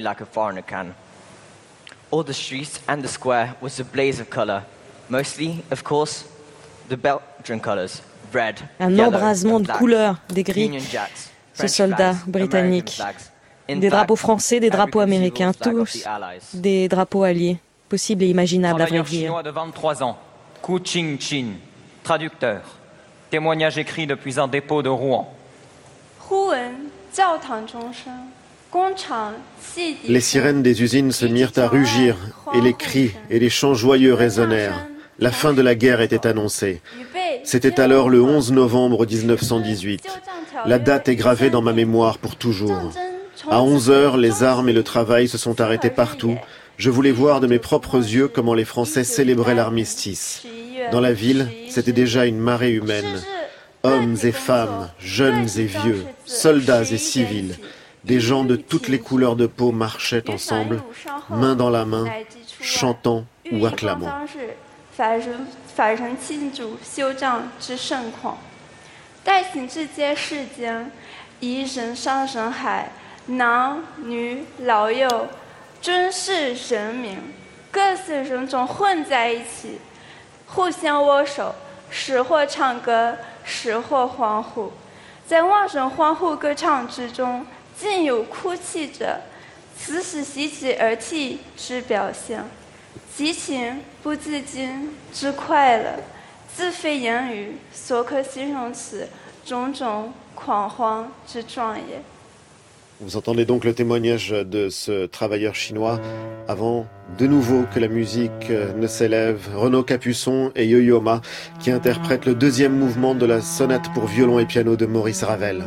All the streets and the square was a blaze of color, mostly, of course, the Belgian colors, red, un embrasement de couleurs, des gris, ce soldat britannique. Des drapeaux français, des drapeaux américains, tous des drapeaux alliés, possibles et imaginables à vrai dire. Chinois de vingt-trois ans, Ku Ching-chin, traducteur. Témoignage écrit depuis un dépôt de Rouen. Les sirènes des usines se mirent à rugir et les cris et les chants joyeux résonnèrent. La fin de la guerre était annoncée. C'était alors le onze novembre mille neuf cent dix-huit. La date est gravée dans ma mémoire pour toujours. À onze heures, les armes et le travail se sont arrêtés partout. Je voulais voir de mes propres yeux comment les Français célébraient l'armistice. Dans la ville, c'était déjà une marée humaine. Hommes et femmes, jeunes et vieux, soldats et civils. Des gens de toutes les couleurs de peau marchaient ensemble, main dans la main, chantant ou acclamant. Vous entendez donc le témoignage de ce travailleur chinois avant de nouveau que la musique ne s'élève. Renaud Capuçon et Yo-Yo Ma qui interprètent le deuxième mouvement de la sonate pour violon et piano de Maurice Ravel.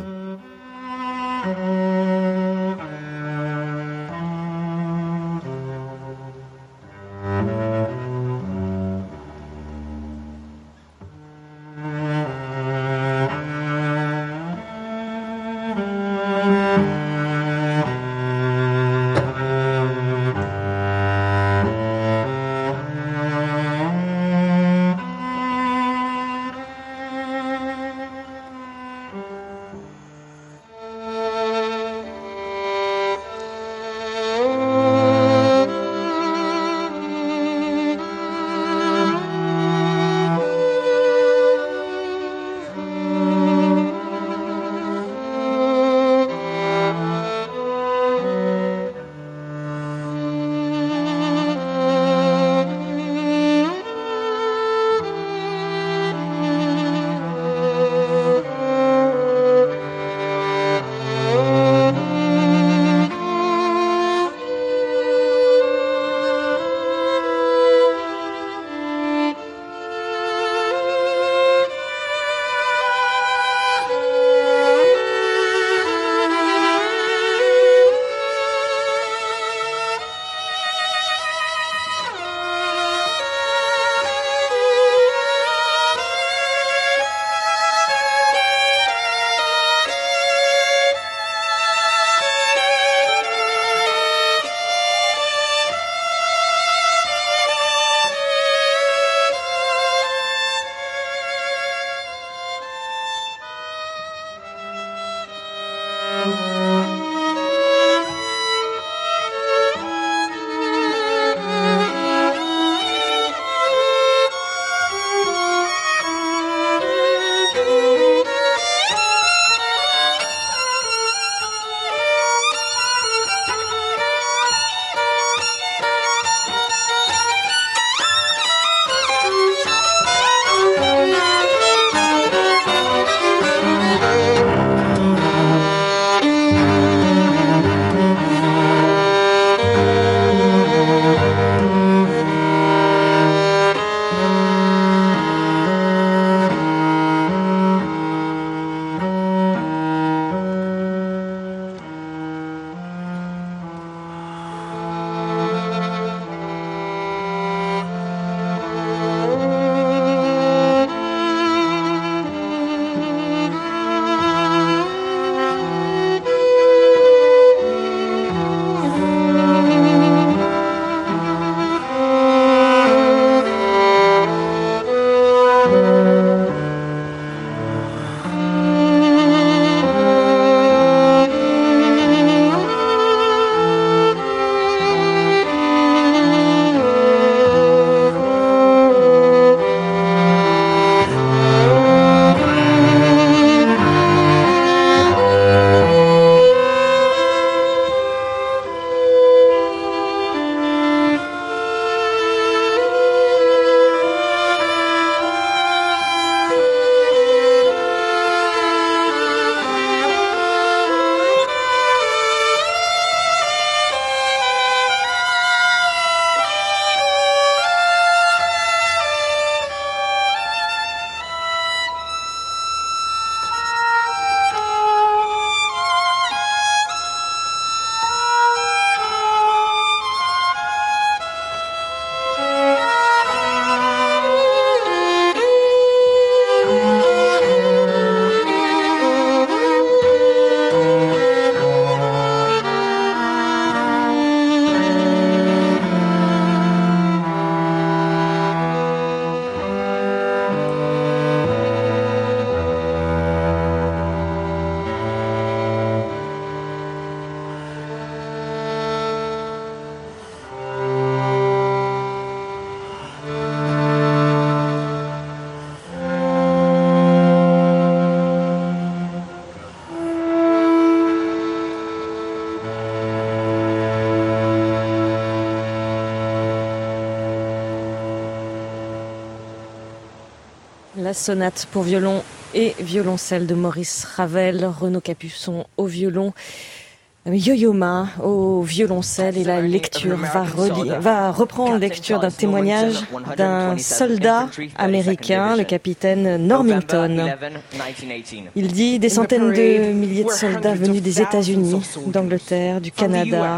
La sonate pour violon et violoncelle de Maurice Ravel, Renaud Capuçon au violon, Yo-Yo Ma au violoncelle, et la lecture va, relire, va reprendre lecture d'un témoignage d'un soldat américain, le capitaine Normington. Il dit: des centaines de milliers de soldats venus des États-Unis, d'Angleterre, du Canada,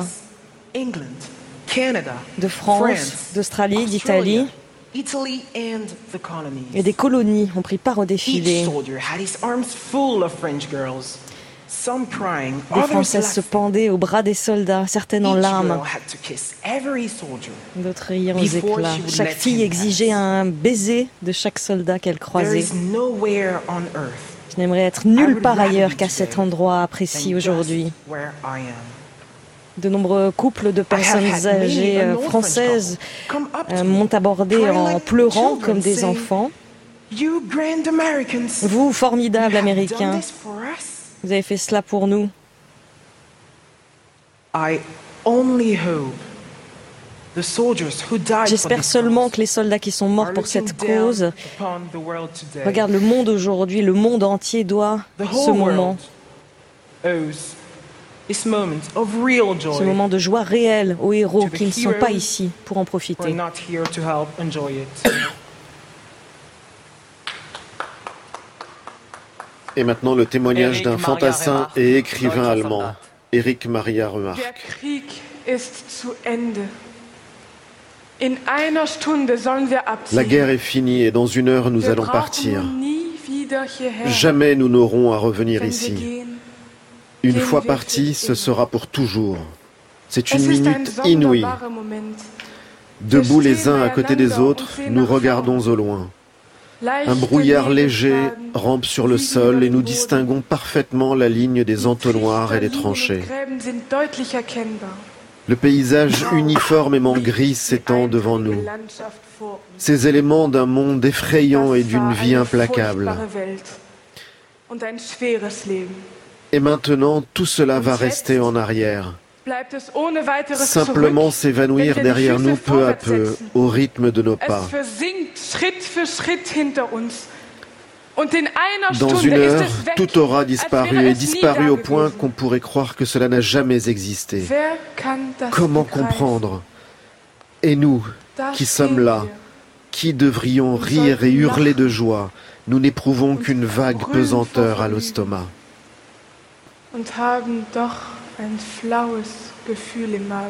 de France, d'Australie, d'Italie et des colonies ont pris part au défilé. Des Françaises se pendaient au bras des soldats, certaines en larmes, d'autres riant aux éclats. Chaque fille exigeait un baiser de chaque soldat qu'elle croisait. Je n'aimerais être nulle part ailleurs qu'à cet endroit précis aujourd'hui. De nombreux couples de personnes âgées euh, françaises euh, m'ont abordé en pleurant comme des enfants. Vous, formidables Américains, vous avez fait cela pour nous. J'espère seulement que les soldats qui sont morts pour cette cause regardent le monde aujourd'hui. Le monde entier doit ce moment. Ce moment de joie réelle aux héros qui ne sont pas ici pour en profiter. Et maintenant le témoignage d'un fantassin et écrivain allemand, Erich Maria Remarque. La guerre est finie et dans une heure nous allons partir. Jamais nous n'aurons à revenir ici. Une fois partis, ce sera pour toujours. C'est une minute inouïe. Debout les uns à côté des autres, nous regardons au loin. Un brouillard léger rampe sur le sol et nous distinguons parfaitement la ligne des entonnoirs et des tranchées. Le paysage uniformément gris s'étend devant nous. Ces éléments d'un monde effrayant et d'une vie implacable. Et maintenant, tout cela va rester en arrière. Simplement s'évanouir derrière nous peu à peu, au rythme de nos pas. Dans une heure, tout aura disparu et disparu au point qu'on pourrait croire que cela n'a jamais existé. Comment comprendre? Et nous, qui sommes là, qui devrions rire et hurler de joie, nous n'éprouvons qu'une vague pesanteur à l'estomac. Und haben doch ein flaues Gefühl im Magen.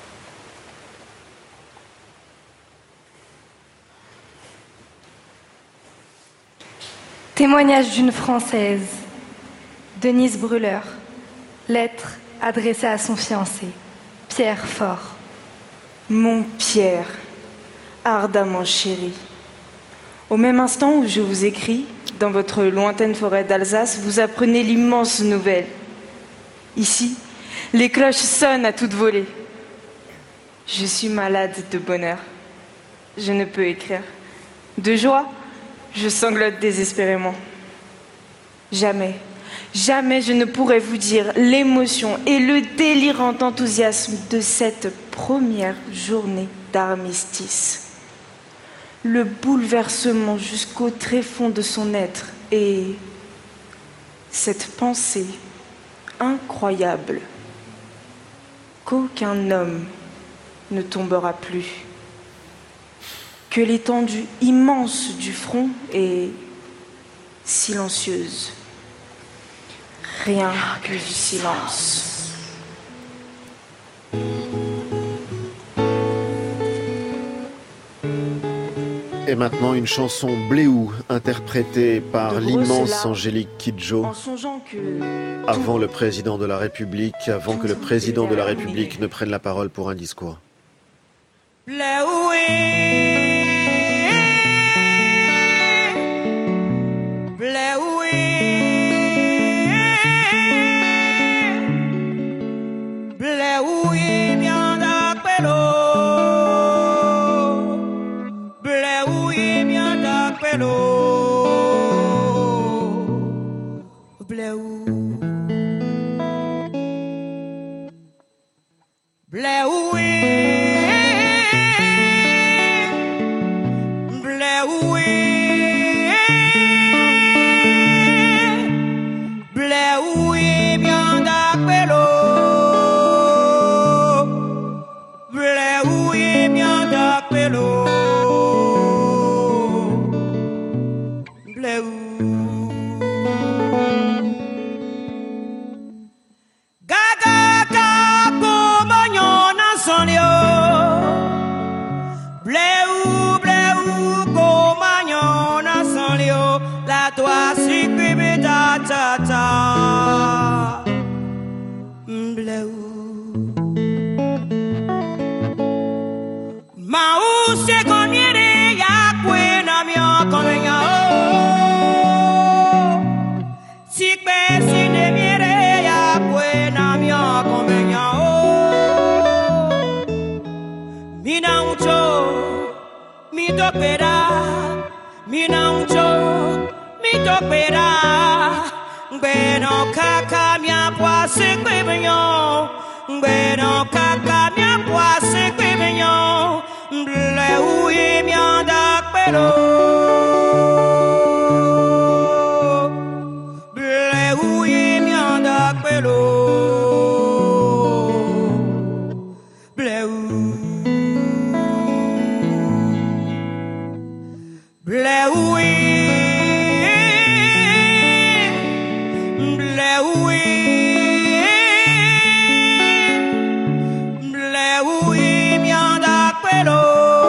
Témoignage d'une Française, Denise Brûleur. Lettre adressée à son fiancé, Pierre Faure. Mon Pierre, ardemment chéri. Au même instant où je vous écris, dans votre lointaine forêt d'Alsace, vous apprenez l'immense nouvelle. Ici, les cloches sonnent à toute volée. Je suis malade de bonheur. Je ne peux écrire. De joie, je sanglote désespérément. Jamais, jamais je ne pourrai vous dire l'émotion et le délirant enthousiasme de cette première journée d'armistice. Le bouleversement jusqu'au tréfonds de son être et cette pensée incroyable qu'aucun homme ne tombera plus, que l'étendue immense du front est silencieuse, rien que du silence. Et maintenant une chanson Bléou, interprétée par l'immense Angélique Kidjo, avant le président de la République, avant que le président de la République ne prenne la parole pour un discours. à toi, sucre, ta ta ta. Bleu. Ma ou se conviene ya buena mia convenga oh. Si que si ne viene ya buena mia convenga oh. Mi na uncho, mi topera, mi na uncho, mi topera. Bueno kaka mia poisse que mignon. Bueno kaka mia poisse que mignon. Bleu et mien d'acpelo. Bleu et mien d'acpelo. Bleu. Bleu et. Bleu et. Bleu et mien d'acpelo.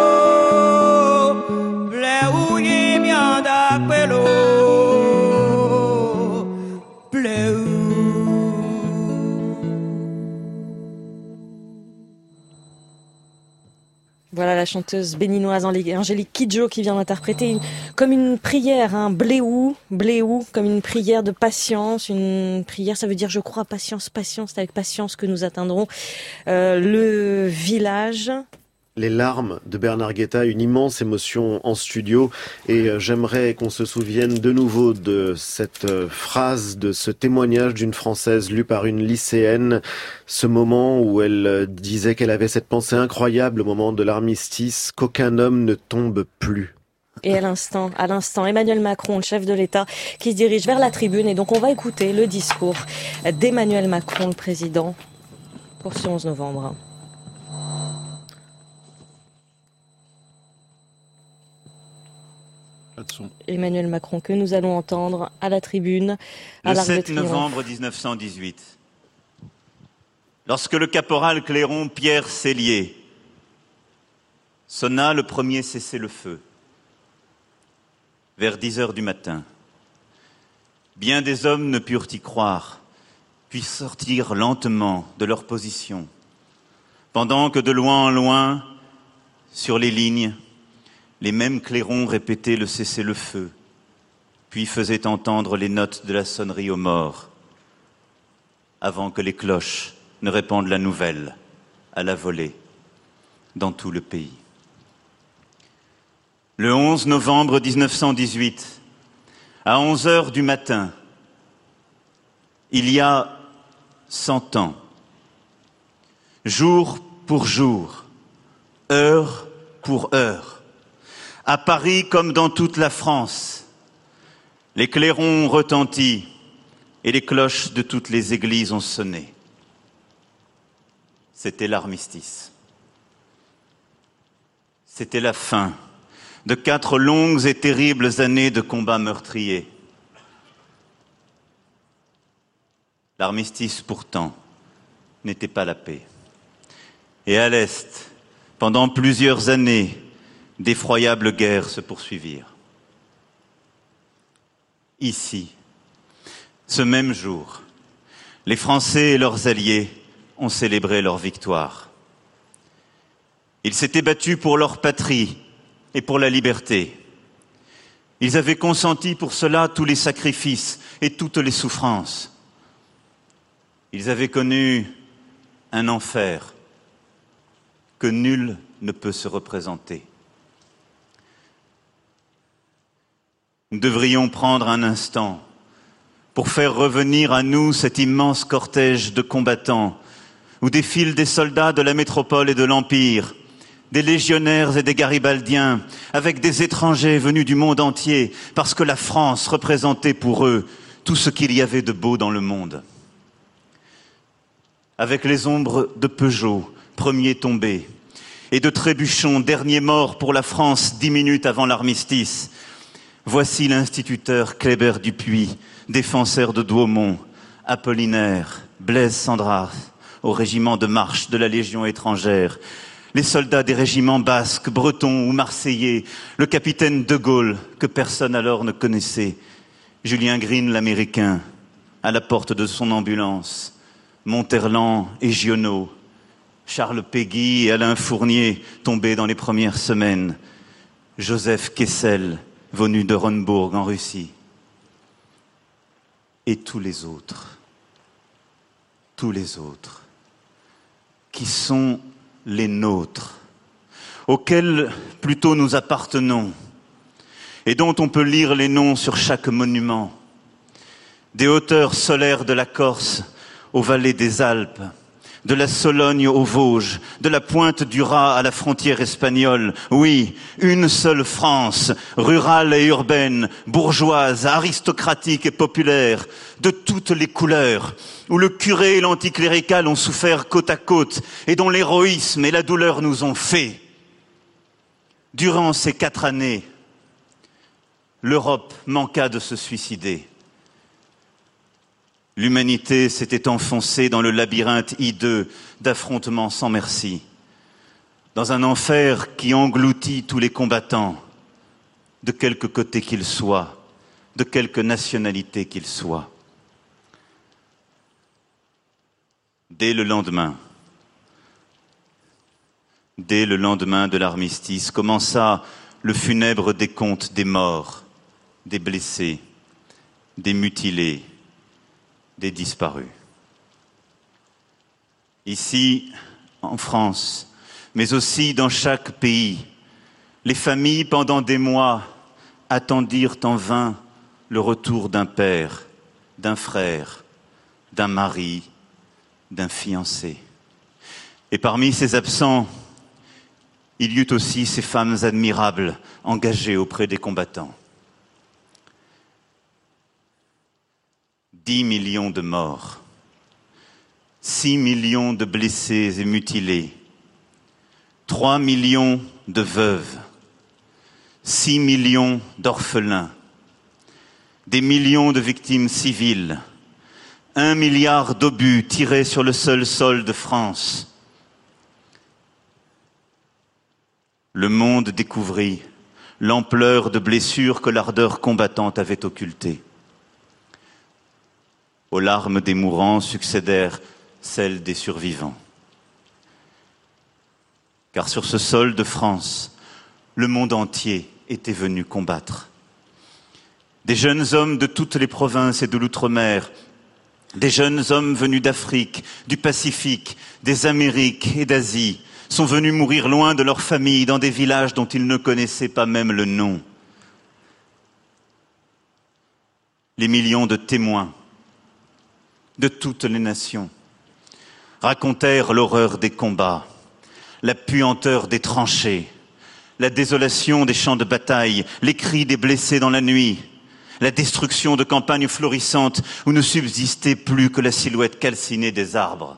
Voilà la chanteuse béninoise Angélique Kidjo qui vient d'interpréter une, comme une prière, un hein, bléou, bléou, comme une prière de patience, une prière, ça veut dire je crois patience, patience, c'est avec patience que nous atteindrons euh, le village. Les larmes de Bernard Guetta, une immense émotion en studio et j'aimerais qu'on se souvienne de nouveau de cette phrase, de ce témoignage d'une Française lu par une lycéenne, ce moment où elle disait qu'elle avait cette pensée incroyable au moment de l'armistice, qu'aucun homme ne tombe plus. Et à l'instant, à l'instant, Emmanuel Macron, le chef de l'État, qui se dirige vers la tribune et donc on va écouter le discours d'Emmanuel Macron, le président, pour ce onze novembre. Emmanuel Macron que nous allons entendre à la tribune à l'Arc de Triomphe. Le sept novembre dix-neuf cent dix-huit, lorsque le caporal clairon Pierre Sellier sonna le premier cessez-le-feu, vers dix heures du matin, bien des hommes ne purent y croire, puis sortirent lentement de leur position, pendant que de loin en loin, sur les lignes, les mêmes clairons répétaient le cessez-le-feu, puis faisaient entendre les notes de la sonnerie aux morts, avant que les cloches ne répandent la nouvelle à la volée dans tout le pays. Le onze novembre dix-neuf cent dix-huit, à onze heures du matin, il y a cent ans, jour pour jour, heure pour heure, à Paris comme dans toute la France, les clairons ont retenti et les cloches de toutes les églises ont sonné. C'était l'armistice. C'était la fin de quatre longues et terribles années de combats meurtriers. L'armistice, pourtant, n'était pas la paix. Et à l'Est, pendant plusieurs années, d'effroyables guerres se poursuivirent. Ici, ce même jour, les Français et leurs alliés ont célébré leur victoire. Ils s'étaient battus pour leur patrie et pour la liberté. Ils avaient consenti pour cela tous les sacrifices et toutes les souffrances. Ils avaient connu un enfer que nul ne peut se représenter. Nous devrions prendre un instant pour faire revenir à nous cet immense cortège de combattants où défilent des soldats de la métropole et de l'Empire, des légionnaires et des garibaldiens, avec des étrangers venus du monde entier, parce que la France représentait pour eux tout ce qu'il y avait de beau dans le monde. Avec les ombres de Peugeot, premier tombé, et de Trébuchon, dernier mort pour la France dix minutes avant l'armistice, voici l'instituteur Kléber Dupuis, défenseur de Douaumont, Apollinaire, Blaise Sandras, au régiment de marche de la Légion étrangère, les soldats des régiments basques, bretons ou marseillais, le capitaine de Gaulle, que personne alors ne connaissait, Julien Green, l'Américain, à la porte de son ambulance, Monterland et Giono, Charles Péguy et Alain Fournier, tombés dans les premières semaines, Joseph Kessel, venu de Orenbourg en Russie, et tous les autres, tous les autres, qui sont les nôtres, auxquels plutôt nous appartenons, et dont on peut lire les noms sur chaque monument, des hauteurs solaires de la Corse aux vallées des Alpes, de la Sologne aux Vosges, de la pointe du Raz à la frontière espagnole. Oui, une seule France, rurale et urbaine, bourgeoise, aristocratique et populaire, de toutes les couleurs, où le curé et l'anticlérical ont souffert côte à côte et dont l'héroïsme et la douleur nous ont fait. Durant ces quatre années, l'Europe manqua de se suicider. L'humanité s'était enfoncée dans le labyrinthe hideux d'affrontements sans merci, dans un enfer qui engloutit tous les combattants, de quelque côté qu'ils soient, de quelque nationalité qu'ils soient. Dès le lendemain, dès le lendemain de l'armistice, commença le funèbre décompte des morts, des blessés, des mutilés, des disparus. Ici, en France, mais aussi dans chaque pays, les familles, pendant des mois, attendirent en vain le retour d'un père, d'un frère, d'un mari, d'un fiancé. Et parmi ces absents, il y eut aussi ces femmes admirables, engagées auprès des combattants. Dix millions de morts, six millions de blessés et mutilés, trois millions de veuves, six millions d'orphelins, des millions de victimes civiles, un milliard d'obus tirés sur le seul sol de France. Le monde découvrit l'ampleur de blessures que l'ardeur combattante avait occultées. Aux larmes des mourants succédèrent celles des survivants. Car sur ce sol de France, le monde entier était venu combattre. Des jeunes hommes de toutes les provinces et de l'outre-mer, des jeunes hommes venus d'Afrique, du Pacifique, des Amériques et d'Asie, sont venus mourir loin de leurs familles, dans des villages dont ils ne connaissaient pas même le nom. Les millions de témoins de toutes les nations racontèrent l'horreur des combats, la puanteur des tranchées, la désolation des champs de bataille, les cris des blessés dans la nuit, la destruction de campagnes florissantes où ne subsistait plus que la silhouette calcinée des arbres.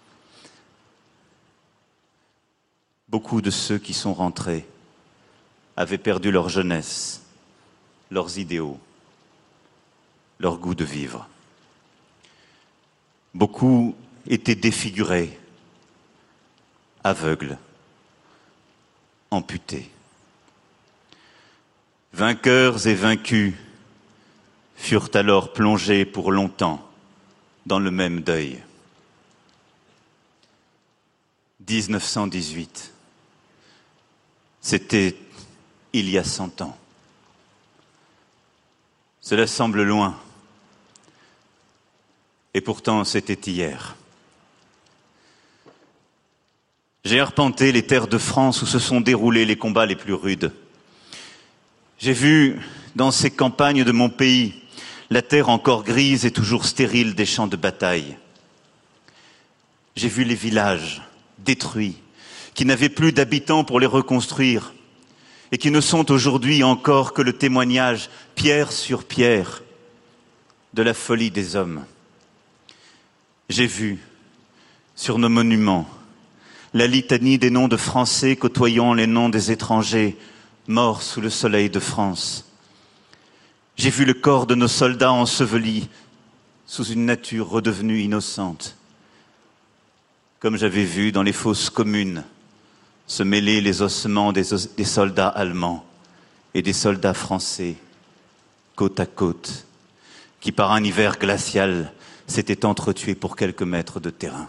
Beaucoup de ceux qui sont rentrés avaient perdu leur jeunesse, leurs idéaux, leur goût de vivre. Beaucoup étaient défigurés, aveugles, amputés. Vainqueurs et vaincus furent alors plongés pour longtemps dans le même deuil. dix-neuf cent dix-huit, c'était il y a cent ans. Cela semble loin. Et pourtant, c'était hier. J'ai arpenté les terres de France où se sont déroulés les combats les plus rudes. J'ai vu, dans ces campagnes de mon pays, la terre encore grise et toujours stérile des champs de bataille. J'ai vu les villages détruits, qui n'avaient plus d'habitants pour les reconstruire, et qui ne sont aujourd'hui encore que le témoignage, pierre sur pierre, de la folie des hommes. J'ai vu, sur nos monuments, la litanie des noms de Français côtoyant les noms des étrangers, morts sous le soleil de France. J'ai vu le corps de nos soldats ensevelis sous une nature redevenue innocente. Comme j'avais vu dans les fosses communes se mêler les ossements des, os- des soldats allemands et des soldats français, côte à côte, qui par un hiver glacial s'était entretué pour quelques mètres de terrain.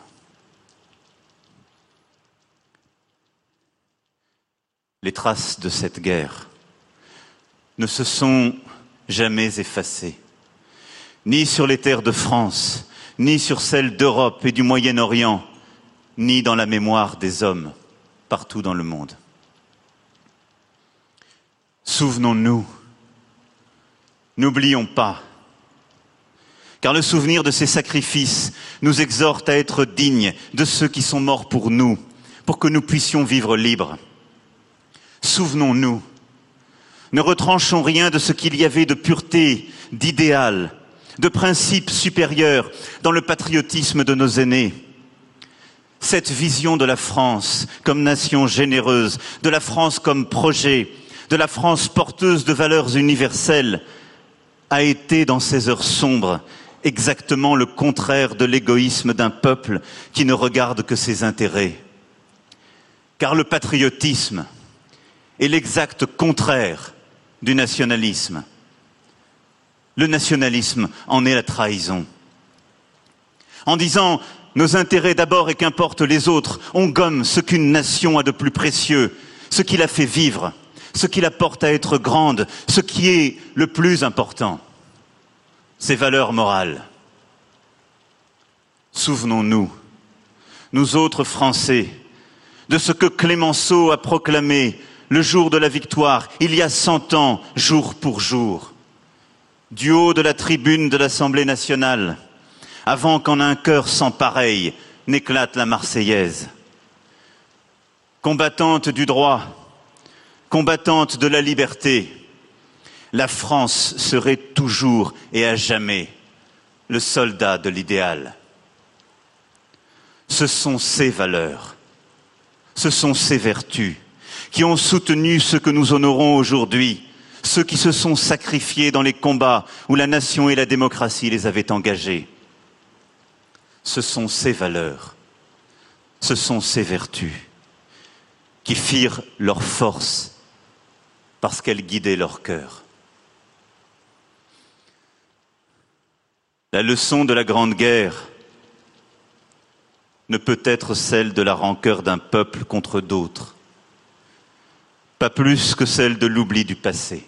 Les traces de cette guerre ne se sont jamais effacées, ni sur les terres de France, ni sur celles d'Europe et du Moyen-Orient, ni dans la mémoire des hommes partout dans le monde. Souvenons-nous, n'oublions pas, car le souvenir de ces sacrifices nous exhorte à être dignes de ceux qui sont morts pour nous, pour que nous puissions vivre libres. Souvenons-nous, ne retranchons rien de ce qu'il y avait de pureté, d'idéal, de principes supérieurs dans le patriotisme de nos aînés. Cette vision de la France comme nation généreuse, de la France comme projet, de la France porteuse de valeurs universelles, a été dans ces heures sombres exactement le contraire de l'égoïsme d'un peuple qui ne regarde que ses intérêts. Car le patriotisme est l'exact contraire du nationalisme. Le nationalisme en est la trahison. En disant « nos intérêts d'abord et qu'importe les autres », on gomme ce qu'une nation a de plus précieux, ce qui la fait vivre, ce qui la porte à être grande, ce qui est le plus important, ses valeurs morales. Souvenons-nous, nous autres Français, de ce que Clémenceau a proclamé le jour de la victoire, il y a cent ans, jour pour jour, du haut de la tribune de l'Assemblée nationale, avant qu'en un cœur sans pareil n'éclate la Marseillaise. Combattante du droit, combattante de la liberté, la France serait toujours et à jamais le soldat de l'idéal. Ce sont ces valeurs, ce sont ces vertus qui ont soutenu ceux que nous honorons aujourd'hui, ceux qui se sont sacrifiés dans les combats où la nation et la démocratie les avaient engagés. Ce sont ces valeurs, ce sont ces vertus qui firent leur force parce qu'elles guidaient leur cœur. La leçon de la Grande Guerre ne peut être celle de la rancœur d'un peuple contre d'autres, pas plus que celle de l'oubli du passé.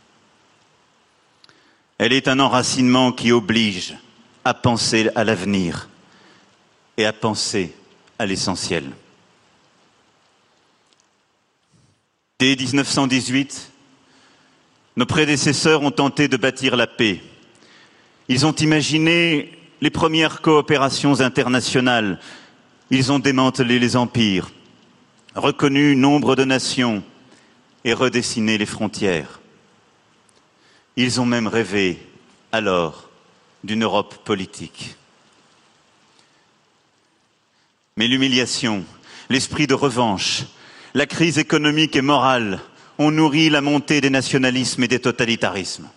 Elle est un enracinement qui oblige à penser à l'avenir et à penser à l'essentiel. Dès mille neuf cent dix-huit, nos prédécesseurs ont tenté de bâtir la paix. Ils ont imaginé les premières coopérations internationales. Ils ont démantelé les empires, reconnu nombre de nations et redessiné les frontières. Ils ont même rêvé, alors, d'une Europe politique. Mais l'humiliation, l'esprit de revanche, la crise économique et morale ont nourri la montée des nationalismes et des totalitarismes.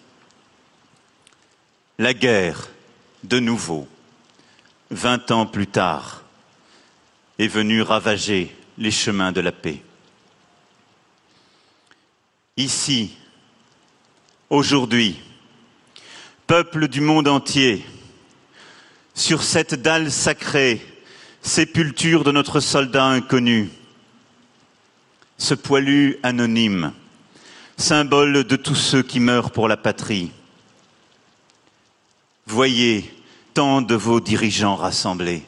La guerre, de nouveau, vingt ans plus tard, est venue ravager les chemins de la paix. Ici, aujourd'hui, peuple du monde entier, sur cette dalle sacrée, sépulture de notre soldat inconnu, ce poilu anonyme, symbole de tous ceux qui meurent pour la patrie. Voyez tant de vos dirigeants rassemblés.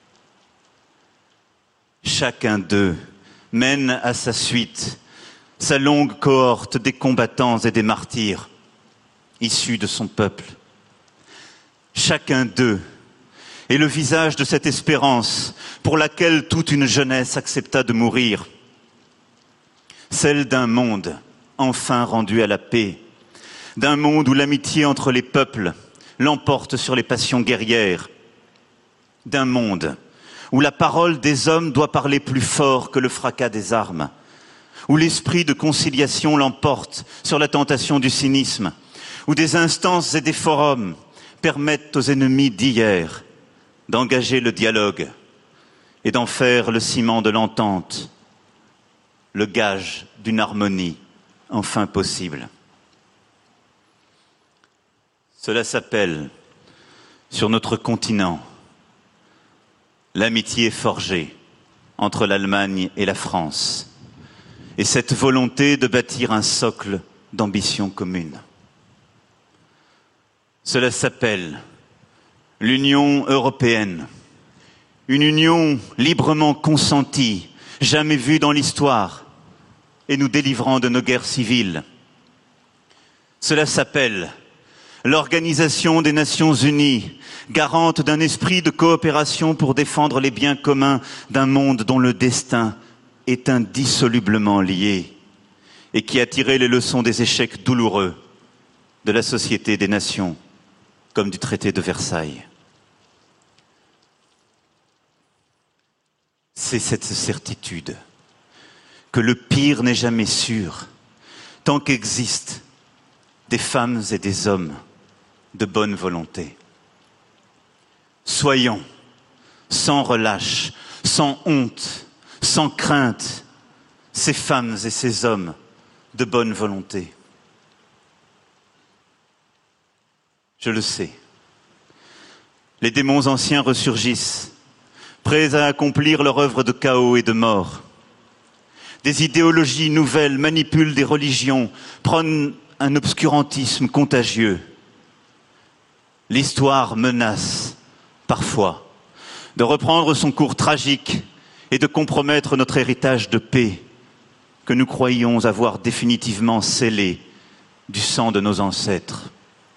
Chacun d'eux mène à sa suite sa longue cohorte des combattants et des martyrs issus de son peuple. Chacun d'eux est le visage de cette espérance pour laquelle toute une jeunesse accepta de mourir. Celle d'un monde enfin rendu à la paix, d'un monde où l'amitié entre les peuples l'emporte sur les passions guerrières, d'un monde où la parole des hommes doit parler plus fort que le fracas des armes, où l'esprit de conciliation l'emporte sur la tentation du cynisme, où des instances et des forums permettent aux ennemis d'hier d'engager le dialogue et d'en faire le ciment de l'entente, le gage d'une harmonie enfin possible. Cela s'appelle, sur notre continent, l'amitié forgée entre l'Allemagne et la France, et cette volonté de bâtir un socle d'ambition commune. Cela s'appelle l'Union européenne, une union librement consentie, jamais vue dans l'histoire, et nous délivrant de nos guerres civiles. Cela s'appelle l'Organisation des Nations Unies, garante d'un esprit de coopération pour défendre les biens communs d'un monde dont le destin est indissolublement lié et qui a tiré les leçons des échecs douloureux de la Société des Nations comme du traité de Versailles. C'est cette certitude que le pire n'est jamais sûr tant qu'existent des femmes et des hommes de bonne volonté. Soyons sans relâche, sans honte, sans crainte, ces femmes et ces hommes de bonne volonté. Je le sais, les démons anciens ressurgissent, prêts à accomplir leur œuvre de chaos et de mort. Des idéologies nouvelles manipulent des religions, prônent un obscurantisme contagieux. L'histoire menace, parfois, de reprendre son cours tragique et de compromettre notre héritage de paix que nous croyions avoir définitivement scellé du sang de nos ancêtres.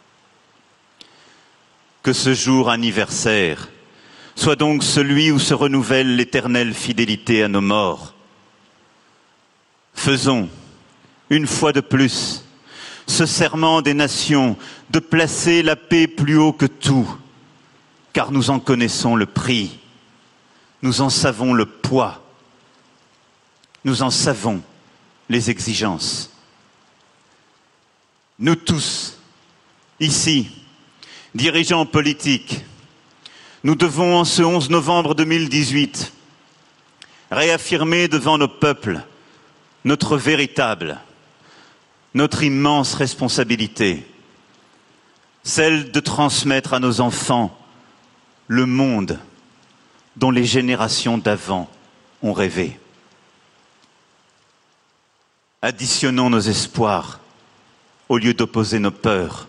Que ce jour anniversaire soit donc celui où se renouvelle l'éternelle fidélité à nos morts. Faisons, une fois de plus, ce serment des nations de placer la paix plus haut que tout, car nous en connaissons le prix, nous en savons le poids, nous en savons les exigences. Nous tous, ici, dirigeants politiques, nous devons en ce onze novembre deux mille dix-huit réaffirmer devant nos peuples notre véritable, notre immense responsabilité, celle de transmettre à nos enfants le monde dont les générations d'avant ont rêvé. Additionnons nos espoirs au lieu d'opposer nos peurs.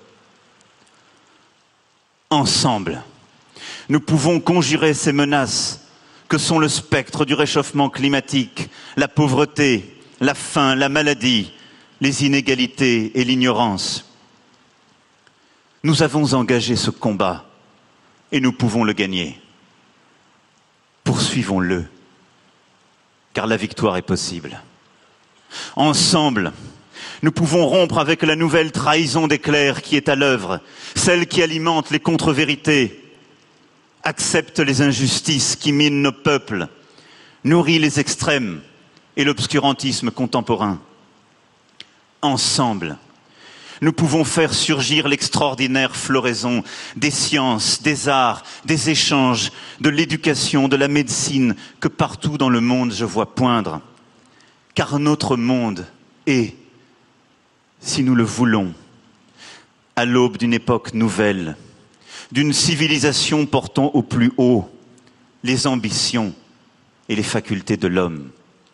Ensemble, nous pouvons conjurer ces menaces que sont le spectre du réchauffement climatique, la pauvreté, la faim, la maladie, les inégalités et l'ignorance. Nous avons engagé ce combat et nous pouvons le gagner. Poursuivons-le, car la victoire est possible. Ensemble, nous pouvons rompre avec la nouvelle trahison des clercs qui est à l'œuvre, celle qui alimente les contre-vérités, accepte les injustices qui minent nos peuples, nourrit les extrêmes et l'obscurantisme contemporain. Ensemble, nous pouvons faire surgir l'extraordinaire floraison des sciences, des arts, des échanges, de l'éducation, de la médecine que partout dans le monde je vois poindre. Car notre monde est, si nous le voulons, à l'aube d'une époque nouvelle, d'une civilisation portant au plus haut les ambitions et les facultés de l'homme.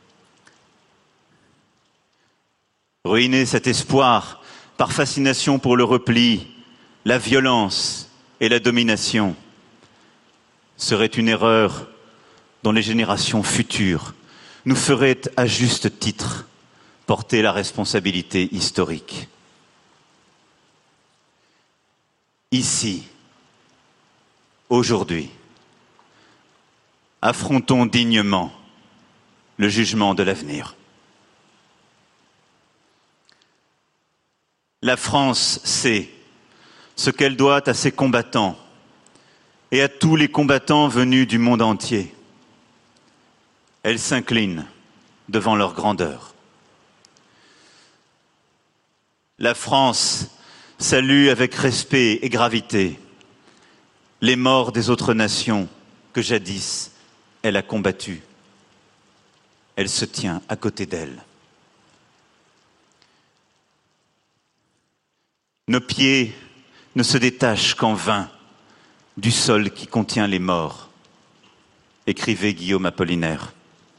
Ruiner cet espoir par fascination pour le repli, la violence et la domination serait une erreur dont les générations futures nous feraient à juste titre porter la responsabilité historique. Ici, aujourd'hui, affrontons dignement le jugement de l'avenir. La France sait ce qu'elle doit à ses combattants et à tous les combattants venus du monde entier. Elle s'incline devant leur grandeur. La France salue avec respect et gravité les morts des autres nations que jadis elle a combattues. Elle se tient à côté d'elles. Nos pieds ne se détache qu'en vain du sol qui contient les morts, écrivait Guillaume Apollinaire.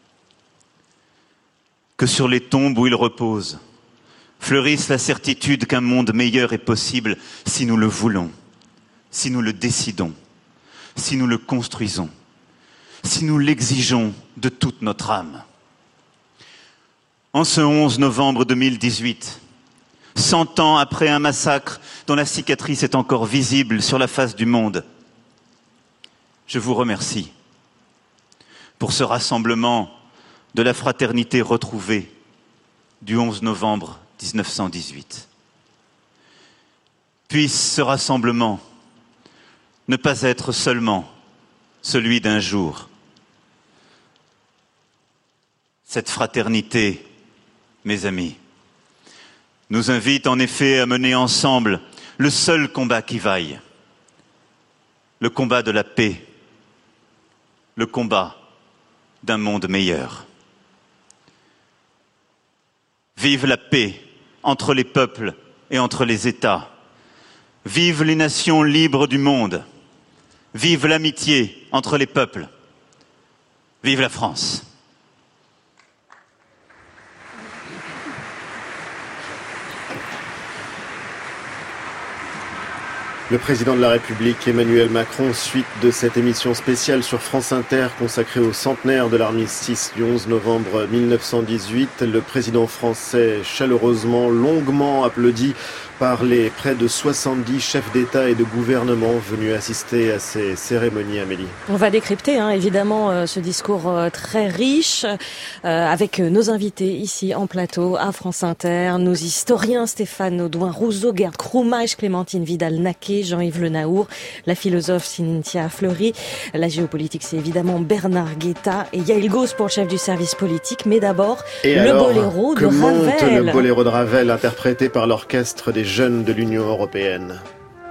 Que sur les tombes où ils reposent fleurisse la certitude qu'un monde meilleur est possible si nous le voulons, si nous le décidons, si nous le construisons, si nous l'exigeons de toute notre âme. En ce onze novembre deux mille dix-huit, cent ans après un massacre dont la cicatrice est encore visible sur la face du monde, je vous remercie pour ce rassemblement de la fraternité retrouvée du onze novembre dix-neuf cent dix-huit. Puisse ce rassemblement ne pas être seulement celui d'un jour. Cette fraternité, mes amis, nous invite en effet à mener ensemble le seul combat qui vaille, le combat de la paix, le combat d'un monde meilleur. Vive la paix entre les peuples et entre les États. Vive les nations libres du monde. Vive l'amitié entre les peuples. Vive la France. Le président de la République, Emmanuel Macron, suite de cette émission spéciale sur France Inter consacrée au centenaire de l'armistice du onze novembre mille neuf cent dix-huit. Le président français chaleureusement, longuement applaudi par les près de soixante-dix chefs d'État et de gouvernement venus assister à ces cérémonies, Amélie. On va décrypter hein, évidemment euh, ce discours euh, très riche euh, avec nos invités ici en plateau à France Inter, nos historiens Stéphane Audouin-Rousseau, Gerd Krummach, Clémentine Vidal-Naquet, Jean-Yves Le Naour, la philosophe Cynthia Fleury, la géopolitique c'est évidemment Bernard Guetta et Yael Gauze pour le chef du service politique, mais d'abord et le alors, boléro de que Ravel. Monte le boléro de Ravel interprété par l'orchestre des jeunes de l'Union européenne.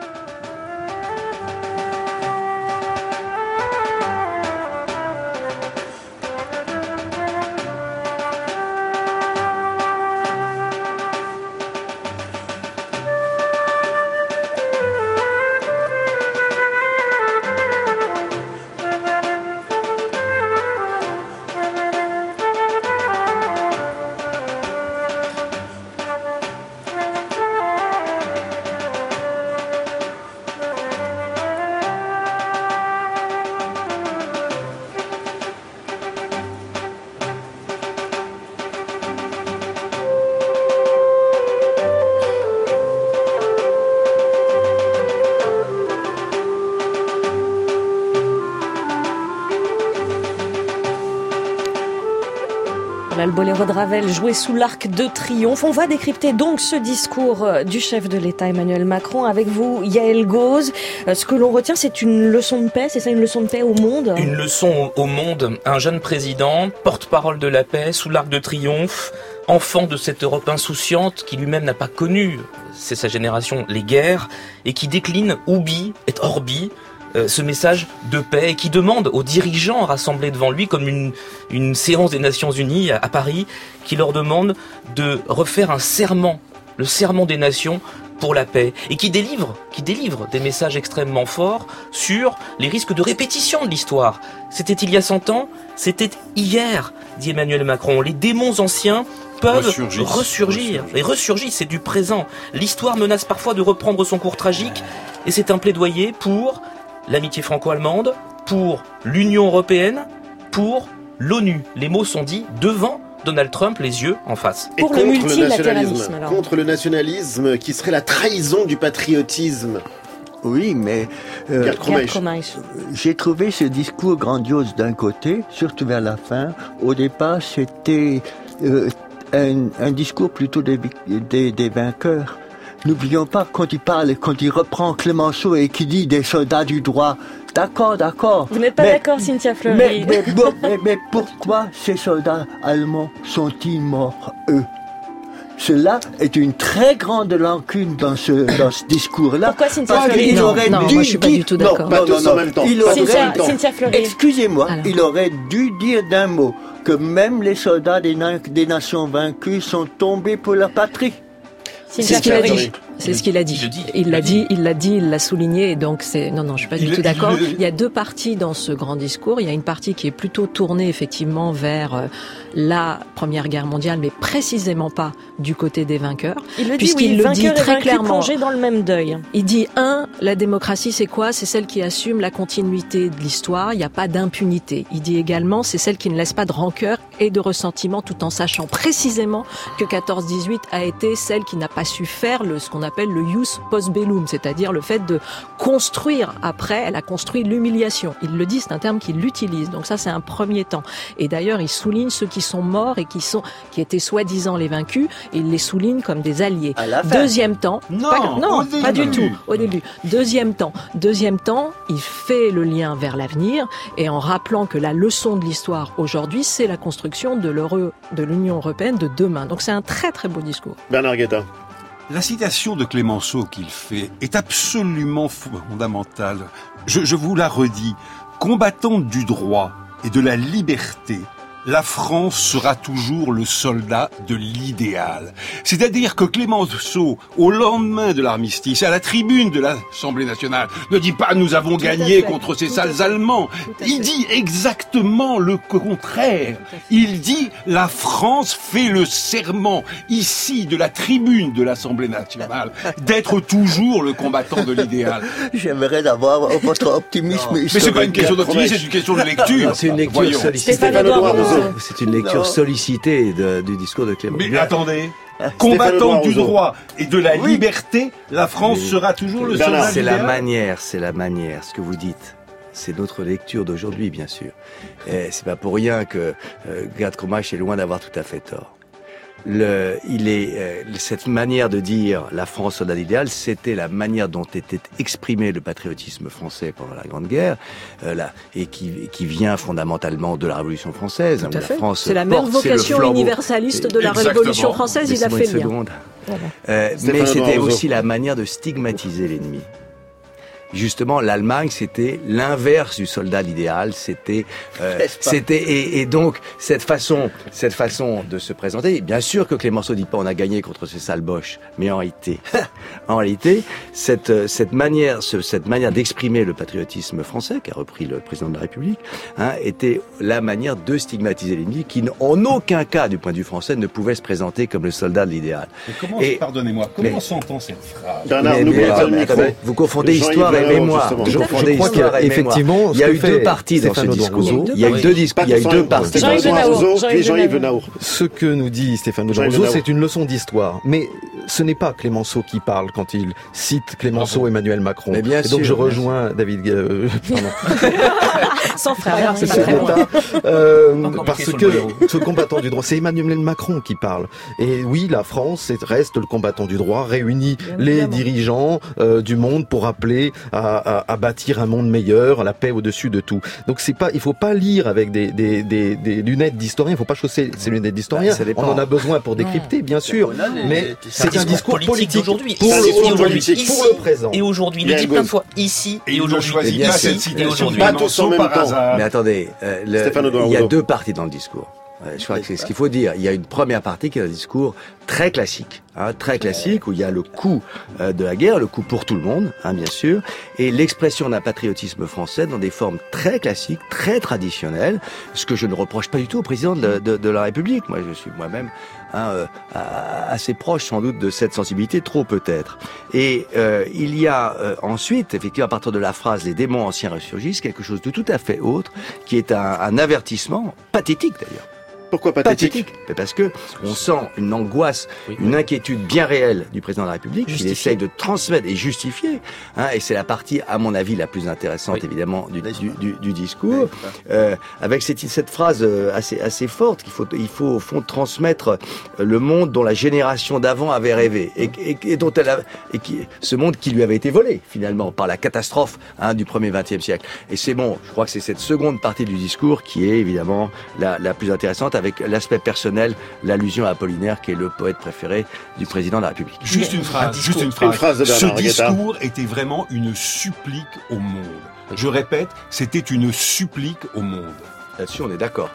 Le boléro de Ravel joué sous l'arc de triomphe. On va décrypter donc ce discours du chef de l'État Emmanuel Macron avec vous, Yael Gauze. Ce que l'on retient, c'est une leçon de paix, c'est ça, une leçon de paix au monde ? Une leçon au monde. Un jeune président, porte-parole de la paix, sous l'arc de triomphe, enfant de cette Europe insouciante qui lui-même n'a pas connu, c'est sa génération, les guerres, et qui décline ubi et orbi ce message de paix et qui demande aux dirigeants rassemblés devant lui, comme une, une séance des Nations Unies à, à Paris, qui leur demande de refaire un serment, le serment des nations pour la paix, et qui délivre, qui délivre des messages extrêmement forts sur les risques de répétition de l'histoire. C'était il y a cent ans, c'était hier, dit Emmanuel Macron. Les démons anciens peuvent ressurgir, ressurgir. et ressurgir, c'est du présent. L'histoire menace parfois de reprendre son cours tragique, et c'est un plaidoyer pour l'amitié franco-allemande, pour l'Union européenne, pour l'ONU. Les mots sont dits devant Donald Trump, les yeux en face. Et pour le multilatéralisme. Le contre le nationalisme, qui serait la trahison du patriotisme. Oui, mais euh, j'ai trouvé ce discours grandiose d'un côté, surtout vers la fin. Au départ, c'était euh, un, un discours plutôt des, des, des vainqueurs. N'oublions pas quand il parle, quand il reprend Clémenceau et qu'il dit des soldats du droit. D'accord, d'accord. Vous n'êtes pas d'accord, Cynthia Fleury. Mais, mais, mais, mais pourquoi ces soldats allemands sont-ils morts, eux ? Cela est une très grande lacune dans ce, dans ce discours-là. Pourquoi Cynthia Fleury ? Non, non, moi je suis pas du tout d'accord. Non, non, non, en même temps. Il aurait, Cynthia, Cynthia Fleury. Excusez-moi, alors. Il aurait dû dire d'un mot que même les soldats des, na- des nations vaincues sont tombés pour leur patrie. C'est ce qu'il a dit. C'est ce qu'il a dit. dit. Il l'a dit, il l'a dit, il l'a souligné. Et donc c'est non, non, je suis pas Il du est- tout d'accord. il est- Il y a deux parties dans ce grand discours. Il y a une partie qui est plutôt tournée effectivement vers euh, la Première Guerre mondiale, mais précisément pas du côté des vainqueurs. Il le dit, puisqu'il oui, le vainqueurs dit et très vaincus clairement. plongés dans le même deuil. Il dit un, la démocratie c'est quoi? C'est celle qui assume la continuité de l'histoire. Il n'y a pas d'impunité. Il dit également c'est celle qui ne laisse pas de rancœur et de ressentiment, tout en sachant précisément que quatorze dix-huit a été celle qui n'a pas su faire le ce qu'on appelle le ius post bellum, c'est-à-dire le fait de construire après. Elle a construit l'humiliation. Il le dit, c'est un terme qu'il utilise. Donc ça c'est un premier temps. Et d'ailleurs il souligne ceux qui sont morts et qui sont qui étaient soi-disant les vaincus. Et il les souligne comme des alliés. À la fin. Deuxième temps, Non, pas, non, au pas du début. tout. Au début. Deuxième temps. Deuxième temps, il fait le lien vers l'avenir et en rappelant que la leçon de l'histoire aujourd'hui, c'est la construction de l'euro, de l'Union européenne de demain. Donc c'est un très très beau discours. Bernard Guetta. La citation de Clémenceau qu'il fait est absolument fondamentale. Je, je vous la redis. Combattante du droit et de la liberté, la France sera toujours le soldat de l'idéal. C'est-à-dire que Clémenceau, au lendemain de l'armistice, à la tribune de l'Assemblée nationale, ne dit pas « nous avons Tout à gagné fait. contre ces Tout à sales fait. Allemands Tout ». à Il fait. dit exactement le contraire. Il dit « la France fait le serment, ici, de la tribune de l'Assemblée nationale, d'être toujours le combattant de l'idéal ». J'aimerais avoir votre optimisme Mais c'est pas une question d'optimisme, c'est une question de lecture. C'est une lecture Voyons. sollicitée. Stéphane Audouin Rousseau. C'est une lecture Non. sollicitée de- du discours de Clémenceau. Mais attendez, Stéphane combattant du Rousseau. droit et de la Oui. liberté, la France Mais- sera toujours le Bernard, soldat C'est la idéal. manière, c'est la manière, ce que vous dites. C'est notre lecture d'aujourd'hui, bien sûr. Et c'est pas pour rien que euh, Gerd Krumach est loin d'avoir tout à fait tort. Le, il est euh, cette manière de dire la France soldat idéal, c'était la manière dont était exprimé le patriotisme français pendant la Grande Guerre, euh, là, et qui, qui vient fondamentalement de la Révolution française. Tout à La fait. France C'est la même porte, c'est le vocation flambeau. universaliste de la Exactement. Révolution française. Il a Laissez-moi fait une le lien. seconde. Voilà. Euh, Stéphane mais c'était Audouin Rousseau. aussi la manière de stigmatiser l'ennemi. Justement, l'Allemagne, c'était l'inverse du soldat idéal. C'était, euh, N'est-ce pas c'était, et, et donc cette façon, cette façon de se présenter. Bien sûr que Clémenceau dit pas on a gagné contre ces sales boches, mais en réalité, en réalité, cette cette manière, ce, cette manière d'exprimer le patriotisme français qu'a repris le président de la République, hein, était la manière de stigmatiser l'ennemi, qui en aucun cas, du point de vue français, ne pouvait se présenter comme le soldat de l'idéal. Mais comment, Et- pardonnez-moi, comment mais- s'entend cette phrase Bernard, Mais- n'oubliez mais- pas le mais micro. attendez, vous confondez Jean-Yves histoire et Le Haut, mémoire. justement. Vous Je, confondez je crois histoire et qu'effectivement, mémoire. Il y a ce eu que deux fait parties dans ce Stéphane discours. Audouin Il y a eu deux discours. Il y a eu deux parties. Stéphane Jean-Yves Audouin Venao, Rousseau, Jean-Yves puis Jean-Yves Venao. Venao. Ce que nous dit Stéphane Audouin Jean-Yves Rousseau, Venao. c'est une leçon d'histoire. Mais ce n'est pas Clémenceau qui parle quand il cite Clémenceau et Emmanuel Macron. Mais bien et donc sûr, je bien rejoins David. Euh, pardon. Sans frère, c'est pas C'est très loin. l'état, euh, Encore parce piqué sur que le boléro. ce combattant du droit, c'est Emmanuel Macron qui parle. Et oui, la France c'est- reste le combattant du droit, réunit Bien les évidemment. dirigeants euh, du monde pour appeler à, à, à bâtir un monde meilleur, à la paix au-dessus de tout. Donc c'est pas, il faut pas lire avec des, des, des, des lunettes d'historien. Il faut pas chausser ces lunettes d'historien. Bah, ça dépend. On en a besoin pour décrypter, bien sûr. On a les- Mais les- c'est un discours politique d'aujourd'hui. pour C'est un le, discours Et aujourd'hui, politique. ici, pour le présent. et aujourd'hui. Il le Bien, dit plein de Gauze. fois. Ici Et et il ne aujourd'hui. choisit bien pas sûr. cette citation aujourd'hui. de Pas tous en Clémenceau même par temps. hasard. Mais attendez, euh, le- Stéphane Audouin il y a Rousseau. deux parties dans le discours. Ouais, je crois que c'est ce qu'il faut dire. Il y a une première partie qui est un discours très classique, hein, très classique, où il y a le coup euh, de la guerre, le coup pour tout le monde, hein, bien sûr, et l'expression d'un patriotisme français dans des formes très classiques, très traditionnelles, ce que je ne reproche pas du tout au président de, de, de la République. Moi, je suis moi-même hein, euh, assez proche sans doute de cette sensibilité, trop peut-être. Et euh, il y a euh, ensuite, effectivement, à partir de la phrase « les démons anciens ressurgissent », quelque chose de tout à fait autre, qui est un, un avertissement, pathétique d'ailleurs. Pourquoi pathétique? Mais parce que on sent une angoisse, une inquiétude bien réelle du président de la République, qu'il essaye de transmettre et justifier. Hein, et c'est la partie, à mon avis, la plus intéressante, oui. évidemment, du, du, du, du discours, euh, avec cette, cette phrase assez, assez forte qu'il faut, il faut au fond transmettre le monde dont la génération d'avant avait rêvé et, et, et dont elle a, et qui, ce monde qui lui avait été volé finalement par la catastrophe hein, du premier vingtième siècle. Et c'est bon, je crois que c'est cette seconde partie du discours qui est évidemment la, la plus intéressante, avec l'aspect personnel, l'allusion à Apollinaire, qui est le poète préféré du président de la République. Juste une phrase, juste une phrase. Une phrase de Ce Bernard Guetta. discours était vraiment une supplique au monde. Je répète, c'était une supplique au monde. Là-dessus, on est d'accord.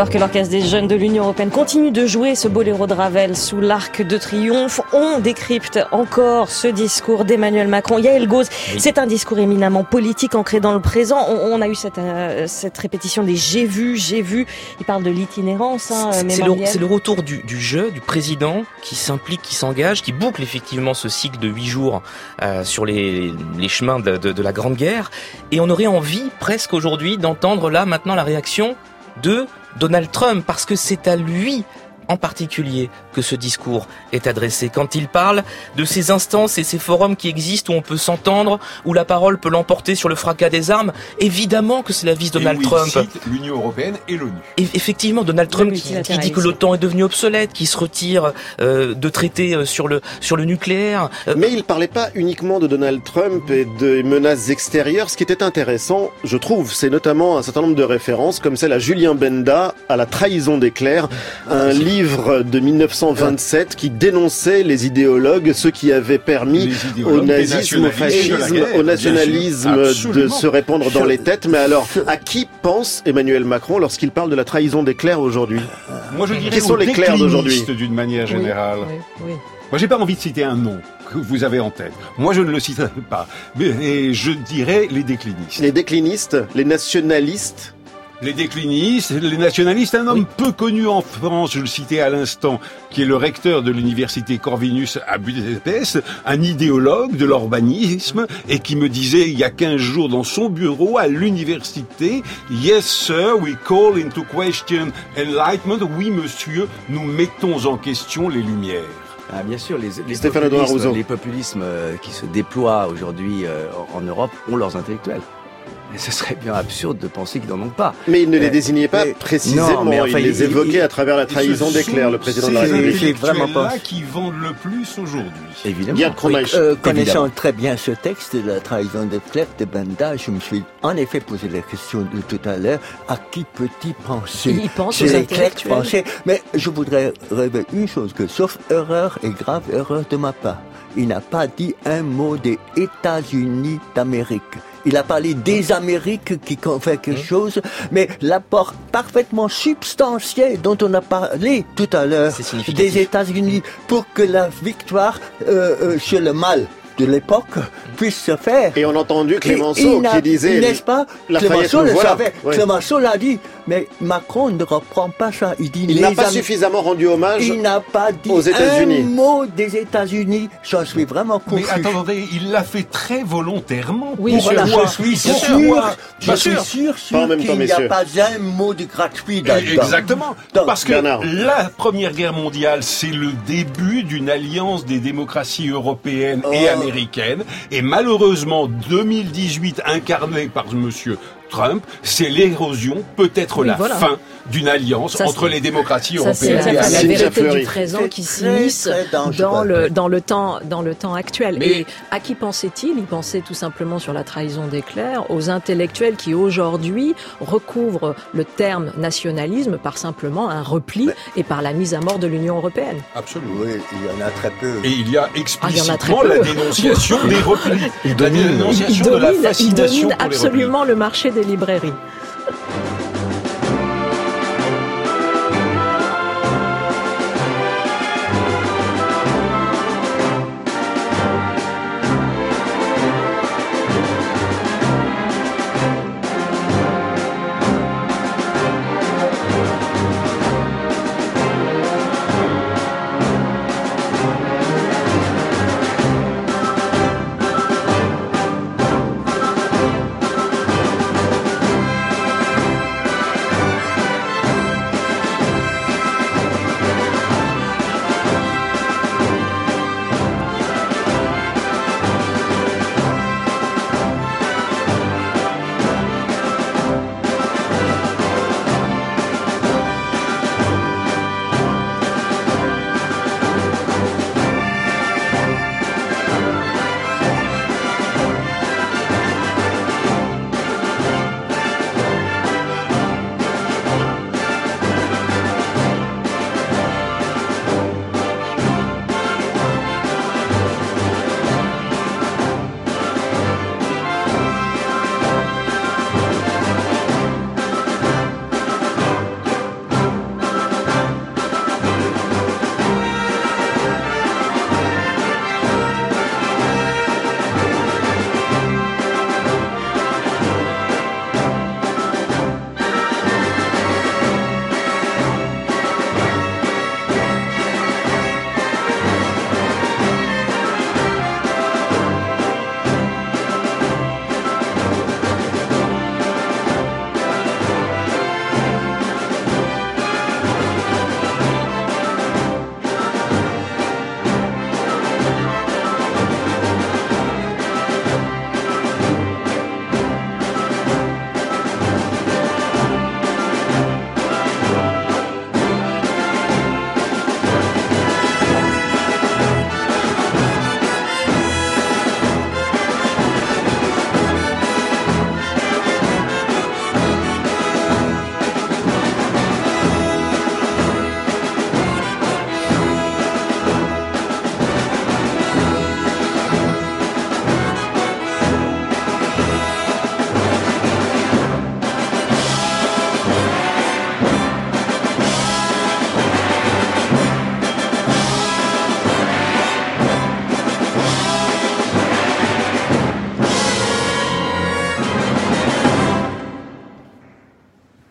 alors que l'Orchestre des jeunes de l'Union européenne continue de jouer ce boléro de Ravel sous l'Arc de Triomphe, on décrypte encore ce discours d'Emmanuel Macron. Yael Gauz, oui. C'est un discours éminemment politique ancré dans le présent. On, on a eu cette, euh, cette répétition des j'ai vu, j'ai vu. Il parle de l'itinérance. Hein, c'est, c'est, le, c'est le retour du, du jeu, du président qui s'implique, qui s'engage, qui boucle effectivement ce cycle de huit jours euh, sur les, les chemins de, de, de la Grande Guerre. Et on aurait envie presque aujourd'hui d'entendre là maintenant la réaction de Donald Trump, parce que c'est à lui en particulier que ce discours est adressé. Quand il parle de ces instances et ces forums qui existent où on peut s'entendre, où la parole peut l'emporter sur le fracas des armes, évidemment que cela vise Donald et où Trump. Il cite l'Union européenne et l'ONU. Et effectivement, Donald Trump qui, qui dit que l'OTAN est devenu obsolète, qui se retire euh, de traités sur le sur le nucléaire. Euh, Mais il ne parlait pas uniquement de Donald Trump et de menaces extérieures. Ce qui était intéressant, je trouve, c'est notamment un certain nombre de références, comme celle à Julien Benda, à La trahison des clercs, un livre de dix-neuf cent vingt-sept qui dénonçait les idéologues, ceux qui avaient permis au nazisme, au fascisme, guerre, au nationalisme sûr, de se répandre dans les têtes. Mais alors, à qui pense Emmanuel Macron lorsqu'il parle de la trahison des clercs aujourd'hui? Moi, je dirais Quels sont les clercs d'aujourd'hui d'une manière générale. Oui, oui, oui. Moi, j'ai pas envie de citer un nom que vous avez en tête. Moi, je ne le citerai pas. Mais je dirais les déclinistes. Les déclinistes, les nationalistes. Les déclinistes, les nationalistes, un homme oui. peu connu en France, je le citais à l'instant, qui est le recteur de l'université Corvinus à Budapest, un idéologue de l'urbanisme, et qui me disait il y a quinze jours dans son bureau à l'université, « Yes, sir, we call into question enlightenment. » Oui, monsieur, nous mettons en question les Lumières. Ah, bien sûr, les, les, populismes, les populismes euh, qui se déploient aujourd'hui euh, en Europe ont leurs intellectuels. Et ce serait bien absurde de penser qu'ils n'en ont pas. Mais il ne les désignait pas mais, précisément, non, mais enfin, il, il les évoquait il, à travers la trahison des clercs, le président de la République. C'est vraiment pas là qui vendent le plus aujourd'hui. Évidemment. Bien oui, euh, connaissant très bien ce texte de la trahison des clercs de Benda, je me suis en effet posé la question de tout à l'heure, à qui peut-il penser? Il pense aux intellectuels. Penser, mais je voudrais rêver une chose, que sauf erreur et grave erreur de ma part, il n'a pas dit un mot des États-Unis d'Amérique. Il a parlé des Amériques qui ont fait quelque chose, mais l'apport parfaitement substantiel dont on a parlé tout à l'heure des États-Unis pour que la victoire euh, euh, sur le mal de l'époque puisse se faire. Et on a entendu Clémenceau qui disait... N'est-ce pas? Clémenceau le savait. Oui. Clémenceau l'a dit. Mais Macron ne reprend pas ça. Il dit... Il n'a pas Am... suffisamment rendu hommage Il n'a pas dit aux États-Unis. un mot des États-Unis. J'en suis vraiment confus. Mais attendez, il l'a fait très volontairement. Oui, voilà, je suis sûr. sûr je suis sûr, sûr, sûr qu'il n'y a pas un mot de gratuit là-dedans. Exactement. Donc, parce que Bernard. La Première Guerre mondiale, c'est le début d'une alliance des démocraties européennes oh. et américaines. Et malheureusement, deux mille dix-huit, incarné par monsieur Trump, c'est l'érosion, peut-être oui, la voilà. fin d'une alliance ça, entre les démocraties ça, européennes. C'est la, la vérité du présent qui s'immisce dans le, dans, le temps, dans le temps actuel. Mais et à qui pensait-il? Il pensait tout simplement sur la trahison des clercs, aux intellectuels qui aujourd'hui recouvrent le terme nationalisme par simplement un repli mais, et par la mise à mort de l'Union européenne. Absolument. Oui, il y en a très peu. Et il y a explicitement ah, y a la dénonciation des replis. Il domine, la dénonciation il domine, de la fascination il domine pour absolument le marché des librairies.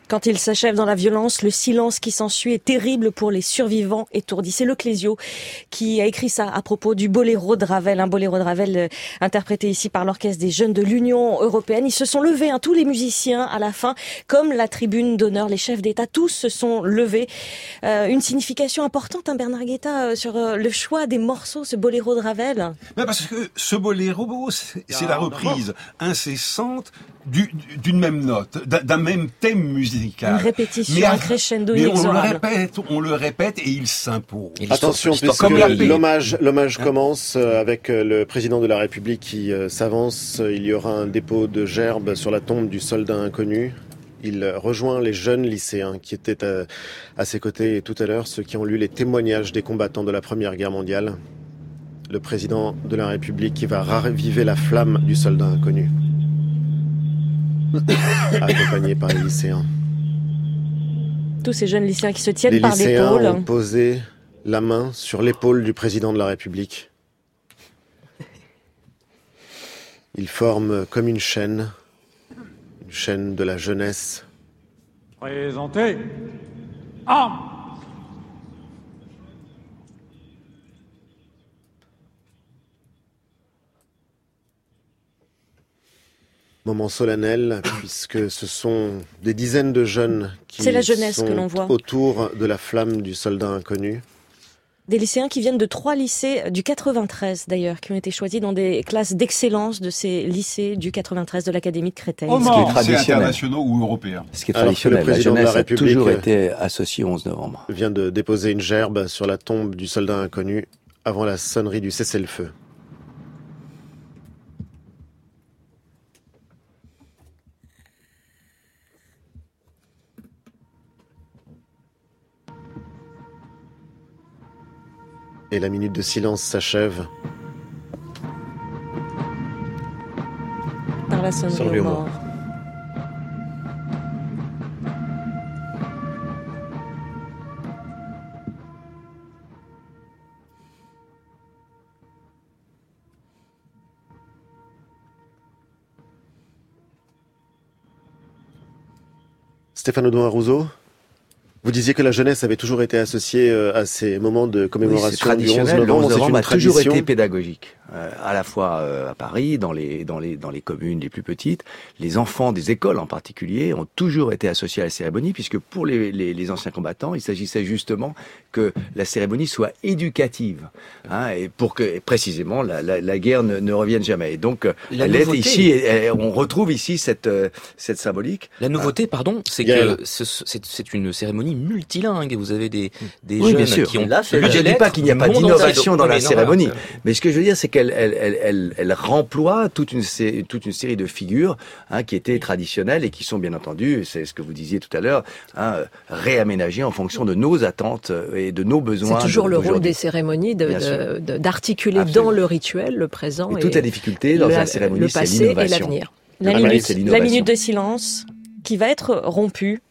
Quand il s'achève dans la violence, le silence qui s'ensuit est terrible pour les survivants étourdis. C'est Le Clésio qui a écrit ça à propos du boléro de Ravel, un boléro de Ravel euh, interprété ici par l'Orchestre des Jeunes de l'Union Européenne. Ils se sont levés, hein, tous les musiciens à la fin, comme la tribune d'honneur, les chefs d'État, tous se sont levés. Euh, une signification importante, hein, Bernard Guetta, euh, sur euh, le choix des morceaux, ce boléro de Ravel. Mais parce que ce boléro, c'est, c'est la reprise incessante du, d'une même note, d'un, d'un même thème musical. Une répétition, mais, un crescendo mais inexorable. on le répète, on le répète et il s'impose. Attention, puisque l'hommage, l'hommage commence avec le président de la République qui s'avance. Il y aura un dépôt de gerbes sur la tombe du soldat inconnu. Il rejoint les jeunes lycéens qui étaient à, à ses côtés tout à l'heure, ceux qui ont lu les témoignages des combattants de la Première Guerre mondiale. Le président de la République qui va raviver la flamme du soldat inconnu, accompagné par les lycéens. Tous ces jeunes lycéens qui se tiennent les par l'épaule. Les lycéens ont posé la main sur l'épaule du président de la République. Ils forment comme une chaîne, une chaîne de la jeunesse. Présentez. Armes. Moment solennel, puisque ce sont des dizaines de jeunes qui C'est la jeunesse sont que l'on voit. autour de la flamme du soldat inconnu. Des lycéens qui viennent de trois lycées du quatre-vingt-treize d'ailleurs, qui ont été choisis dans des classes d'excellence de ces lycées du quatre-vingt-treize de l'Académie de Créteil. Oh non, c'est internationaux ou européens. Ce qui est traditionnel, la jeunesse a toujours été associée au onze novembre. Vient de déposer une gerbe sur la tombe du soldat inconnu avant la sonnerie du cessez-le-feu. Et la minute de silence s'achève. Par la sonnerie aux morts. Stéphane Audouin-Rousseau, vous disiez que la jeunesse avait toujours été associée à ces moments de commémoration oui, du onze novembre. Le onze novembre a tradition. toujours été pédagogique, euh, à la fois euh, à Paris, dans les dans les dans les communes les plus petites. Les enfants des écoles en particulier ont toujours été associés à la cérémonie, puisque pour les les, les anciens combattants, il s'agissait justement que la cérémonie soit éducative, hein, et pour que et précisément la, la, la guerre ne, ne revienne jamais. Et donc la elle nouveauté, est ici, et, et on retrouve ici cette euh, cette symbolique. La nouveauté, pardon, c'est Gaël. que c'est, c'est, c'est une cérémonie multilingue. Vous avez des, des oui, jeunes bien sûr. qui ont... Là, je ne dis pas qu'il n'y a pas d'innovation dans la cérémonie, mais ce que je veux dire, c'est qu'elle elle, elle, elle, elle remploie toute une, toute une série de figures, hein, qui étaient traditionnelles et qui sont bien entendu, c'est ce que vous disiez tout à l'heure, hein, réaménagées en fonction de nos attentes et de nos besoins. C'est toujours le rôle des cérémonies de, de, de, d'articuler Absolument. Dans le rituel le présent et, et toute la difficulté dans le, la cérémonie, le c'est passé l'innovation. Et l'avenir. La, la, minute, la minute de silence qui va être rompue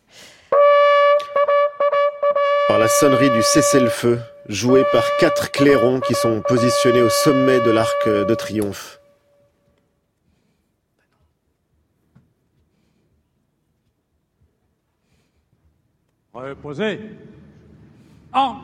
par la sonnerie du cessez-le-feu, jouée par quatre clairons qui sont positionnés au sommet de l'arc de triomphe. Reposez. Armes.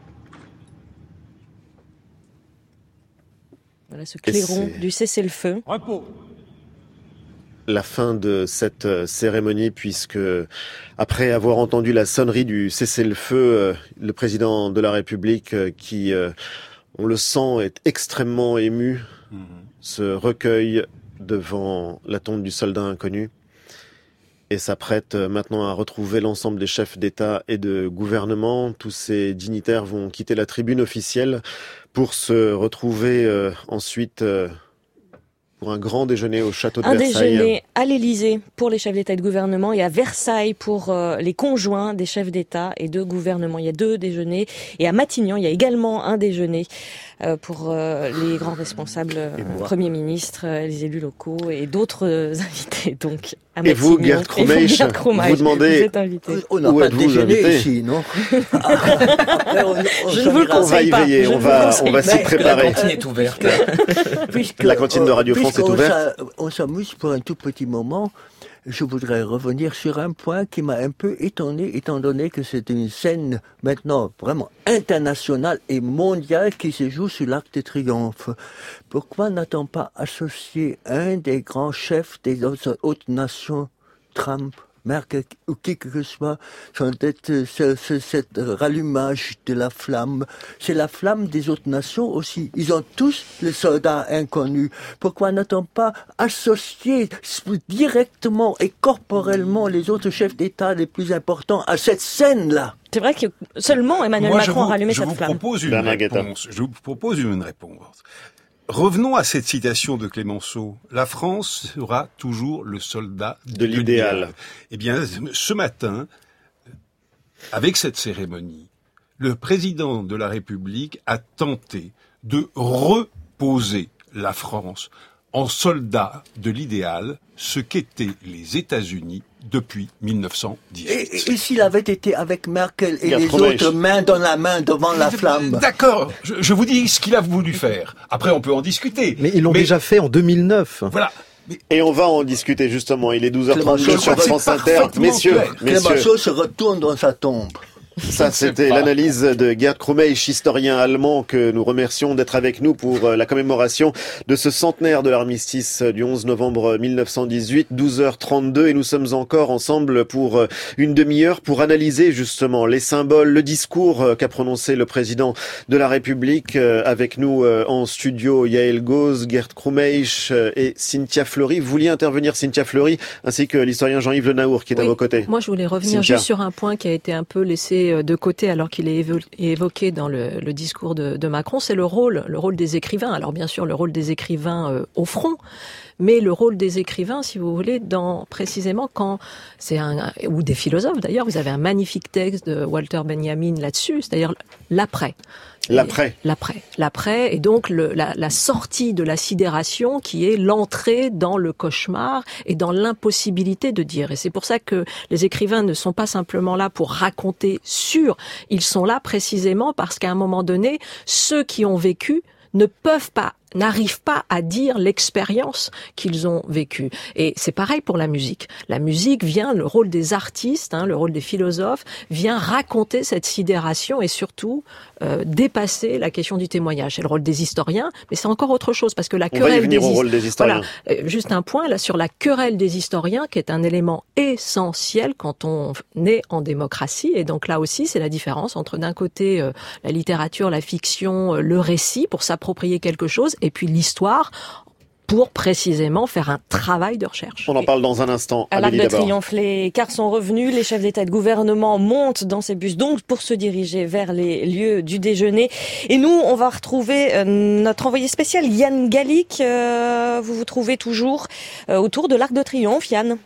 Voilà ce clairon du cessez-le-feu. Repos. La fin de cette cérémonie, puisque après avoir entendu la sonnerie du cessez-le-feu, le président de la République, qui, on le sent, est extrêmement ému, mmh. se recueille devant la tombe du soldat inconnu et s'apprête maintenant à retrouver l'ensemble des chefs d'État et de gouvernement. Tous ces dignitaires vont quitter la tribune officielle pour se retrouver euh, ensuite... Euh, pour un grand déjeuner au château de un Versailles. Un déjeuner à l'Élysée pour les chefs d'État et de gouvernement et à Versailles pour euh, les conjoints des chefs d'État et de gouvernement. Il y a deux déjeuners. Et à Matignon, il y a également un déjeuner euh, pour euh, les grands responsables, euh, premiers ministres, euh, les élus locaux et d'autres euh, invités. Donc, à Matignon. Et vous, Gerd Krumeich, vous demandez vous êtes invité. On n'a pas de déjeuner ici, non? Après, on, on Je ne vous le conseille pas. On va y veiller, on va, on va s'y préparer. La cantine est ouverte. Puisque, la cantine de Radio France est ouverte. On s'amuse pour un tout petit moment. je voudrais revenir sur un point qui m'a un peu étonné, étant donné que c'est une scène maintenant vraiment internationale et mondiale qui se joue sur l'Arc de Triomphe. Pourquoi n'a-t-on pas associé un des grands chefs des autres, autres nations, Trump, Merkel ou qui que ce soit, cet, cet rallumage de la flamme? C'est la flamme des autres nations aussi. Ils ont tous les soldats inconnus. Pourquoi n'a-t-on pas associé directement et corporellement les autres chefs d'État les plus importants à cette scène-là? C'est vrai que seulement Emmanuel Moi, Macron vous, a rallumé je cette vous flamme. Propose une réponse. Je vous propose une réponse. Revenons à cette citation de Clémenceau. La France sera toujours le soldat de, de l'idéal. l'idéal. Eh bien, ce matin, avec cette cérémonie, le président de la République a tenté de reposer la France en soldat de l'idéal, ce qu'étaient les États-Unis depuis mille neuf cent dix-huit. Et, et s'il avait été avec Merkel et les autres main dans la main devant la flamme? D'accord, je, je vous dis ce qu'il a voulu faire. Après, on peut en discuter. Mais ils l'ont Mais... déjà fait en deux mille neuf. Voilà. Mais... Et on va en discuter justement. Il est douze heures trente-deux sur France Inter. Messieurs, messieurs. Clémenceau se retourne dans sa tombe. Ça, c'était l'analyse de Gerd Krumeich, historien allemand, que nous remercions d'être avec nous pour la commémoration de ce centenaire de l'armistice du onze novembre mille neuf cent dix-huit, douze heures trente-deux, et nous sommes encore ensemble pour une demi-heure pour analyser justement les symboles, le discours qu'a prononcé le président de la République. Avec nous en studio, Yael Gauze, Gerd Krumeich et Cynthia Fleury. Vous vouliez intervenir, Cynthia Fleury, ainsi que l'historien Jean-Yves Le Naour, qui est oui, à vos côtés. Moi, je voulais revenir Cynthia. juste sur un point qui a été un peu laissé de côté alors qu'il est évoqué dans le, le discours de, de Macron, c'est le rôle, le rôle des écrivains. Alors bien sûr, le rôle des écrivains euh, au front, mais le rôle des écrivains, si vous voulez, dans précisément quand c'est un ou des philosophes d'ailleurs. Vous avez un magnifique texte de Walter Benjamin là-dessus, c'est-à-dire l'après. L'après. L'après. L'après, et donc le, la, la sortie de la sidération qui est l'entrée dans le cauchemar et dans l'impossibilité de dire. Et c'est pour ça que les écrivains ne sont pas simplement là pour raconter sur, ils sont là précisément parce qu'à un moment donné, ceux qui ont vécu ne peuvent pas, n'arrivent pas à dire l'expérience qu'ils ont vécue. Et c'est pareil pour la musique. La musique vient, le rôle des artistes, hein, le rôle des philosophes, vient raconter cette sidération et surtout euh, dépasser la question du témoignage. C'est le rôle des historiens, mais c'est encore autre chose parce que la On querelle va y venir des, au rôle des historiens. Voilà, euh, juste un point là sur la querelle des historiens qui est un élément essentiel quand on est en démocratie. Et donc là aussi, c'est la différence entre d'un côté euh, la littérature, la fiction, euh, le récit pour s'approprier quelque chose, et puis l'histoire pour précisément faire un travail de recherche. On en parle dans un instant. À l'Arc de Triomphe, les cars sont revenus, les chefs d'État et de gouvernement montent dans ces bus donc pour se diriger vers les lieux du déjeuner. Et nous, on va retrouver euh, notre envoyé spécial Yann Gallic. Euh, vous vous trouvez toujours euh, autour de l'Arc de Triomphe, Yann?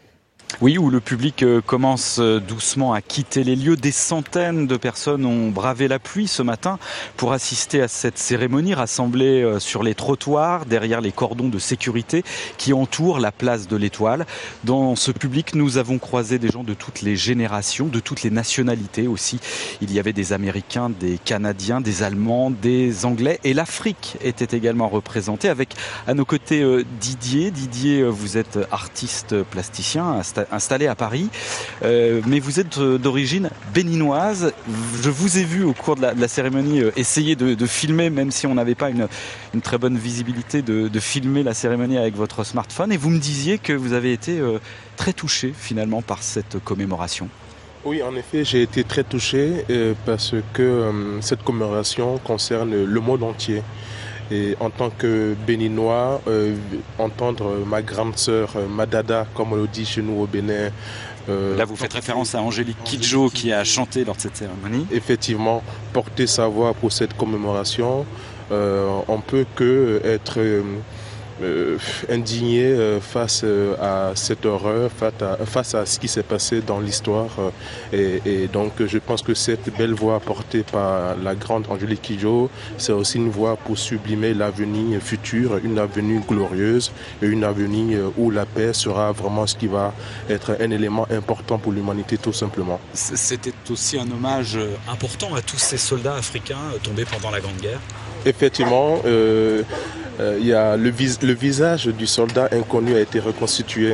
Oui, où le public commence doucement à quitter les lieux. Des centaines de personnes ont bravé la pluie ce matin pour assister à cette cérémonie rassemblée sur les trottoirs, derrière les cordons de sécurité qui entourent la place de l'Étoile. Dans ce public, nous avons croisé des gens de toutes les générations, de toutes les nationalités aussi. Il y avait des Américains, des Canadiens, des Allemands, des Anglais, et l'Afrique était également représentée avec à nos côtés Didier. Didier, vous êtes artiste plasticien, installé à Paris, euh, mais vous êtes d'origine béninoise. Je vous ai vu au cours de la, de la cérémonie euh, essayer de, de filmer, même si on n'avait pas une, une très bonne visibilité, de, de filmer la cérémonie avec votre smartphone, et vous me disiez que vous avez été euh, très touché finalement par cette commémoration. Oui, en effet, j'ai été très touché euh, parce que euh, cette commémoration concerne le monde entier. Et en tant que béninois, euh, entendre ma grande sœur, euh, ma dada, comme on le dit chez nous au Bénin. Euh, Là, vous faites référence à Angélique Kidjo qui a chanté lors de cette cérémonie. Effectivement, porter sa voix pour cette commémoration, euh, on peut que être euh, euh, indigné euh, face euh, à cette horreur, face à, face à ce qui s'est passé dans l'histoire. Euh, et, et donc, je pense que cette belle voix portée par la grande Angélique Kidjo, c'est aussi une voix pour sublimer l'avenir futur, une avenir glorieuse et une avenir où la paix sera vraiment ce qui va être un élément important pour l'humanité, tout simplement. C'était aussi un hommage important à tous ces soldats africains tombés pendant la Grande Guerre. Effectivement, euh, euh, y a le, vis- le visage du soldat inconnu a été reconstitué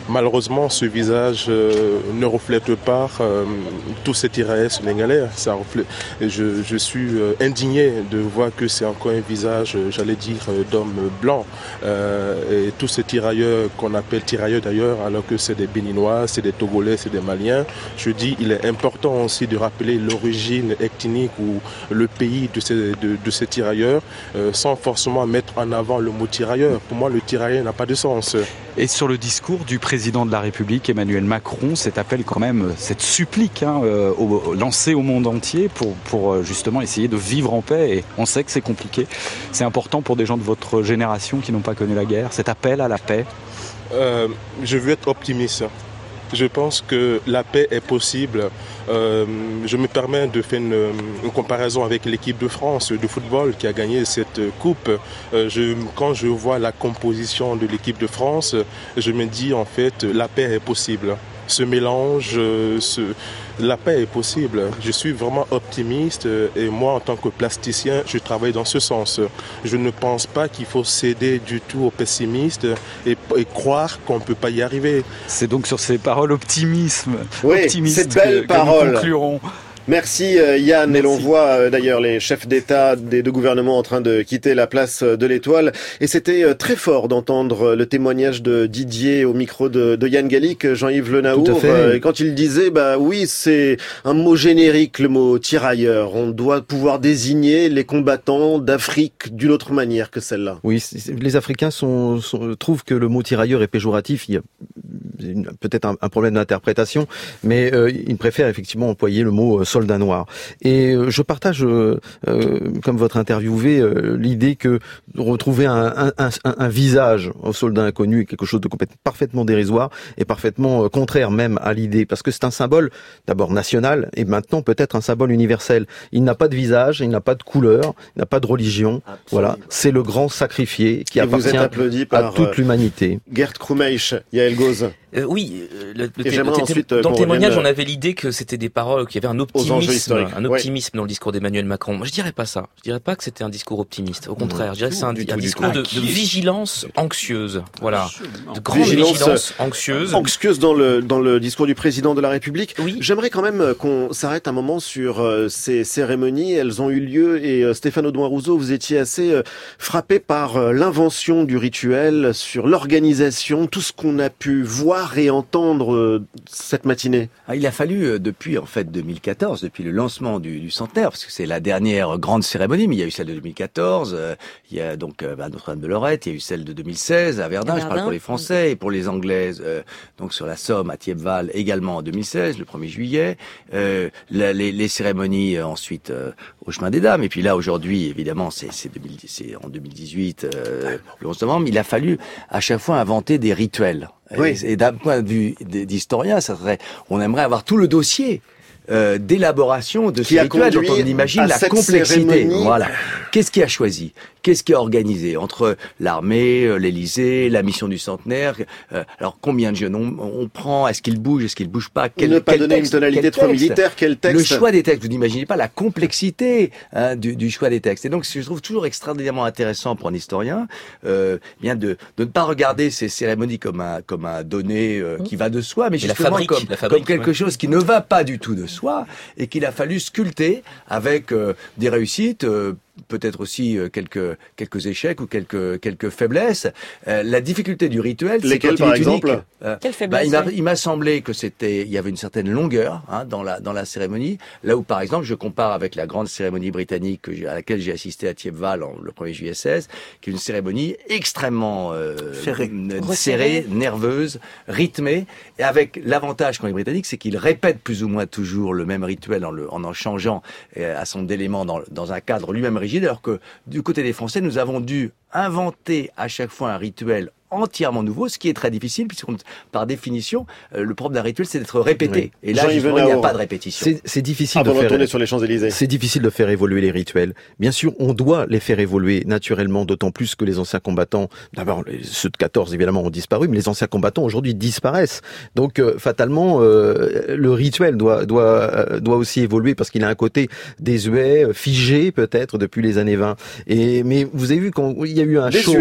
Malheureusement, ce visage euh, ne reflète pas euh, tous ces tirailleurs sénégalais. Ça reflète, je, je suis euh, indigné de voir que c'est encore un visage, euh, j'allais dire, euh, d'homme blanc. Euh, et tous ces tirailleurs qu'on appelle tirailleurs d'ailleurs, alors que c'est des Béninois, c'est des Togolais, c'est des Maliens. Je dis, il est important aussi de rappeler l'origine ethnique ou le pays de ces, de, de ces tirailleurs, euh, sans forcément mettre en avant le mot tirailleur. Pour moi, le tirailleur n'a pas de sens. Et sur le discours du président de la République, Emmanuel Macron, cet appel quand même, cette supplique hein, euh, au, lancée au monde entier pour, pour justement essayer de vivre en paix. Et on sait que c'est compliqué. C'est important pour des gens de votre génération qui n'ont pas connu la guerre, cet appel à la paix. Euh, je veux être optimiste. Je pense que la paix est possible. Euh, je me permets de faire une, une comparaison avec l'équipe de France de football qui a gagné cette coupe. Euh, je, quand je vois la composition de l'équipe de France, je me dis en fait la paix est possible. Ce mélange, ce, la paix est possible. Je suis vraiment optimiste et moi en tant que plasticien, je travaille dans ce sens. Je ne pense pas qu'il faut céder du tout aux pessimistes et, et croire qu'on ne peut pas y arriver. C'est donc sur ces paroles optimisme, oui, optimistes ces belles que, paroles. que nous conclurons. Merci euh, Yann. Merci. Et l'on voit euh, d'ailleurs les chefs d'État des deux gouvernements en train de quitter la place de l'Étoile. Et c'était euh, très fort d'entendre le témoignage de Didier au micro de, de Yann Gallic, Jean-Yves Le Naour. Euh, et quand il disait, bah oui, c'est un mot générique, le mot tirailleur. On doit pouvoir désigner les combattants d'Afrique d'une autre manière que celle-là. Oui, les Africains sont, sont, trouvent que le mot tirailleur est péjoratif. Il y a peut-être un, un problème d'interprétation, mais euh, ils préfèrent effectivement employer le mot soldat noir. Et euh, je partage, euh, euh, comme votre interviewé, euh, l'idée que retrouver un, un, un, un visage au soldat inconnu est quelque chose de complètement, parfaitement dérisoire et parfaitement euh, contraire même à l'idée, parce que c'est un symbole d'abord national et maintenant peut-être un symbole universel. Il n'a pas de visage, il n'a pas de couleur, il n'a pas de religion. Absolument. Voilà, c'est le grand sacrifié qui et appartient à toute l'humanité. Gerd Krumeich, Yael Goz. Euh, oui, euh, le, le té- ensuite, dans le témoignage, revienne... on avait l'idée que c'était des paroles, qu'il y avait un optimisme, un optimisme ouais. dans le discours d'Emmanuel Macron. Moi, je dirais pas ça. Je dirais pas que c'était un discours optimiste. Au contraire, je dirais que c'est un, un, un discours de, de vigilance anxieuse. Voilà, de grande vigilance, vigilance anxieuse. Anxieuse dans le dans le discours du président de la République. Oui. J'aimerais quand même qu'on s'arrête un moment sur euh, ces cérémonies. Elles ont eu lieu et euh, Stéphane Audouin-Rousseau, vous étiez assez euh, frappé par euh, l'invention du rituel, sur l'organisation, tout ce qu'on a pu voir et entendre cette matinée. Ah, il a fallu depuis en fait deux mille quatorze, depuis le lancement du, du centenaire, parce que c'est la dernière grande cérémonie, mais il y a eu celle de deux mille quatorze, euh, il y a donc euh, à Notre-Dame-de-Lorette, il y a eu celle de deux mille seize à Verdun, à Verdun. Je parle pour les Français et pour les Anglaises, euh, donc sur la Somme à Thiepval également en deux mille seize, le premier juillet, euh, la, les, les cérémonies euh, ensuite euh, au Chemin des Dames, et puis là aujourd'hui évidemment c'est, c'est, deux mille, c'est en deux mille dix-huit, euh, le onze novembre, il a fallu à chaque fois inventer des rituels. Oui. Et d'un point de vue d'historien, ça serait, on aimerait avoir tout le dossier euh, d'élaboration de ce rituel dont on imagine la complexité. Cérémonie. Voilà. Qu'est-ce qui a choisi ? Qu'est-ce qui est organisé entre l'armée, l'Élysée, la mission du centenaire? euh, Alors combien de jeunes on, on prend? Est-ce qu'ils bougent? Est-ce qu'ils bougent pas? Quel, ne pas quel donner texte, une tonalité trop militaire? Quel texte? Le choix des textes. Vous n'imaginez pas la complexité hein, du, du choix des textes. Et donc, ce que je trouve toujours extraordinairement intéressant pour un historien, euh, bien de, de ne pas regarder ces cérémonies comme un comme un donné euh, qui va de soi, mais justement fabrique, comme, fabrique, comme quelque ouais. chose qui ne va pas du tout de soi et qu'il a fallu sculpter avec euh, des réussites. Euh, peut-être aussi euh, quelques quelques échecs ou quelques quelques faiblesses. Euh, la difficulté du rituel, c'est lesquels par exemple unique, euh, Quelle faiblesse bah, il, m'a, il m'a semblé que c'était il y avait une certaine longueur hein, dans la dans la cérémonie. Là où par exemple je compare avec la grande cérémonie britannique que j'ai, à laquelle j'ai assisté à Thiepval en, le premier juillet seize, qui est une cérémonie extrêmement euh, serrée, serrée, nerveuse, rythmée, et avec l'avantage quand les Britanniques, c'est qu'ils répètent plus ou moins toujours le même rituel en le, en, en changeant euh, à son d'éléments dans dans un cadre lui-même rigide, alors que du côté des Français, nous avons dû inventer à chaque fois un rituel entièrement nouveau, ce qui est très difficile, puisque par définition, euh, le propre d'un rituel, c'est d'être répété. Oui. Et là, il n'y a pas de répétition. C'est, c'est difficile Avant de faire, sur les Champs-Élysées. C'est difficile de faire évoluer les rituels. Bien sûr, on doit les faire évoluer naturellement, d'autant plus que les anciens combattants, d'abord, ceux de quatorze, évidemment, ont disparu, mais les anciens combattants, aujourd'hui, disparaissent. Donc, euh, fatalement, euh, le rituel doit, doit, euh, doit aussi évoluer parce qu'il a un côté désuet, figé, peut-être, depuis les années vingt. Et, mais vous avez vu qu'il y a eu un désuet. show.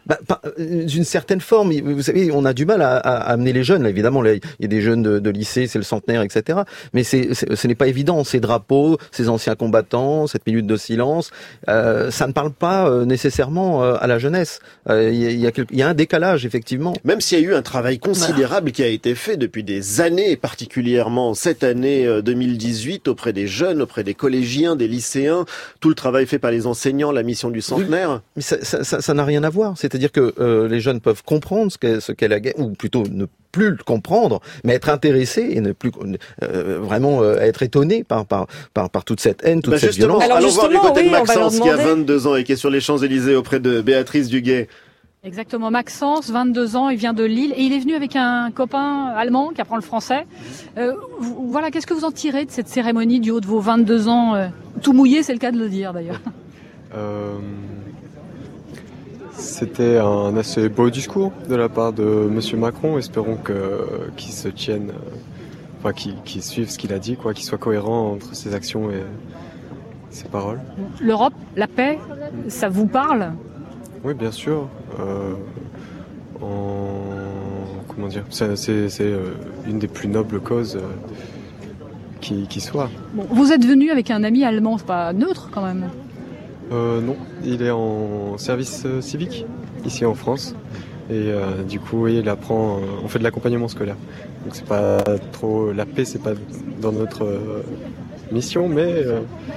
Bah, d'une certaine forme, vous savez, on a du mal à, à amener les jeunes. Là, évidemment, là, il y a des jeunes de, de lycée, c'est le centenaire, et cetera. Mais c'est, c'est, ce n'est pas évident. Ces drapeaux, ces anciens combattants, cette minute de silence, euh, ça ne parle pas euh, nécessairement euh, à la jeunesse. Euh, il, y a, il, y a quelque, il y a un décalage, effectivement. Même s'il y a eu un travail considérable qui a été fait depuis des années, particulièrement cette année deux mille dix-huit, auprès des jeunes, auprès des collégiens, des lycéens, tout le travail fait par les enseignants, la mission du centenaire. Oui, mais ça, ça, ça, ça n'a rien à voir. C'est C'est-à-dire que euh, les jeunes peuvent comprendre ce qu'est, ce qu'est la guerre, ou plutôt ne plus le comprendre, mais être intéressés et ne plus euh, vraiment euh, être étonnés par, par par par toute cette haine, toute bah cette violence. Alors allons voir du côté oui, de Maxence qui a demander... vingt-deux ans et qui est sur les Champs-Élysées auprès de Béatrice Duguay. Exactement, Maxence, vingt-deux ans, il vient de Lille et il est venu avec un copain allemand qui apprend le français. Euh, voilà, qu'est-ce que vous en tirez de cette cérémonie du haut de vos vingt-deux ans euh, tout mouillé, c'est le cas de le dire d'ailleurs. Euh... C'était un assez beau discours de la part de Monsieur Macron. Espérons que, qu'il se tienne, enfin qu'il, qu'il suive ce qu'il a dit, quoi, qu'il soit cohérent entre ses actions et ses paroles. L'Europe, la paix, ça vous parle ? Oui, bien sûr. Euh, en, comment dire, c'est, c'est, c'est une des plus nobles causes qui, qui soit. Bon, vous êtes venu avec un ami allemand, c'est pas neutre quand même ? Euh, non, il est en service euh, civique, ici en France. Et euh, du coup, oui, il apprend, euh, on fait de l'accompagnement scolaire. Donc c'est pas trop, la paix, c'est pas dans notre euh, mission, mais euh,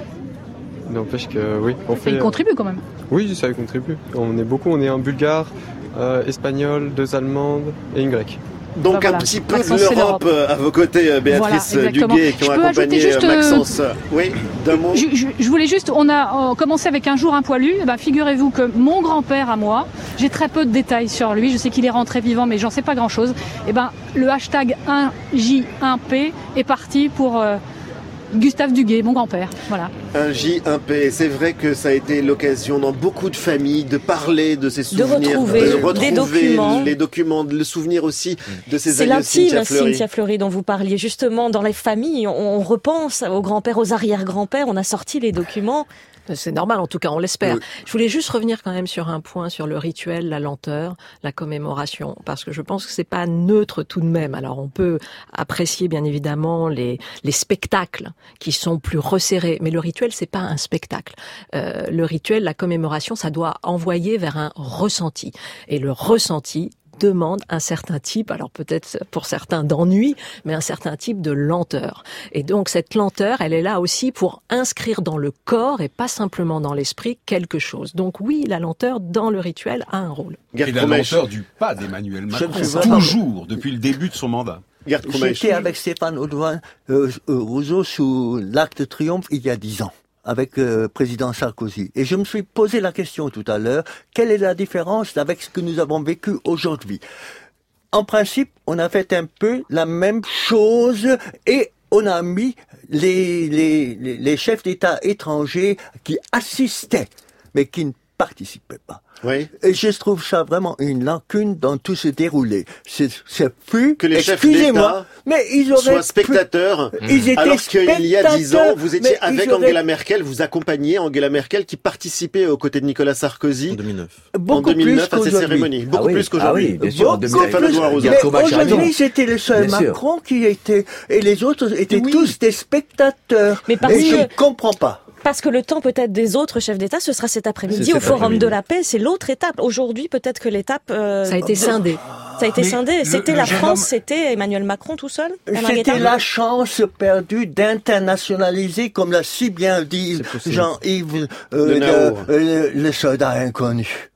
n'empêche que, oui, on ça fait... Ça y contribue quand même. Oui, ça y contribue. On est beaucoup, on est un bulgare, euh, espagnol, deux allemandes et une grecque. Donc bah voilà. un petit peu Maxence, de l'Europe à vos côtés, Béatrice voilà, Duguay, qui ont accompagné juste, Maxence. Euh, oui, d'un mot. Je, je, je voulais juste, on a commencé avec un jour un poilu. Eh ben, figurez-vous que mon grand-père à moi, j'ai très peu de détails sur lui. Je sais qu'il est rentré vivant, mais j'en sais pas grand-chose. Eh ben, le hashtag un J un P est parti pour euh, Gustave Duguay, mon grand-père. Voilà. Un J un P. C'est vrai que ça a été l'occasion dans beaucoup de familles de parler de ces souvenirs, de retrouver, de retrouver des documents. les documents, le souvenir aussi de ces aïeux. C'est l'intime, Fleury. Cynthia Fleury, dont vous parliez. Justement, dans les familles, on, on repense aux grands-pères, aux arrière-grands-pères. On a sorti les documents. C'est normal, en tout cas, on l'espère. Oui. Je voulais juste revenir quand même sur un point, sur le rituel, la lenteur, la commémoration, parce que je pense que c'est pas neutre tout de même. Alors, on peut apprécier, bien évidemment, les, les spectacles qui sont plus resserrés, mais le rituel, c'est pas un spectacle. Euh, le rituel, la commémoration, ça doit envoyer vers un ressenti. Et le ressenti demande un certain type, alors peut-être pour certains d'ennui, mais un certain type de lenteur. Et donc cette lenteur, elle est là aussi pour inscrire dans le corps et pas simplement dans l'esprit quelque chose. Donc oui, la lenteur dans le rituel a un rôle. Et la lenteur du pas d'Emmanuel Macron, toujours, depuis le début de son mandat. J'étais avec Stéphane Audouin euh, Rousseau sous l'Arc de Triomphe il y a dix ans. Avec le euh, président Sarkozy. Et je me suis posé la question tout à l'heure, quelle est la différence avec ce que nous avons vécu aujourd'hui ? En principe, on a fait un peu la même chose et on a mis les, les, les chefs d'État étrangers qui assistaient, mais qui ne participaient pas. Oui. Et je trouve ça vraiment une lacune dans tout ce déroulé. C'est, c'est plus, que les chefs d'État mais ils auraient soient spectateurs, pu... ils étaient alors qu'il y a dix ans, vous étiez avec auraient... Angela Merkel, vous accompagniez Angela Merkel qui participait aux côtés de Nicolas Sarkozy en deux mille neuf, beaucoup en deux mille neuf plus à ces cérémonies. Beaucoup ah oui, plus qu'aujourd'hui. Ah oui, bien sûr, beaucoup plus. Mais aujourd'hui, c'était le seul bien Macron sûr. Qui était, et les autres étaient oui. tous des spectateurs. Mais parce et que... je ne comprends pas. Parce que le temps peut-être des autres chefs d'État, ce sera cet après-midi au Forum après-midi. de la Paix. C'est l'autre étape. Aujourd'hui, peut-être que l'étape... Euh, ça a été scindé. Ça a été Mais scindé. C'était le, la le France, homme... c'était Emmanuel Macron tout seul. C'était la chance perdue d'internationaliser, comme l'a si bien dit Jean-Yves, euh, le, le, le soldat inconnu.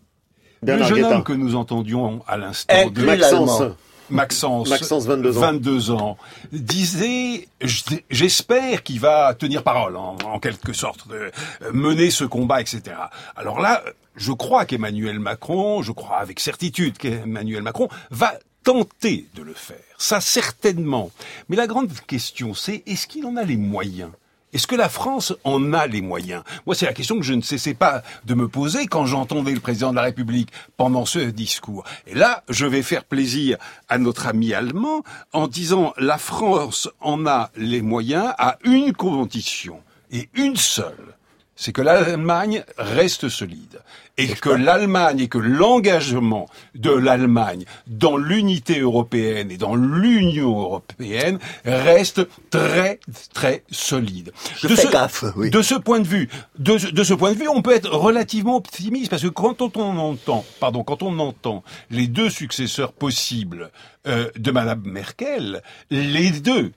Le jeune homme que nous entendions à l'instant de Maxence. Maxence, Maxence vingt-deux ans. vingt-deux ans, disait « J'espère qu'il va tenir parole, en, en quelque sorte, de mener ce combat, et cetera » Alors là, je crois qu'Emmanuel Macron, je crois avec certitude qu'Emmanuel Macron va tenter de le faire. Ça, certainement. Mais la grande question, c'est est-ce qu'il en a les moyens ? Est-ce que la France en a les moyens ? Moi, c'est la question que je ne cessais pas de me poser quand j'entendais le président de la République pendant ce discours. Et là, je vais faire plaisir à notre ami allemand en disant la France en a les moyens à une condition, et une seule, c'est que l'Allemagne reste solide. Et que l'Allemagne et que l'engagement de l'Allemagne dans l'unité européenne et dans l'Union européenne reste très, très solide. Je de fais ce, gaffe, oui. De ce point de vue, de, de ce point de vue, on peut être relativement optimiste parce que quand on, on entend, pardon, quand on entend les deux successeurs possibles euh, de Madame Merkel, les deux,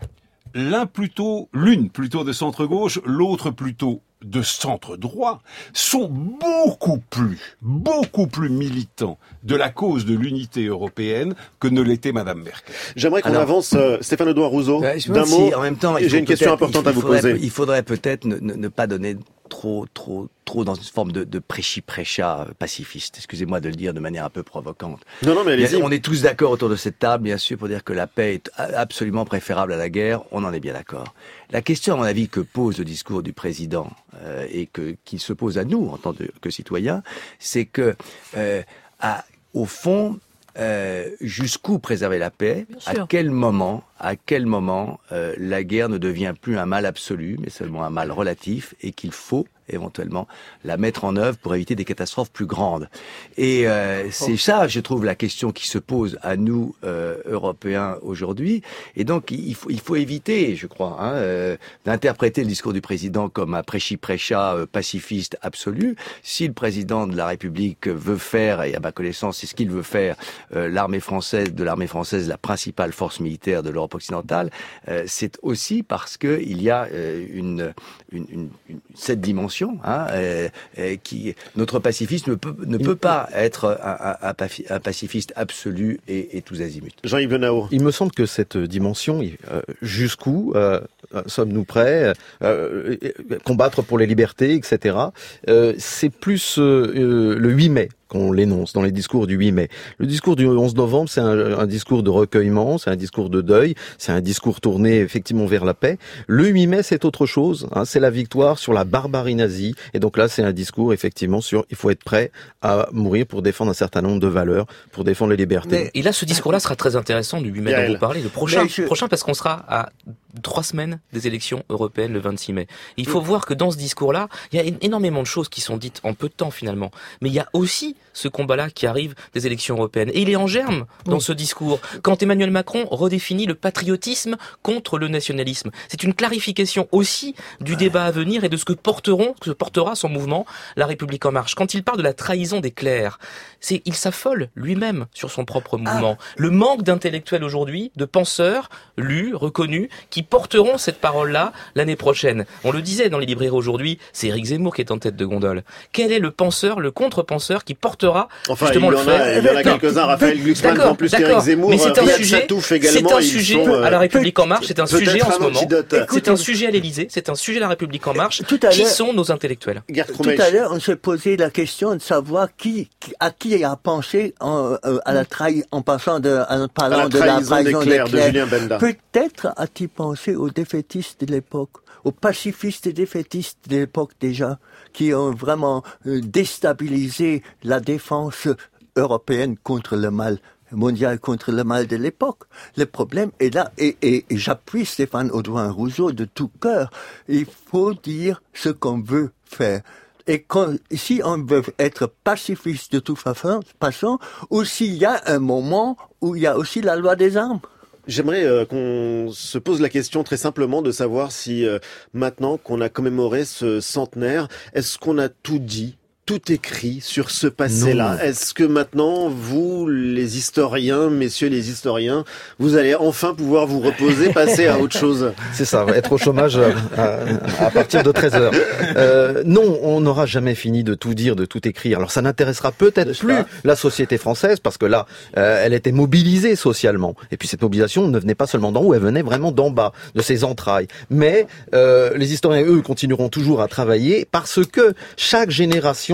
l'un plutôt, l'une plutôt de centre-gauche, l'autre plutôt de centre-droit, sont beaucoup plus, beaucoup plus militants de la cause de l'unité européenne que ne l'était Madame Merkel. J'aimerais qu'on Alors, avance, euh, Stéphane Edouard Rousseau, Ouais, je me d'un demande mot. si, en même temps, il j'ai faut une question peut-être- importante il à vous faudrait- poser. Il faudrait peut-être ne, ne, ne pas donner trop, trop, trop dans une forme de, de prêchi-prêcha pacifiste. Excusez-moi de le dire de manière un peu provocante. Non, non, mais allez-y. On est tous d'accord autour de cette table, bien sûr, pour dire que la paix est absolument préférable à la guerre. On en est bien d'accord. La question, à mon avis, que pose le discours du président euh, et que qu'il se pose à nous en tant que, que citoyens, c'est que, euh, à, au fond, euh, jusqu'où préserver la paix, Bien à sûr. quel moment, à quel moment euh, la guerre ne devient plus un mal absolu, mais seulement un mal relatif, et qu'il faut éventuellement la mettre en œuvre pour éviter des catastrophes plus grandes. Et euh, c'est ça, je trouve, la question qui se pose à nous, euh, Européens, aujourd'hui. Et donc, il faut, il faut éviter, je crois, hein, euh, d'interpréter le discours du président comme un prêchi-prêcha euh, pacifiste absolu. Si le président de la République veut faire, et à ma connaissance, c'est ce qu'il veut faire, euh, l'armée française, de l'armée française, la principale force militaire de l'Europe occidentale, euh, c'est aussi parce que il y a euh, une, une, une, une cette dimension. Hein, euh, euh, qui notre pacifisme ne peut ne peut pas être un, un, un pacifiste absolu et, et tous azimuts. Jean-Yves Le Naour. Il me semble que cette dimension, euh, jusqu'où euh, sommes-nous prêts euh, combattre pour les libertés, et cetera. Euh, c'est plus euh, le huit mai qu'on l'énonce dans les discours du huit mai. Le discours du onze novembre, c'est un, un discours de recueillement, c'est un discours de deuil, c'est un discours tourné effectivement vers la paix. Le huit mai, c'est autre chose, hein, c'est la victoire sur la barbarie nazie, et donc là, c'est un discours effectivement sur il faut être prêt à mourir pour défendre un certain nombre de valeurs, pour défendre les libertés. Mais, et là, ce discours-là sera très intéressant du huit mai dont vous parlez, le prochain, je... prochain parce qu'on sera à trois semaines des élections européennes le vingt-six mai. Il faut voir que dans ce discours-là, il y a énormément de choses qui sont dites en peu de temps finalement. Mais il y a aussi ce combat-là qui arrive des élections européennes. Et il est en germe dans ce discours. Quand Emmanuel Macron redéfinit le patriotisme contre le nationalisme. C'est une clarification aussi du débat à venir et de ce que porteront, que portera son mouvement, La République En Marche. Quand il parle de la trahison des clercs, c'est, il s'affole lui-même sur son propre mouvement. Ah. Le manque d'intellectuels aujourd'hui, de penseurs, lus, reconnus, qui porteront cette parole-là l'année prochaine. On le disait dans les librairies aujourd'hui, c'est Éric Zemmour qui est en tête de gondole. Quel est le penseur, le contre-penseur qui portera enfin, justement il le en fait a, il y en a quelques-uns, Raphaël Glucksmann, en plus qu'Éric Zemmour, mais c'est un Riyad sujet, Satouf également. C'est un sujet sont, euh, à La République En Marche, c'est un sujet en ce moment. Écoutez, c'est un sujet à l'Élysée, c'est un sujet à La République En Marche. Tout à qui sont nos intellectuels? Tout à l'heure, on s'est posé la question de savoir qui, à qui a pensé en, euh, à la trahi, en passant de, en parlant à la de la trahison trahison des clercs des clercs. de Julien Benda. Peut-être a-t-il pensé aux défaitistes de l'époque, aux pacifistes et défaitistes de l'époque déjà, qui ont vraiment euh, déstabilisé la défense européenne contre le mal mondial, contre le mal de l'époque. Le problème est là, et, et, et j'appuie Stéphane Audouin-Rousseau de tout cœur. Il faut dire ce qu'on veut faire. Et quand, si on veut être pacifiste de toute façon, façon, ou s'il y a un moment où il y a aussi la loi des armes. J'aimerais euh, qu'on se pose la question très simplement de savoir si euh, maintenant qu'on a commémoré ce centenaire, est-ce qu'on a tout dit, tout écrit sur ce passé-là? Est-ce que maintenant, vous, les historiens, messieurs les historiens, vous allez enfin pouvoir vous reposer, passer à autre chose? C'est ça, être au chômage à, à partir de treize heures. Euh, non, on n'aura jamais fini de tout dire, de tout écrire. Alors ça n'intéressera peut-être plus la société française, parce que là, euh, elle était mobilisée socialement. Et puis cette mobilisation ne venait pas seulement d'en haut, elle venait vraiment d'en bas, de ses entrailles. Mais euh, les historiens, eux, continueront toujours à travailler, parce que chaque génération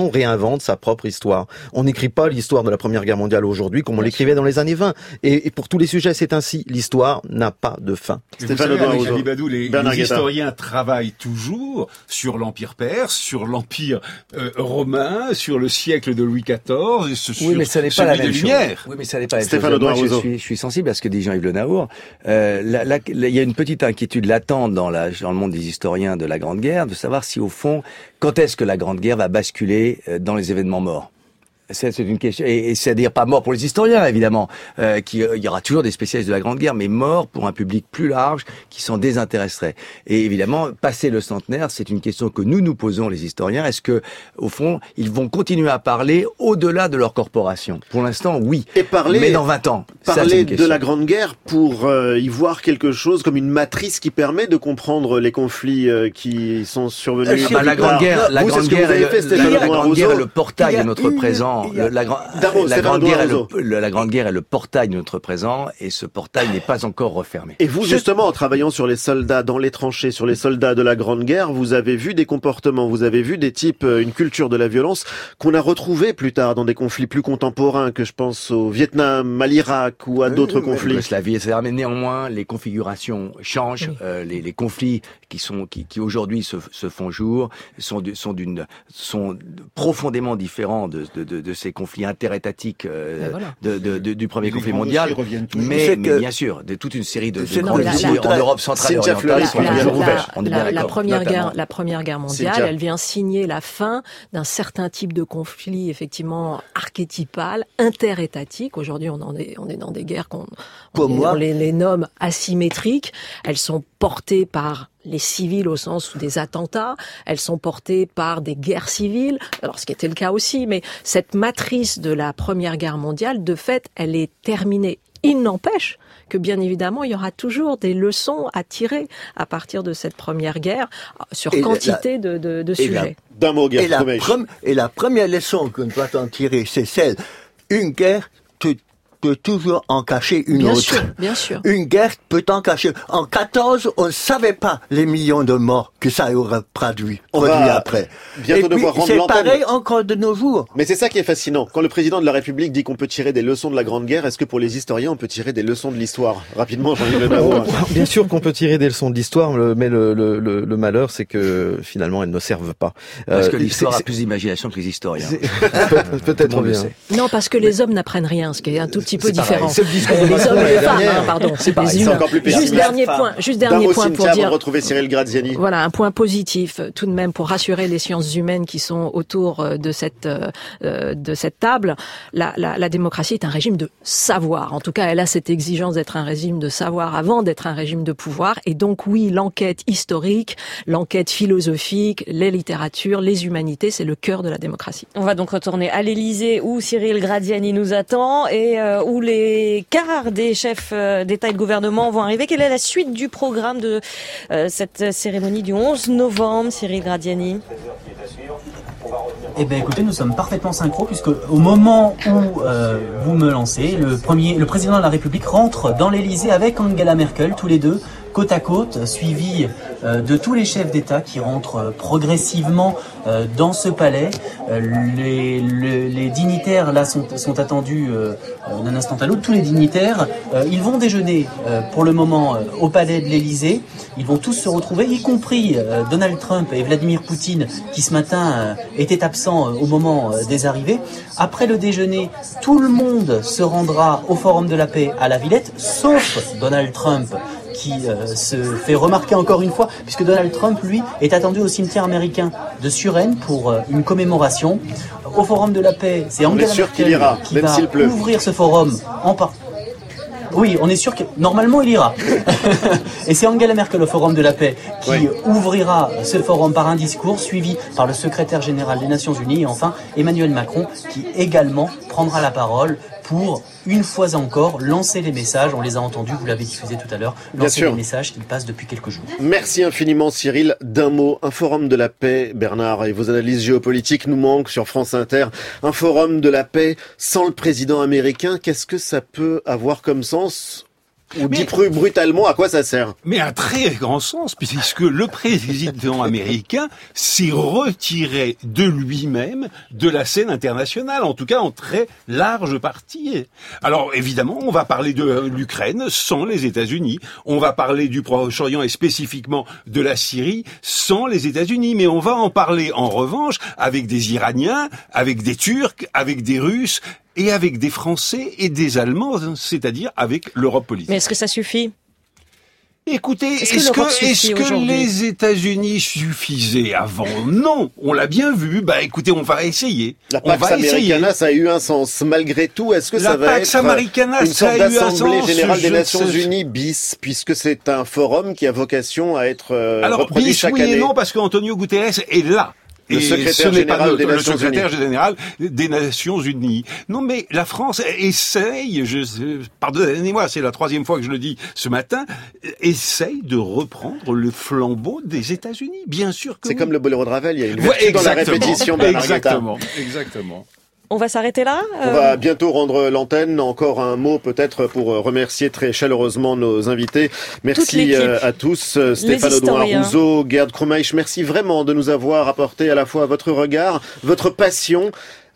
nation réinvente sa propre histoire. On n'écrit pas l'histoire de la Première Guerre mondiale aujourd'hui comme on l'écrivait dans les années vingt. Et, et pour tous les sujets, c'est ainsi. L'histoire n'a pas de fin. Stéphane Audouin, les, les historiens travaillent toujours sur l'Empire perse, sur l'Empire euh, romain, sur le siècle de Louis quatorze, sur oui, mais ça n'est pas la même chose. Oui, mais ça n'est pas la même chose. Moi, je suis, je suis sensible à ce que dit Jean-Yves Le Naour. Euh, là, là, il y a une petite inquiétude latente dans, la, dans le monde des historiens de la Grande Guerre, de savoir si, au fond, quand est-ce que la Grande Guerre va basculer dans les événements morts. C'est une question, et, et c'est-à-dire pas mort pour les historiens, évidemment, euh, qui, euh, il y aura toujours des spécialistes de la Grande Guerre, mais mort pour un public plus large qui s'en désintéresserait. Et évidemment, passer le centenaire, c'est une question que nous nous posons, les historiens. Est-ce que, au fond, ils vont continuer à parler au-delà de leur corporation? Pour l'instant, oui. Et parler, mais dans vingt ans. Parler ça, de la Grande Guerre pour euh, y voir quelque chose comme une matrice qui permet de comprendre les conflits euh, qui sont survenus. Euh, bah, la Grande Guerre, la Grande Guerre, est le portail de notre présent. Le, la, gra Damo, la, grande guerre est le, le, la Grande Guerre est le portail de notre présent, et ce portail n'est pas encore refermé. Et vous, justement, en travaillant sur les soldats dans les tranchées, sur les soldats de la Grande Guerre, vous avez vu des comportements, vous avez vu des types, une culture de la violence qu'on a retrouvée plus tard dans des conflits plus contemporains, que je pense au Vietnam, à l'Irak ou à oui, d'autres oui, conflits. Oui, mais néanmoins, les configurations changent, oui. euh, les, les conflits qui sont qui, qui aujourd'hui se, se font jour sont sont d'une sont profondément différents de, de, de, de ces conflits interétatiques euh, voilà. de, de, de, du premier les conflit mondial, mais, mais bien sûr, de toute une série de, de grandes villes en Europe centrale et orientale sont toujours ouvertes. On est bien d'accord. La première guerre, la première guerre mondiale, elle vient signer la fin d'un certain type de conflit effectivement archétypal, interétatique. Aujourd'hui, on en est, on est dans des guerres qu'on on, on les, les nomme asymétriques. Elles sont portées par les civils au sens où des attentats, elles sont portées par des guerres civiles, alors ce qui était le cas aussi, mais cette matrice de la Première Guerre mondiale, de fait, elle est terminée. Il n'empêche que bien évidemment, il y aura toujours des leçons à tirer à partir de cette Première Guerre sur et quantité la, de, de, de sujets. La, et, la prom- et la première leçon qu'on doit en tirer, c'est celle, une guerre, tout peut toujours en cacher une bien autre. Sûr, bien sûr. Une guerre peut en cacher. En quatorze, on ne savait pas les millions de morts que ça aurait produit, on produit va après. Bientôt Et devoir puis, rendre l'antenne. C'est pareil encore de nos jours. Mais c'est ça qui est fascinant. Quand le président de la République dit qu'on peut tirer des leçons de la Grande Guerre, est-ce que pour les historiens, on peut tirer des leçons de l'histoire? Rapidement, Jean-Yves Le Naour. Bien sûr qu'on peut tirer des leçons de l'histoire, mais le, le, le, le malheur, c'est que finalement, elles ne servent pas. Parce euh, que l'histoire a plus d'imagination que les historiens. Peut-être bien. Non, parce que les hommes n'apprennent rien, ce qui est un tout petit peu différent. Les hommes et les femmes, hein, pardon, c'est pas les encore plus Juste dernier point, juste dernier point pour dire. Retrouver Cyril Graziani. Voilà, un point positif tout de même pour rassurer les sciences humaines qui sont autour de cette euh, de cette table. La, la, la démocratie est un régime de savoir. En tout cas, elle a cette exigence d'être un régime de savoir avant d'être un régime de pouvoir. Et donc oui, l'enquête historique, l'enquête philosophique, les littératures, les humanités, c'est le cœur de la démocratie. On va donc retourner à l'Élysée où Cyril Graziani nous attend et euh, où les quart des chefs d'État et de gouvernement vont arriver. Quelle est la suite du programme de euh, cette cérémonie du onze novembre, Cyril Graziani? Eh bien écoutez, nous sommes parfaitement synchro puisque au moment où euh, vous me lancez, le, premier, le président de la République rentre dans l'Élysée avec Angela Merkel, tous les deux, côte à côte, suivi euh, de tous les chefs d'État qui rentrent euh, progressivement euh, dans ce palais. Euh, les, les, les dignitaires là sont, sont attendus euh, d'un instant à l'autre. Tous les dignitaires, euh, ils vont déjeuner euh, pour le moment euh, au palais de l'Élysée. Ils vont tous se retrouver, y compris euh, Donald Trump et Vladimir Poutine, qui ce matin euh, étaient absents euh, au moment euh, des arrivées. Après le déjeuner, tout le monde se rendra au Forum de la Paix à la Villette, sauf Donald Trump, qui euh, se fait remarquer encore une fois, puisque Donald Trump, lui, est attendu au cimetière américain de Suresnes pour euh, une commémoration. Au Forum de la Paix, c'est Angela Merkel ira, qui va ouvrir ce forum en part. Oui, on est sûr que normalement il ira. Et c'est Angela Merkel au Forum de la Paix qui oui. ouvrira ce forum par un discours suivi par le secrétaire général des Nations Unies et enfin Emmanuel Macron qui également prendra la parole pour, une fois encore, lancer les messages. On les a entendus, vous l'avez diffusé tout à l'heure, lancer les messages qui passent depuis quelques jours. Merci infiniment Cyril. D'un mot, un forum de la paix, Bernard, et vos analyses géopolitiques nous manquent sur France Inter. Un forum de la paix sans le président américain, qu'est-ce que ça peut avoir comme sens ? Ou dit plus brutalement, à quoi ça sert? Mais à très grand sens, puisque le président américain s'est retiré de lui-même de la scène internationale, en tout cas en très large partie. Alors évidemment, on va parler de l'Ukraine sans les États-Unis, on va parler du Proche-Orient et spécifiquement de la Syrie sans les États-Unis, mais on va en parler en revanche avec des Iraniens, avec des Turcs, avec des Russes, et avec des Français et des Allemands, c'est-à-dire avec l'Europe politique. Mais est-ce que ça suffit ? Écoutez, est-ce est-ce que, que, est-ce que les États-Unis suffisaient avant? Non, on l'a bien vu. Bah, écoutez, on va essayer. La Pax Americana, ça a eu un sens. Malgré tout, est-ce que La ça va Pax être Americana, une sorte d'assemblée générale des Nations sais... Unies bis, puisque c'est un forum qui a vocation à être euh, Alors, reproduit bis, chaque oui année. Et non, parce qu'Antonio Guterres est là. Le et secrétaire ce n'est pas général le, des le Nations secrétaire Unies. général des Nations Unies. Non, mais la France essaye, je, pardonnez-moi, c'est la troisième fois que je le dis ce matin, essaye de reprendre le flambeau des États-Unis. Bien sûr que C'est oui. comme le boléro de Ravel, il y a une Ouais, vertu dans la exactement. répétition. Bernard Guetta. Exactement, exactement. On va s'arrêter là On euh... va bientôt rendre l'antenne. Encore un mot peut-être pour remercier très chaleureusement nos invités. Merci à tous. Stéphane Audouin-Rousseau, Gerd Krumeich, merci vraiment de nous avoir apporté à la fois votre regard, votre passion.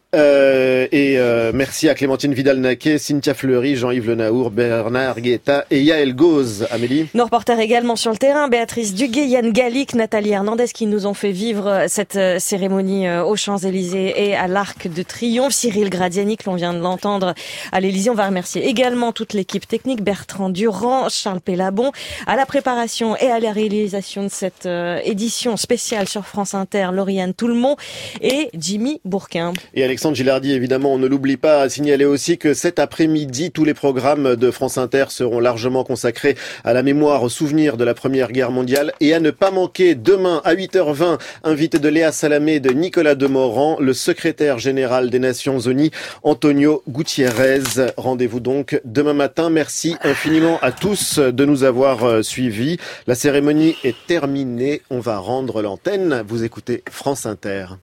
Euh, et euh, merci à Clémentine Vidal-Naquet, Cynthia Fleury, Jean-Yves Le Naour, Bernard Guetta et Yael Gauze. Amélie. Nos reporters également sur le terrain, Béatrice Duguay, Yann Gallic, Nathalie Hernandez qui nous ont fait vivre cette cérémonie aux Champs-Élysées et à l'Arc de Triomphe. Cyril Gradiani, que l'on vient de l'entendre à l'Élysée. On va remercier également toute l'équipe technique, Bertrand Durand, Charles Pellabon, à la préparation et à la réalisation de cette édition spéciale sur France Inter, Lauriane Toulmont et Jimmy Bourquin. Et Alexandre Gilardi, évidemment, on ne l'oublie pas, à signaler aussi que cet après-midi, tous les programmes de France Inter seront largement consacrés à la mémoire, au souvenir de la Première Guerre mondiale et à ne pas manquer demain à huit heures vingt, invité de Léa Salamé et de Nicolas Demorand, le secrétaire général des Nations Unies, Antonio Gutiérrez. Rendez-vous donc demain matin. Merci infiniment à tous de nous avoir suivis. La cérémonie est terminée. On va rendre l'antenne. Vous écoutez France Inter.